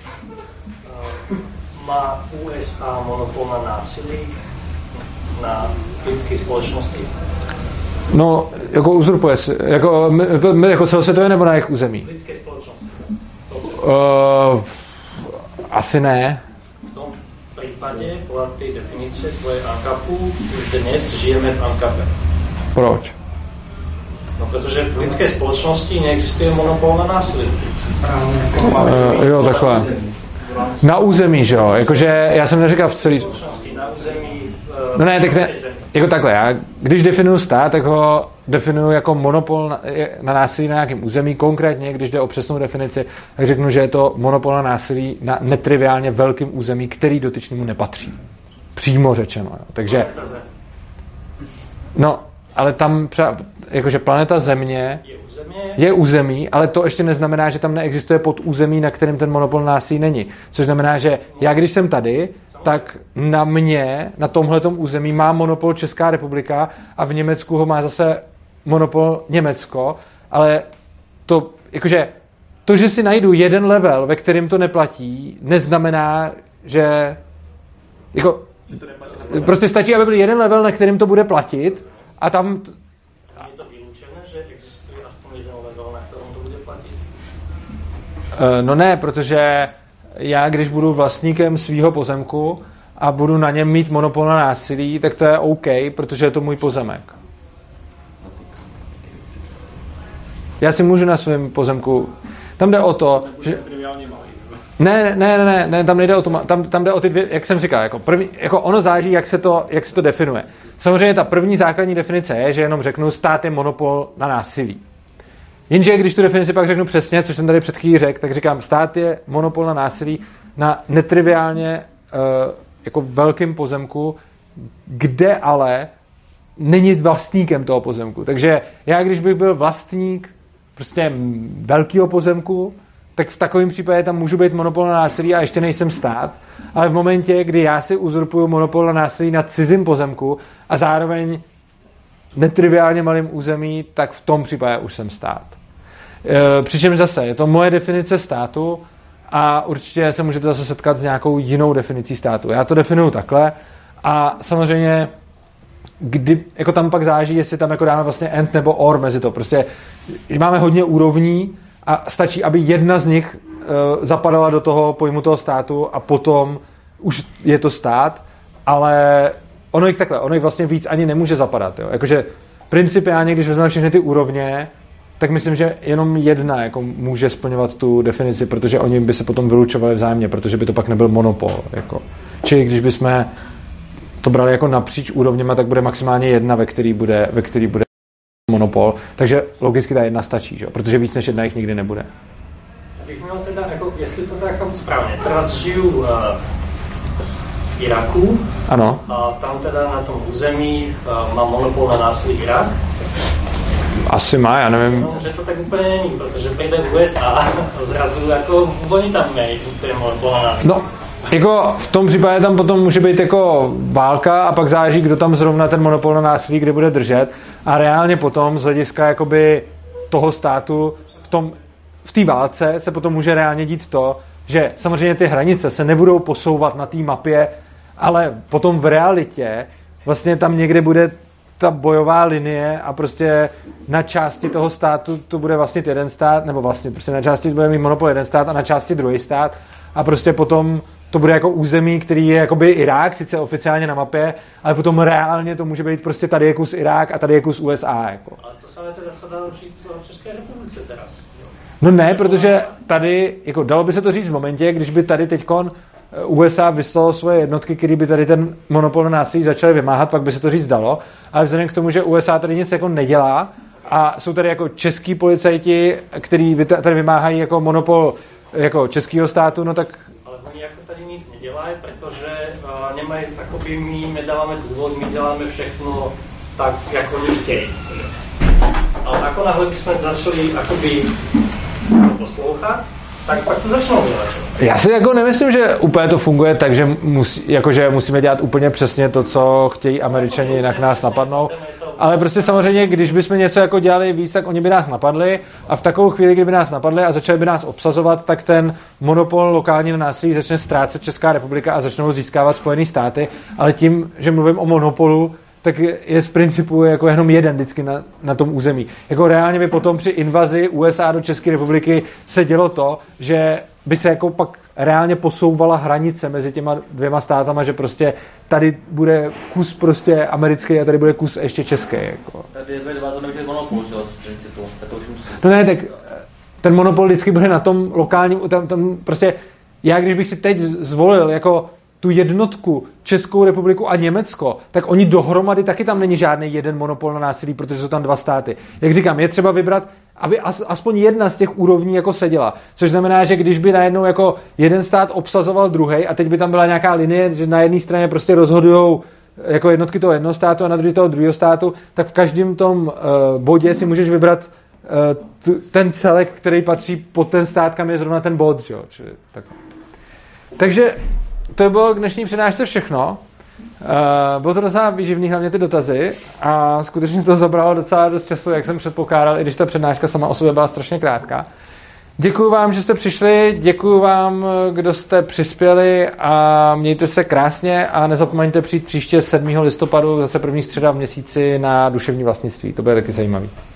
Má USA monopol na násilí na lidské společnosti? No, jako uzurpuje si. Jako celosvětové nebo na jejich území? Lidské společnosti. Asi ne. V tom případě, podle té definice tvoje ANCAPu, už dnes žijeme v ANCAPе. Proč? No, protože v lidské společnosti neexistuje monopol na násilí. Jo, takhle. Na území, že jo? Jakože já jsem neříkal v celý... Na území... No ne, tak ne, jako takhle, já když definuju stát, tak ho definuju jako monopol na násilí na nějakém území, konkrétně, když jde o přesnou definici, tak řeknu, že je to monopol na násilí na netriviálně velkým území, který dotyčnému nepatří. Přímo řečeno, jo. Takže... No, ale tam třeba, jakože planeta Země je území, ale to ještě neznamená, že tam neexistuje podúzemí, na kterém ten monopol na násilí není. Což znamená, že já když jsem tady, tak na mě, na tomhletom území má monopol Česká republika a v Německu ho má zase monopol Německo, ale to, jakože, to, že si najdu jeden level, ve kterém to neplatí, neznamená, že jako, prostě stačí, aby byl jeden level, na kterém to bude platit a tam... Je to vyloučené, že existuje aspoň jeden level, na kterém to bude platit? No ne, protože já, když budu vlastníkem svýho pozemku a budu na něm mít monopol na násilí, tak to je OK, protože je to můj pozemek. Já si můžu na svém pozemku... Tam jde o to, že... Ne, tam nejde o to, tam jde o ty dvě, jak jsem říkal, jako ono záleží, jak se to definuje. Samozřejmě ta první základní definice je, že jenom řeknu, stát je monopol na násilí. Jenže když tu definici pak řeknu přesně, což jsem tady před chvílí řekl, tak říkám, stát je monopol na násilí na netriviálně jako velkým pozemku, kde ale není vlastníkem toho pozemku. Takže já, když bych byl vlastník prostě velkého pozemku, tak v takovém případě tam můžu být monopol na násilí a ještě nejsem stát. Ale v momentě, kdy já si uzurpuju monopol na násilí na cizím pozemku a zároveň netriviálně malým území, tak v tom případě už jsem stát. Přičemž zase, je to moje definice státu a určitě se můžete zase setkat s nějakou jinou definicí státu. Já to definuju takhle a samozřejmě jako tam pak záleží, jestli tam jako dáme vlastně and nebo or mezi to. Prostě máme hodně úrovní a stačí, aby jedna z nich zapadala do toho pojmu toho státu a potom už je to stát, ale ono jich vlastně víc ani nemůže zapadat. Jo? Jakože principiálně, když vezmeme všechny ty úrovně, tak myslím, že jenom jedna jako může splňovat tu definici, protože oni by se potom vylučovali vzájemně, protože by to pak nebyl monopol. Jako. Čili když bychom to brali jako napříč úrovněma, tak bude maximálně jedna, ve který bude monopol. Takže logicky ta jedna stačí, že? Protože víc než jedna jich nikdy nebude. Abych měl teda, jako, jestli to tak chápu správně, teraz žiju v Iraku. Ano. A tam teda na tom území má monopol na násilí Irak. Asi má, já nevím. No, že to tak úplně není, protože pejde v USA a zrazu jako oni tam mají úplně monopol na násilí. No, jako v tom případě tam potom může být jako válka a pak záleží, kdo tam zrovna ten monopol na násilí kde bude držet a reálně potom z hlediska jakoby toho státu v tom v té válce se potom může reálně dít to, že samozřejmě ty hranice se nebudou posouvat na té mapě, ale potom v realitě vlastně tam někde bude ta bojová linie a prostě na části toho státu to bude vlastně jeden stát, nebo vlastně prostě na části bude mít monopol jeden stát a na části druhý stát a prostě potom to bude jako území, který je jakoby Irák, sice oficiálně na mapě, ale potom reálně to může být prostě tady je kus Irák a tady je kus USA. Jako. Ale to samé teda se dá říct o České republice teraz. No ne, protože tady, jako dalo by se to říct v momentě, když by tady teďkon USA vyslalo svoje jednotky, které by tady ten monopol na násilí začaly vymáhat, pak by se to říct dalo, ale vzhledem k tomu, že USA tady nic jako nedělá a jsou tady jako český policajti, kteří tady vymáhají jako monopol jako českého státu, no tak... Ale oni jako tady nic nedělají, protože nemají, jakoby my nedáváme důvod, my děláme všechno tak, jak oni chtějí. Ale jako náhle bychom začali jakoby poslouchat, tak pak to začnou dělat. Já si jako nemyslím, že úplně to funguje tak, že, že musíme dělat úplně přesně to, co chtějí Američani, jinak nás napadnou. Ale prostě samozřejmě, když bychom něco jako dělali víc, tak oni by nás napadli a v takovou chvíli, kdyby nás napadli a začali by nás obsazovat, tak ten monopol lokální na násilí začne ztrácet Česká republika a začnou získávat Spojené státy. Ale tím, že mluvím o monopolu, tak je z principu jako jenom jeden vždycky na tom území. Jako reálně by potom při invazi USA do České republiky se dělo to, že by se jako pak reálně posouvala hranice mezi těma dvěma státama, že prostě tady bude kus prostě americký a tady bude kus ještě český. Jako. Tady dva to nemůže monopol, že z principu. To už musí. No ne, tak ten monopol vždycky bude na tom lokálním, tam prostě já když bych si teď zvolil jako tu jednotku Českou republiku a Německo, tak oni dohromady taky tam není žádný jeden monopol na násilí, protože jsou tam dva státy. Jak říkám, je třeba vybrat, aby aspoň jedna z těch úrovní jako seděla. Což znamená, že když by najednou jako jeden stát obsazoval druhej a teď by tam byla nějaká linie, že na jedné straně prostě rozhodujou jako jednotky toho jednoho státu a na druhé toho druhého státu, tak v každém tom bodě si můžeš vybrat ten celek, který patří pod ten stát, kam je zrovna ten bod. Jo? Takže to bylo k dnešní přednášce všechno. Bylo to docela výživný, hlavně ty dotazy a skutečně to zabralo docela dost času, jak jsem předpokládal, i když ta přednáška sama o sobě byla strašně krátká. Děkuju vám, že jste přišli, děkuju vám, kdo jste přispěli a mějte se krásně a nezapomeňte přijít příště 7. listopadu, zase první středa v měsíci na duševní vlastnictví. To bude taky zajímavý.